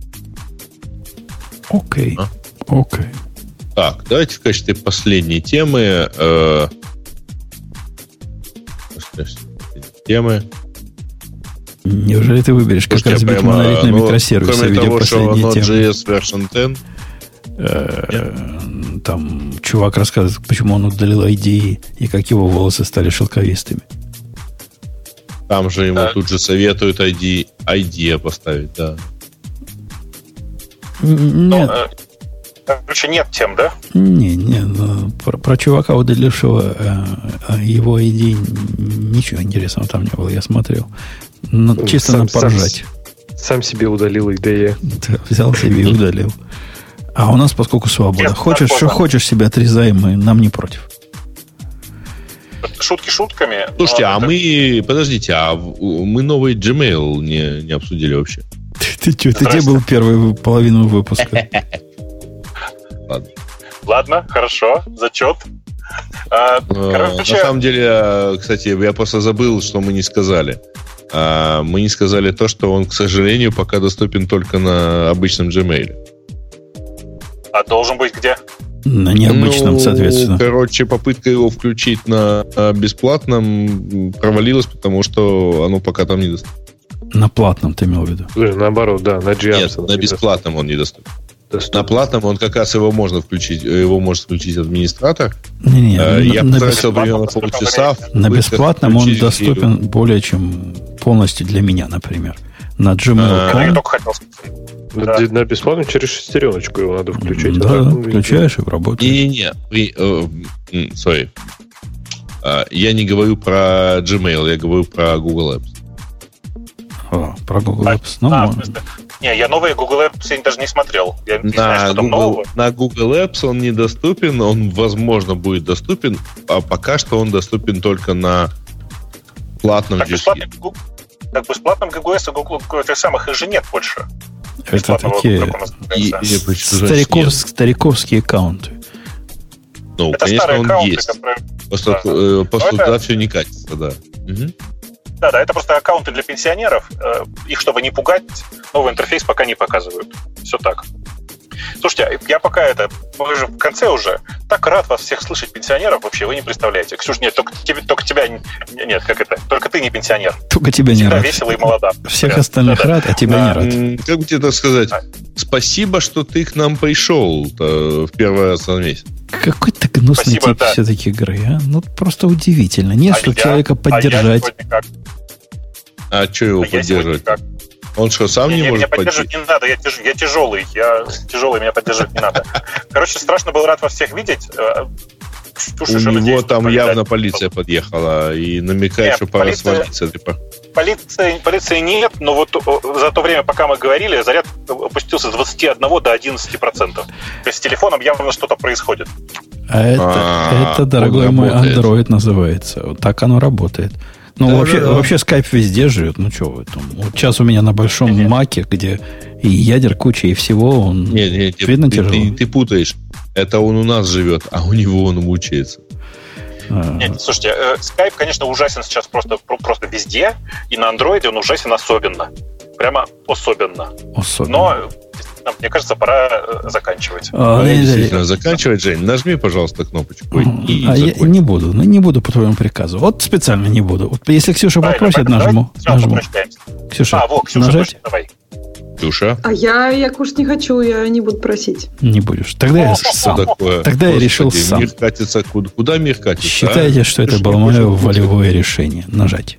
Окей, а? окей. Так, давайте в качестве последней темы э, темы. Неужели ты выберешь как раз быть монолитный микросервис? Кроме того, что Node.js version десять. Э, там чувак рассказывает, почему он удалил ай ди и, и как его волосы стали шелковистыми. Там же ему а. тут же советуют ай ди, ай ди поставить, да. Нет. Короче, нет тем, да? Не, не. Про, про чувака, удалившего э, его ай ди, ничего интересного там не было, я смотрел. Но, чисто сам, на поржать. Сам, сам себе удалил ай ди и. Да, взял себе и удалил. А у нас, поскольку свобода, нет, хочешь, что хочешь, себя отрезай, мы, нам не против. Шутки шутками. Слушайте, а это... мы... Подождите, а мы новый Gmail не, не обсудили вообще? Ты что, ты где был первую половину выпуска? Ладно. Ладно, хорошо, зачет. А, короче... На самом деле, кстати, я просто забыл, что мы не сказали. Мы не сказали то, что он, к сожалению, пока доступен только на обычном Gmail. А должен быть где? На необычном, ну, соответственно. Короче, попытка его включить на бесплатном провалилась, потому что оно пока там недоступно. На платном ты имел в виду? Наоборот, да, на джи эй эм. Нет, на бесплатном он недоступен. Доступно. На платном он как раз его можно включить, его может включить администратор. Не, не, Я на, потратил примерно полчаса. На бесплатном он доступен его. Более чем полностью для меня, например. На Gmail. А, я только хотел сказать. Да. На бесплатном через шестереночку его надо включить. Да, да, включаешь и работает. Не-не-не, sorry. Я не говорю про Gmail, я говорю про Google Apps. О, про Google а, Apps. Ну, а, можно. Не, я новые Google Apps я даже не смотрел. Я не на, знаю, что там Google, нового. на Google Apps он недоступен, он, возможно, будет доступен, а пока что он доступен только на платном Так, G S P. Так бесплатном джи джи эс и Google этих самых их же нет больше. Это такие И, и, стариков, стариковские аккаунты. Ну, это конечно, он аккаунты, есть. Которые... Просто, да. э, просто это... туда все не катится, да. Угу. Да, да, это просто аккаунты для пенсионеров. Их, чтобы не пугать, новый интерфейс пока не показывают. Все так. Слушайте, я пока это... Мы же в конце уже. Так рад вас всех слышать, пенсионеров, вообще, вы не представляете. Ксюш, нет, только, тебе, только тебя... Нет, как это? Только ты не пенсионер. Только тебя не рад. Всегда весело и молода. Всех остальных рад, а тебя а, не рад. Как бы тебе так сказать? А. Спасибо, что ты к нам пришел в первый раз на месяц. Какой ты гнусный Спасибо, тип да. все-таки игры, а? Ну, просто удивительно. Нет, а чтобы я, человека поддержать. А, а что его а поддерживать? Он что, сам не, не может меня поддерживать не надо, я, тяж, я тяжелый. Я тяжелый, меня поддерживать не надо. Короче, страшно был рад вас всех видеть. У него там явно полиция подъехала и намекает, что пора свалиться. Полиции, полиции нет, но вот за то время, пока мы говорили, заряд опустился с двадцати одного до одиннадцати процентов. То есть с телефоном явно что-то происходит. А это, это дорогой мой, Android называется. Вот так оно работает. Ну, да, вообще, да. вообще Skype везде живет. Ну, что вы там? Вот сейчас у меня на большом нет. Маке, где и ядер куча, и всего, он нет, нет, видно ты, тяжело. Ты, ты путаешь. Это он у нас живет, а у него он мучается. А-а-а. Нет, слушайте, э, Skype, конечно, ужасен сейчас просто, просто везде, и на Android он ужасен особенно. Прямо особенно. Особенно. Но, мне кажется, пора заканчивать. А, да, действительно, заканчивать, Жень. Нажми, пожалуйста, кнопочку. И а я не буду, ну не буду по твоему приказу. Вот специально не буду. Вот если Ксюша правильно, попросит, нажму. нажму. Ксюша, а, вот, Ксюша, нажать? Точно, давай. Ксюша? А я, я кушать не хочу, я не буду просить. Не будешь. Тогда я сам. Такое? Тогда Господи, я решил сам. Мир катится куда? Куда мир катится? Считайте, а? что это было мое волевое решение. Нажать.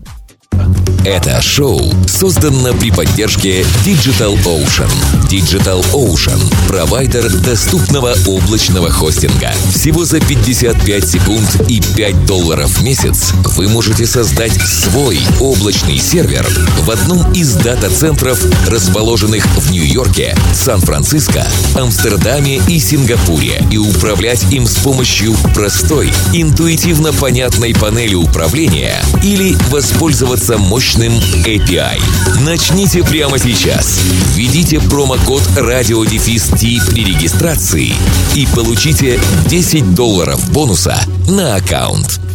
Это шоу создано при поддержке DigitalOcean. DigitalOcean – провайдер доступного облачного хостинга. Всего за пятьдесят пять секунд и пять долларов в месяц вы можете создать свой облачный сервер в одном из дата-центров, расположенных в Нью-Йорке, Сан-Франциско, Амстердаме и Сингапуре, и управлять им с помощью простой, интуитивно понятной панели управления или воспользоваться мощным эй пи ай. Начните прямо сейчас. Введите промокод радиодефис-ти при регистрации и получите десять долларов бонуса на аккаунт.